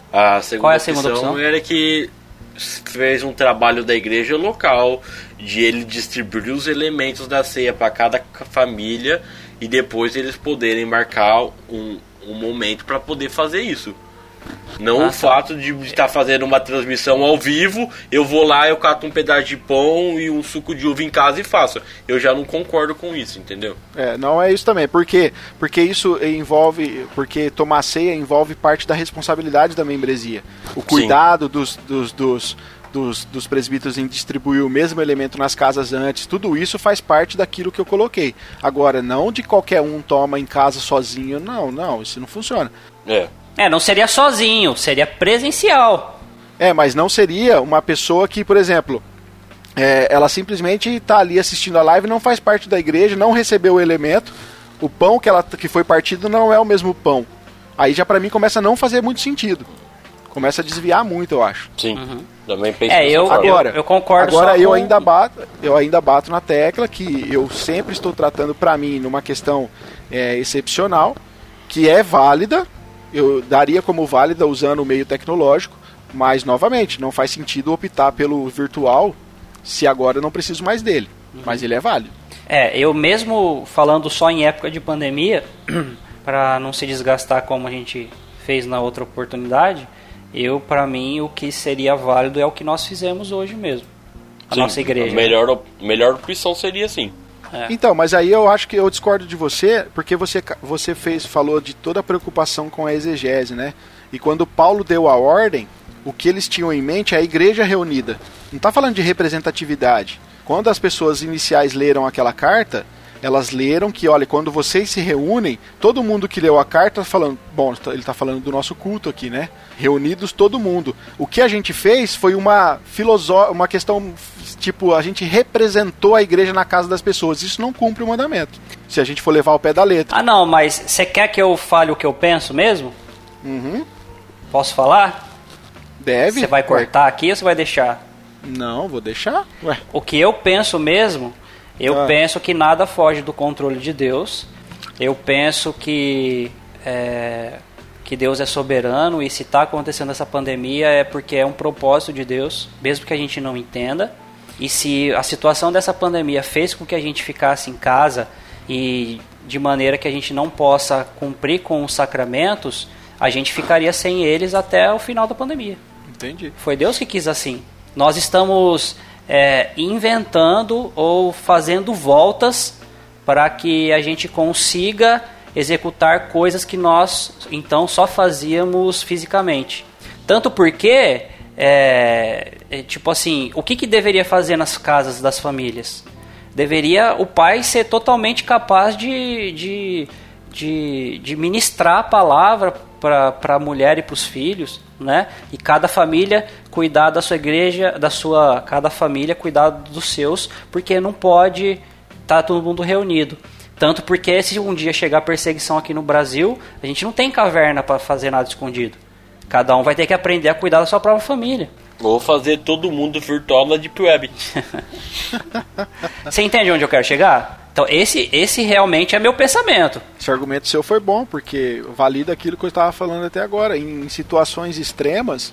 Speaker 4: A segunda,
Speaker 3: Qual é a segunda
Speaker 4: opção,
Speaker 3: opção?
Speaker 4: Era que fez um trabalho da igreja local, de ele distribuir os elementos da ceia para cada família e depois eles poderem marcar um, um momento para poder fazer isso. Não ah, o fato de estar fazendo uma transmissão ao vivo, eu vou lá, eu cato um pedaço de pão e um suco de uva em casa e faço. Eu já não concordo com isso, entendeu?
Speaker 1: É, não é isso também. Por quê? Porque isso envolve, porque tomar ceia envolve parte da responsabilidade da membresia. O cuidado dos, dos, dos, dos, dos presbíteros em distribuir o mesmo elemento nas casas antes, tudo isso faz parte daquilo que eu coloquei. Agora, não de qualquer um toma em casa sozinho, não, não, isso não funciona.
Speaker 4: É.
Speaker 3: É, não seria sozinho, seria presencial.
Speaker 1: É, mas não seria uma pessoa que, por exemplo, é, ela simplesmente está ali assistindo a live, não faz parte da igreja, não recebeu o elemento, o pão que, ela, que foi partido não é o mesmo pão. Aí já pra mim começa a não fazer muito sentido. Começa a desviar muito, eu acho.
Speaker 4: Sim, uhum. Também penso
Speaker 3: é, eu,
Speaker 1: agora,
Speaker 3: eu, eu concordo
Speaker 1: Agora
Speaker 3: só
Speaker 1: eu,
Speaker 3: com...
Speaker 1: ainda bato, eu ainda bato na tecla que eu sempre estou tratando pra mim numa questão é, excepcional, que é válida. Eu daria como válida usando o meio tecnológico, mas novamente, não faz sentido optar pelo virtual se agora eu não preciso mais dele, uhum. Mas ele é válido.
Speaker 3: É, eu mesmo falando só em época de pandemia, para não se desgastar como a gente fez na outra oportunidade, eu, para mim, o que seria válido é o que nós fizemos hoje mesmo, a Sim, nossa igreja.
Speaker 4: A melhor, melhor opção seria assim.
Speaker 3: É.
Speaker 1: Então, mas aí eu acho que eu discordo de você, porque você, você fez, falou de toda a preocupação com a exegese, né? E quando Paulo deu a ordem, o que eles tinham em mente é a igreja reunida. Não está falando de representatividade. Quando as pessoas iniciais leram aquela carta, elas leram que, olha, quando vocês se reúnem, todo mundo que leu a carta falando, bom, ele está falando do nosso culto aqui, né? Reunidos todo mundo. O que a gente fez foi uma filosó- uma questão, tipo, a gente representou a igreja na casa das pessoas. Isso não cumpre o mandamento, se a gente for levar ao pé da letra.
Speaker 3: Ah, não, mas você quer que eu fale o que eu penso mesmo?
Speaker 1: Uhum.
Speaker 3: Posso falar?
Speaker 1: Deve.
Speaker 3: Você vai cortar Ué. aqui ou você vai deixar?
Speaker 1: Não, vou deixar. Ué.
Speaker 3: O que eu penso mesmo... Eu ah. penso que nada foge do controle de Deus. Eu penso que, é, que Deus é soberano e se está acontecendo essa pandemia é porque é um propósito de Deus, mesmo que a gente não entenda. E se a situação dessa pandemia fez com que a gente ficasse em casa e de maneira que a gente não possa cumprir com os sacramentos, a gente ficaria sem eles até o final da pandemia.
Speaker 1: Entendi.
Speaker 3: Foi Deus que quis assim. Nós estamos... É, inventando ou fazendo voltas para que a gente consiga executar coisas que nós então só fazíamos fisicamente. Tanto porque, é, é, tipo assim, o que, que deveria fazer nas casas das famílias? Deveria o pai ser totalmente capaz de, de, de, de ministrar a palavra para a mulher e para os filhos, né? E cada família cuidar da sua igreja, da sua, cada família cuidar dos seus, porque não pode estar todo mundo reunido. Tanto porque se um dia chegar perseguição aqui no Brasil, a gente não tem caverna para fazer nada escondido. Cada um vai ter que aprender a cuidar da sua própria família.
Speaker 4: Vou fazer todo mundo virtual na Deep Web.
Speaker 3: Você entende onde eu quero chegar? Então esse, esse realmente é meu pensamento.
Speaker 1: Esse argumento seu foi bom, porque valida aquilo que eu estava falando até agora. Em, em situações extremas,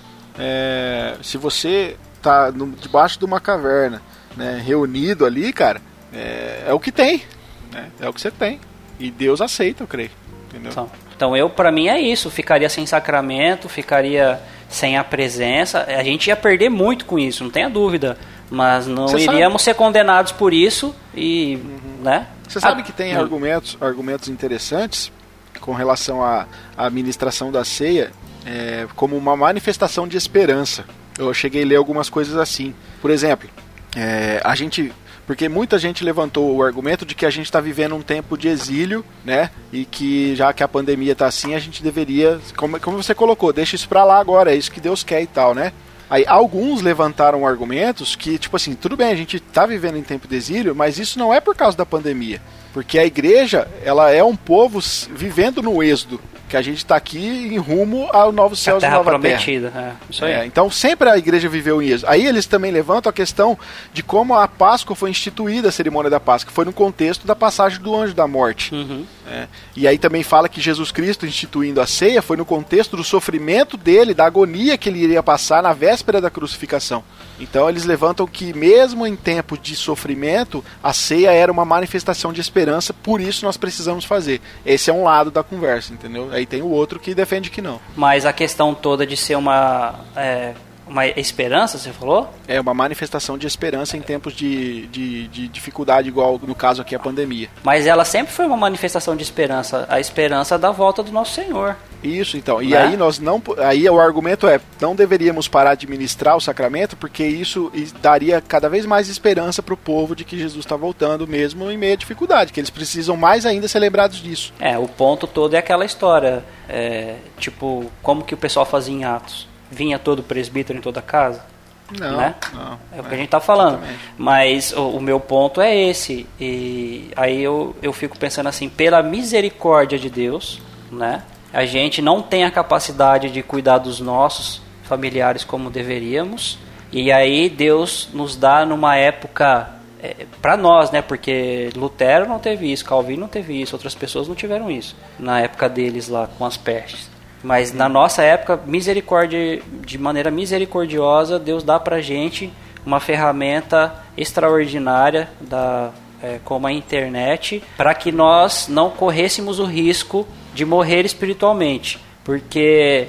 Speaker 1: é, se você está debaixo de uma caverna, né, reunido ali, cara, é, é o que tem. Né, é o que você tem. E Deus aceita, eu creio. Entendeu?
Speaker 3: Então, então eu, pra mim é isso. Ficaria sem sacramento, ficaria sem a presença. A gente ia perder muito com isso, não tenha dúvida. Mas não Você iríamos sabe? ser condenados por isso e, uhum. né?
Speaker 1: Você sabe
Speaker 3: ah,
Speaker 1: que tem
Speaker 3: hum.
Speaker 1: argumentos, argumentos interessantes com relação à administração da ceia é, como uma manifestação de esperança. Eu cheguei a ler algumas coisas assim. Por exemplo, é, a gente... Porque muita gente levantou o argumento de que a gente está vivendo um tempo de exílio, né? E que já que a pandemia está assim, a gente deveria... Como, como você colocou, deixa isso para lá agora, é isso que Deus quer e tal, né? Aí alguns levantaram argumentos que, tipo assim, tudo bem, a gente está vivendo em tempo de exílio, mas isso não é por causa da pandemia. Porque a igreja, ela é um povo vivendo no êxodo, que a gente está aqui em rumo ao novo céu e nova
Speaker 3: prometida.
Speaker 1: terra.
Speaker 3: É, isso aí.
Speaker 1: É, então sempre a igreja viveu em êxodo. Aí eles também levantam a questão de como a Páscoa foi instituída, a cerimônia da Páscoa, foi no contexto da passagem do anjo da morte.
Speaker 3: Uhum.
Speaker 1: É, e aí também fala que Jesus Cristo instituindo a ceia foi no contexto do sofrimento dele, da agonia que ele iria passar na véspera da crucificação. Então eles levantam que mesmo em tempo de sofrimento, a ceia era uma manifestação de esperança, por isso nós precisamos fazer. Esse é um lado da conversa, entendeu? Aí tem o outro que defende que não.
Speaker 3: Mas a questão toda de ser uma, é, uma esperança, você falou?
Speaker 1: É uma manifestação de esperança em tempos de, de, de dificuldade, igual no caso aqui a pandemia.
Speaker 3: Mas ela sempre foi uma manifestação de esperança, a esperança da volta do nosso Senhor.
Speaker 1: Isso, então. E
Speaker 3: né?
Speaker 1: aí nós não, aí o argumento é, não deveríamos parar de ministrar o sacramento, porque isso daria cada vez mais esperança para o povo de que Jesus está voltando, mesmo em meio à dificuldade, que eles precisam mais ainda ser lembrados disso.
Speaker 3: É, o ponto todo é aquela história, é, tipo, como que o pessoal fazia em Atos? Vinha todo presbítero em toda casa?
Speaker 1: Não,
Speaker 3: né?
Speaker 1: não.
Speaker 3: É o que a gente está falando.
Speaker 1: Exatamente.
Speaker 3: Mas o, o meu ponto é esse. E aí eu, eu fico pensando assim, pela misericórdia de Deus, né? A gente não tem a capacidade de cuidar dos nossos familiares como deveríamos. E aí Deus nos dá numa época, é, para nós, né? Porque Lutero não teve isso, Calvino não teve isso, outras pessoas não tiveram isso na época deles lá com as pestes. Mas na nossa época, misericórdia, de maneira misericordiosa, Deus dá pra gente uma ferramenta extraordinária da, é, como a internet, para que nós não corrêssemos o risco de morrer espiritualmente, porque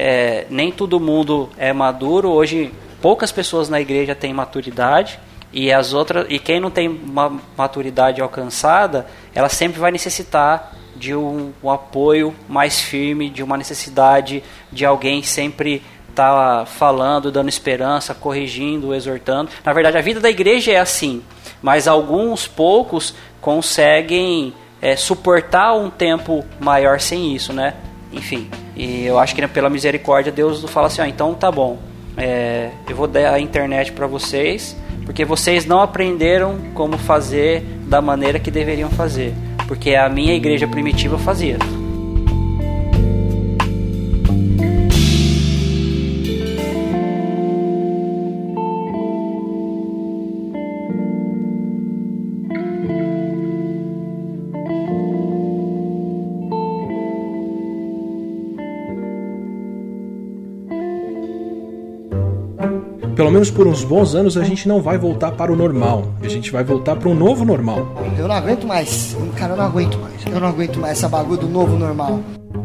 Speaker 3: é, nem todo mundo é maduro. Hoje poucas pessoas na igreja têm maturidade, e as outras, e quem não tem uma maturidade alcançada, ela sempre vai necessitar de um, um apoio mais firme, de uma necessidade de alguém sempre estar tá falando, dando esperança, corrigindo, exortando. Na verdade, a vida da igreja é assim, mas alguns poucos conseguem é, suportar um tempo maior sem isso, né? Enfim, e eu acho que pela misericórdia Deus fala assim, ó, então tá bom, é, eu vou dar a internet para vocês, porque vocês não aprenderam como fazer da maneira que deveriam fazer, porque a minha igreja primitiva fazia.
Speaker 2: Pelo menos por uns bons anos a gente não vai voltar para o normal. A gente vai voltar para um novo normal.
Speaker 5: Eu não aguento mais. Cara, eu não aguento mais. Eu não aguento mais essa bagulho do novo normal.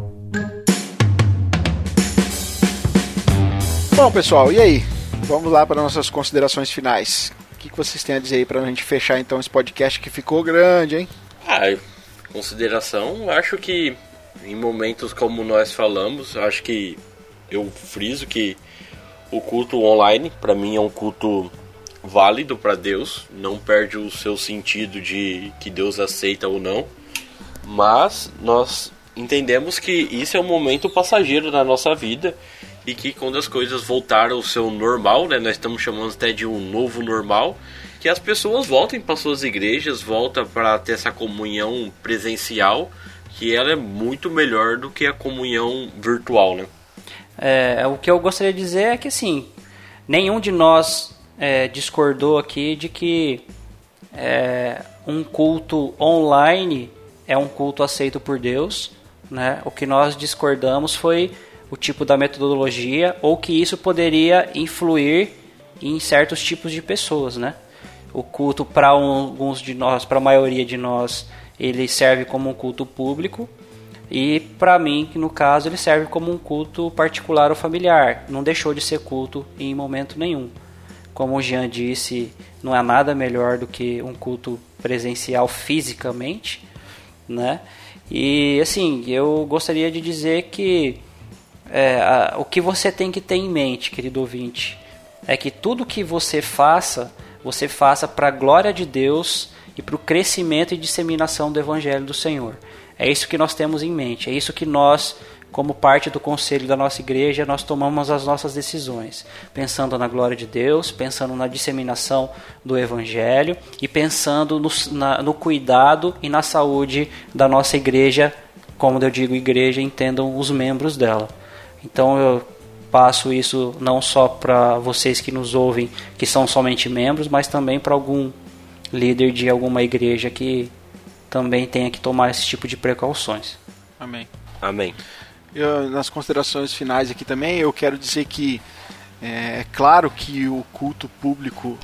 Speaker 1: Bom, pessoal, e aí? Vamos lá para nossas considerações finais. O que vocês têm a dizer aí para a gente fechar então esse podcast que ficou grande, hein?
Speaker 4: Ah, consideração, acho que em momentos como nós falamos, acho que eu friso que o culto online, para mim, é um culto válido para Deus. Não perde o seu sentido de que Deus aceita ou não. Mas nós entendemos que isso é um momento passageiro na nossa vida. E que quando as coisas voltaram ao seu normal, né, nós estamos chamando até de um novo normal, que as pessoas voltem para suas igrejas, voltam para ter essa comunhão presencial, que ela é muito melhor do que a comunhão virtual, né?
Speaker 3: é, o que eu gostaria de dizer é que, assim, nenhum de nós é, discordou aqui de que é, um culto online é um culto aceito por Deus, né? O que nós discordamos foi o tipo da metodologia, ou que isso poderia influir em certos tipos de pessoas, né? O culto, para alguns de nós, para a maioria de nós, ele serve como um culto público, e para mim, no caso, ele serve como um culto particular ou familiar. Não deixou de ser culto em momento nenhum. Como o Jean disse, não há nada melhor do que um culto presencial fisicamente, né? E assim, eu gostaria de dizer que é, a, o que você tem que ter em mente, querido ouvinte, é que tudo que você faça, você faça para a glória de Deus e para o crescimento e disseminação do Evangelho do Senhor. É isso que nós temos em mente, é isso que nós, como parte do conselho da nossa igreja, nós tomamos as nossas decisões, pensando na glória de Deus, pensando na disseminação do Evangelho e pensando no, na, no cuidado e na saúde da nossa igreja. Como eu digo igreja, entendam os membros dela. Então eu passo isso não só para vocês que nos ouvem, que são somente membros, mas também para algum líder de alguma igreja que também tenha que tomar esse tipo de precauções.
Speaker 1: Amém.
Speaker 4: Amém.
Speaker 1: Eu, nas considerações finais aqui também, eu quero dizer que é, é claro que o culto público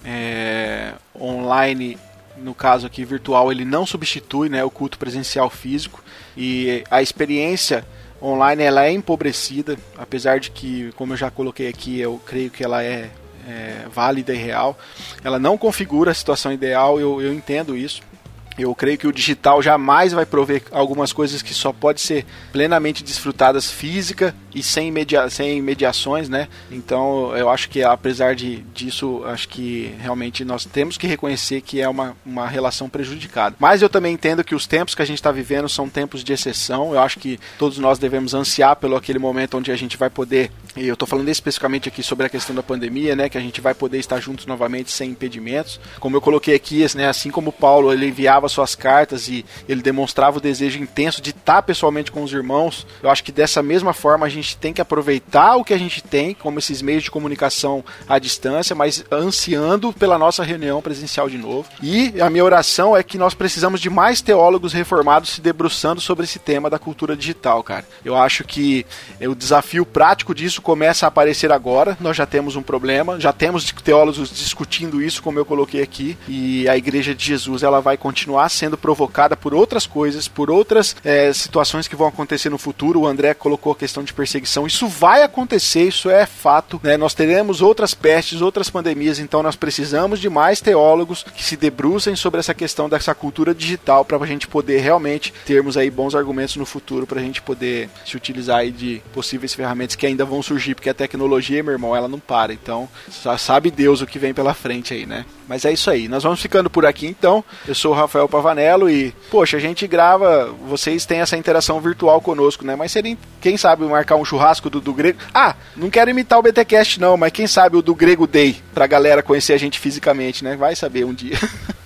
Speaker 1: é, online, no caso aqui virtual, ele não substitui, né, o culto presencial físico, e a experiência online ela é empobrecida, apesar de que, como eu já coloquei aqui, eu creio que ela é, é válida e real. Ela não configura a situação ideal, eu, eu entendo isso. Eu creio que o digital jamais vai prover algumas coisas que só pode ser plenamente desfrutadas física e sem, media, sem mediações, né? Então eu acho que apesar de, disso, acho que realmente nós temos que reconhecer que é uma, uma relação prejudicada. Mas eu também entendo que os tempos que a gente está vivendo são tempos de exceção. Eu acho que todos nós devemos ansiar pelo aquele momento onde a gente vai poder, e eu estou falando especificamente aqui sobre a questão da pandemia, né? Que a gente vai poder estar juntos novamente sem impedimentos. Como eu coloquei aqui, né, assim como Paulo, ele enviava suas cartas e ele demonstrava o desejo intenso de estar pessoalmente com os irmãos, eu acho que dessa mesma forma a gente tem que aproveitar o que a gente tem, como esses meios de comunicação à distância, mas ansiando pela nossa reunião presencial de novo. E a minha oração é que nós precisamos de mais teólogos reformados se debruçando sobre esse tema da cultura digital, cara. Eu acho que o desafio prático disso começa a aparecer agora. Nós já temos um problema, já temos teólogos discutindo isso, como eu coloquei aqui, e a Igreja de Jesus ela vai continuar sendo provocada por outras coisas, por outras é, situações que vão acontecer no futuro. O André colocou a questão de perseguição. Isso vai acontecer, isso é fato, né? Nós teremos outras pestes, outras pandemias, então nós precisamos de mais teólogos que se debrucem sobre essa questão dessa cultura digital para a gente poder realmente termos aí bons argumentos no futuro, para a gente poder se utilizar aí de possíveis ferramentas que ainda vão surgir, porque a tecnologia, meu irmão, ela não para. Então, só sabe Deus o que vem pela frente aí, né? Mas é isso aí. Nós vamos ficando por aqui, então. Eu sou o Rafael Pavanello e, poxa, a gente grava, vocês têm essa interação virtual conosco, né? Mas seria, quem sabe, marcar um churrasco do, do Grego... Ah, não quero imitar o BTcast não, mas quem sabe o do Grego Day, pra galera conhecer a gente fisicamente, né? Vai saber um dia.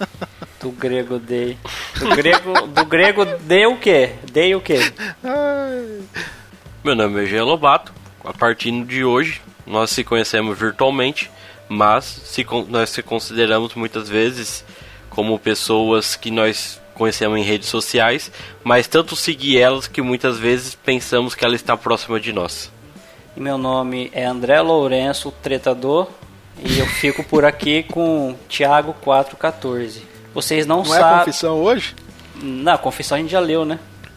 Speaker 3: Do Grego Day. Do Grego, do Grego Day o quê? Day o quê?
Speaker 4: Ai. Meu nome é Jean Lobato. A partir de hoje, nós se conhecemos virtualmente, mas se, nós se consideramos muitas vezes como pessoas que nós conhecemos em redes sociais, mas tanto seguir elas que muitas vezes pensamos que ela está próxima de nós.
Speaker 3: Meu nome é André Lourenço, tretador, e eu fico por aqui com Tiago quatro quatorze. Vocês não, não sabem...
Speaker 1: Não é a confissão hoje?
Speaker 3: Não, a confissão a gente já leu, né?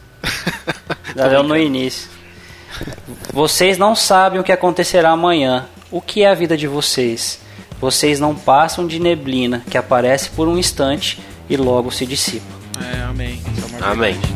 Speaker 3: Já leu no início. Vocês não sabem o que acontecerá amanhã. O que é a vida de vocês? Vocês não passam de neblina que aparece por um instante e logo se dissipa.
Speaker 1: É, amém.
Speaker 4: Amém.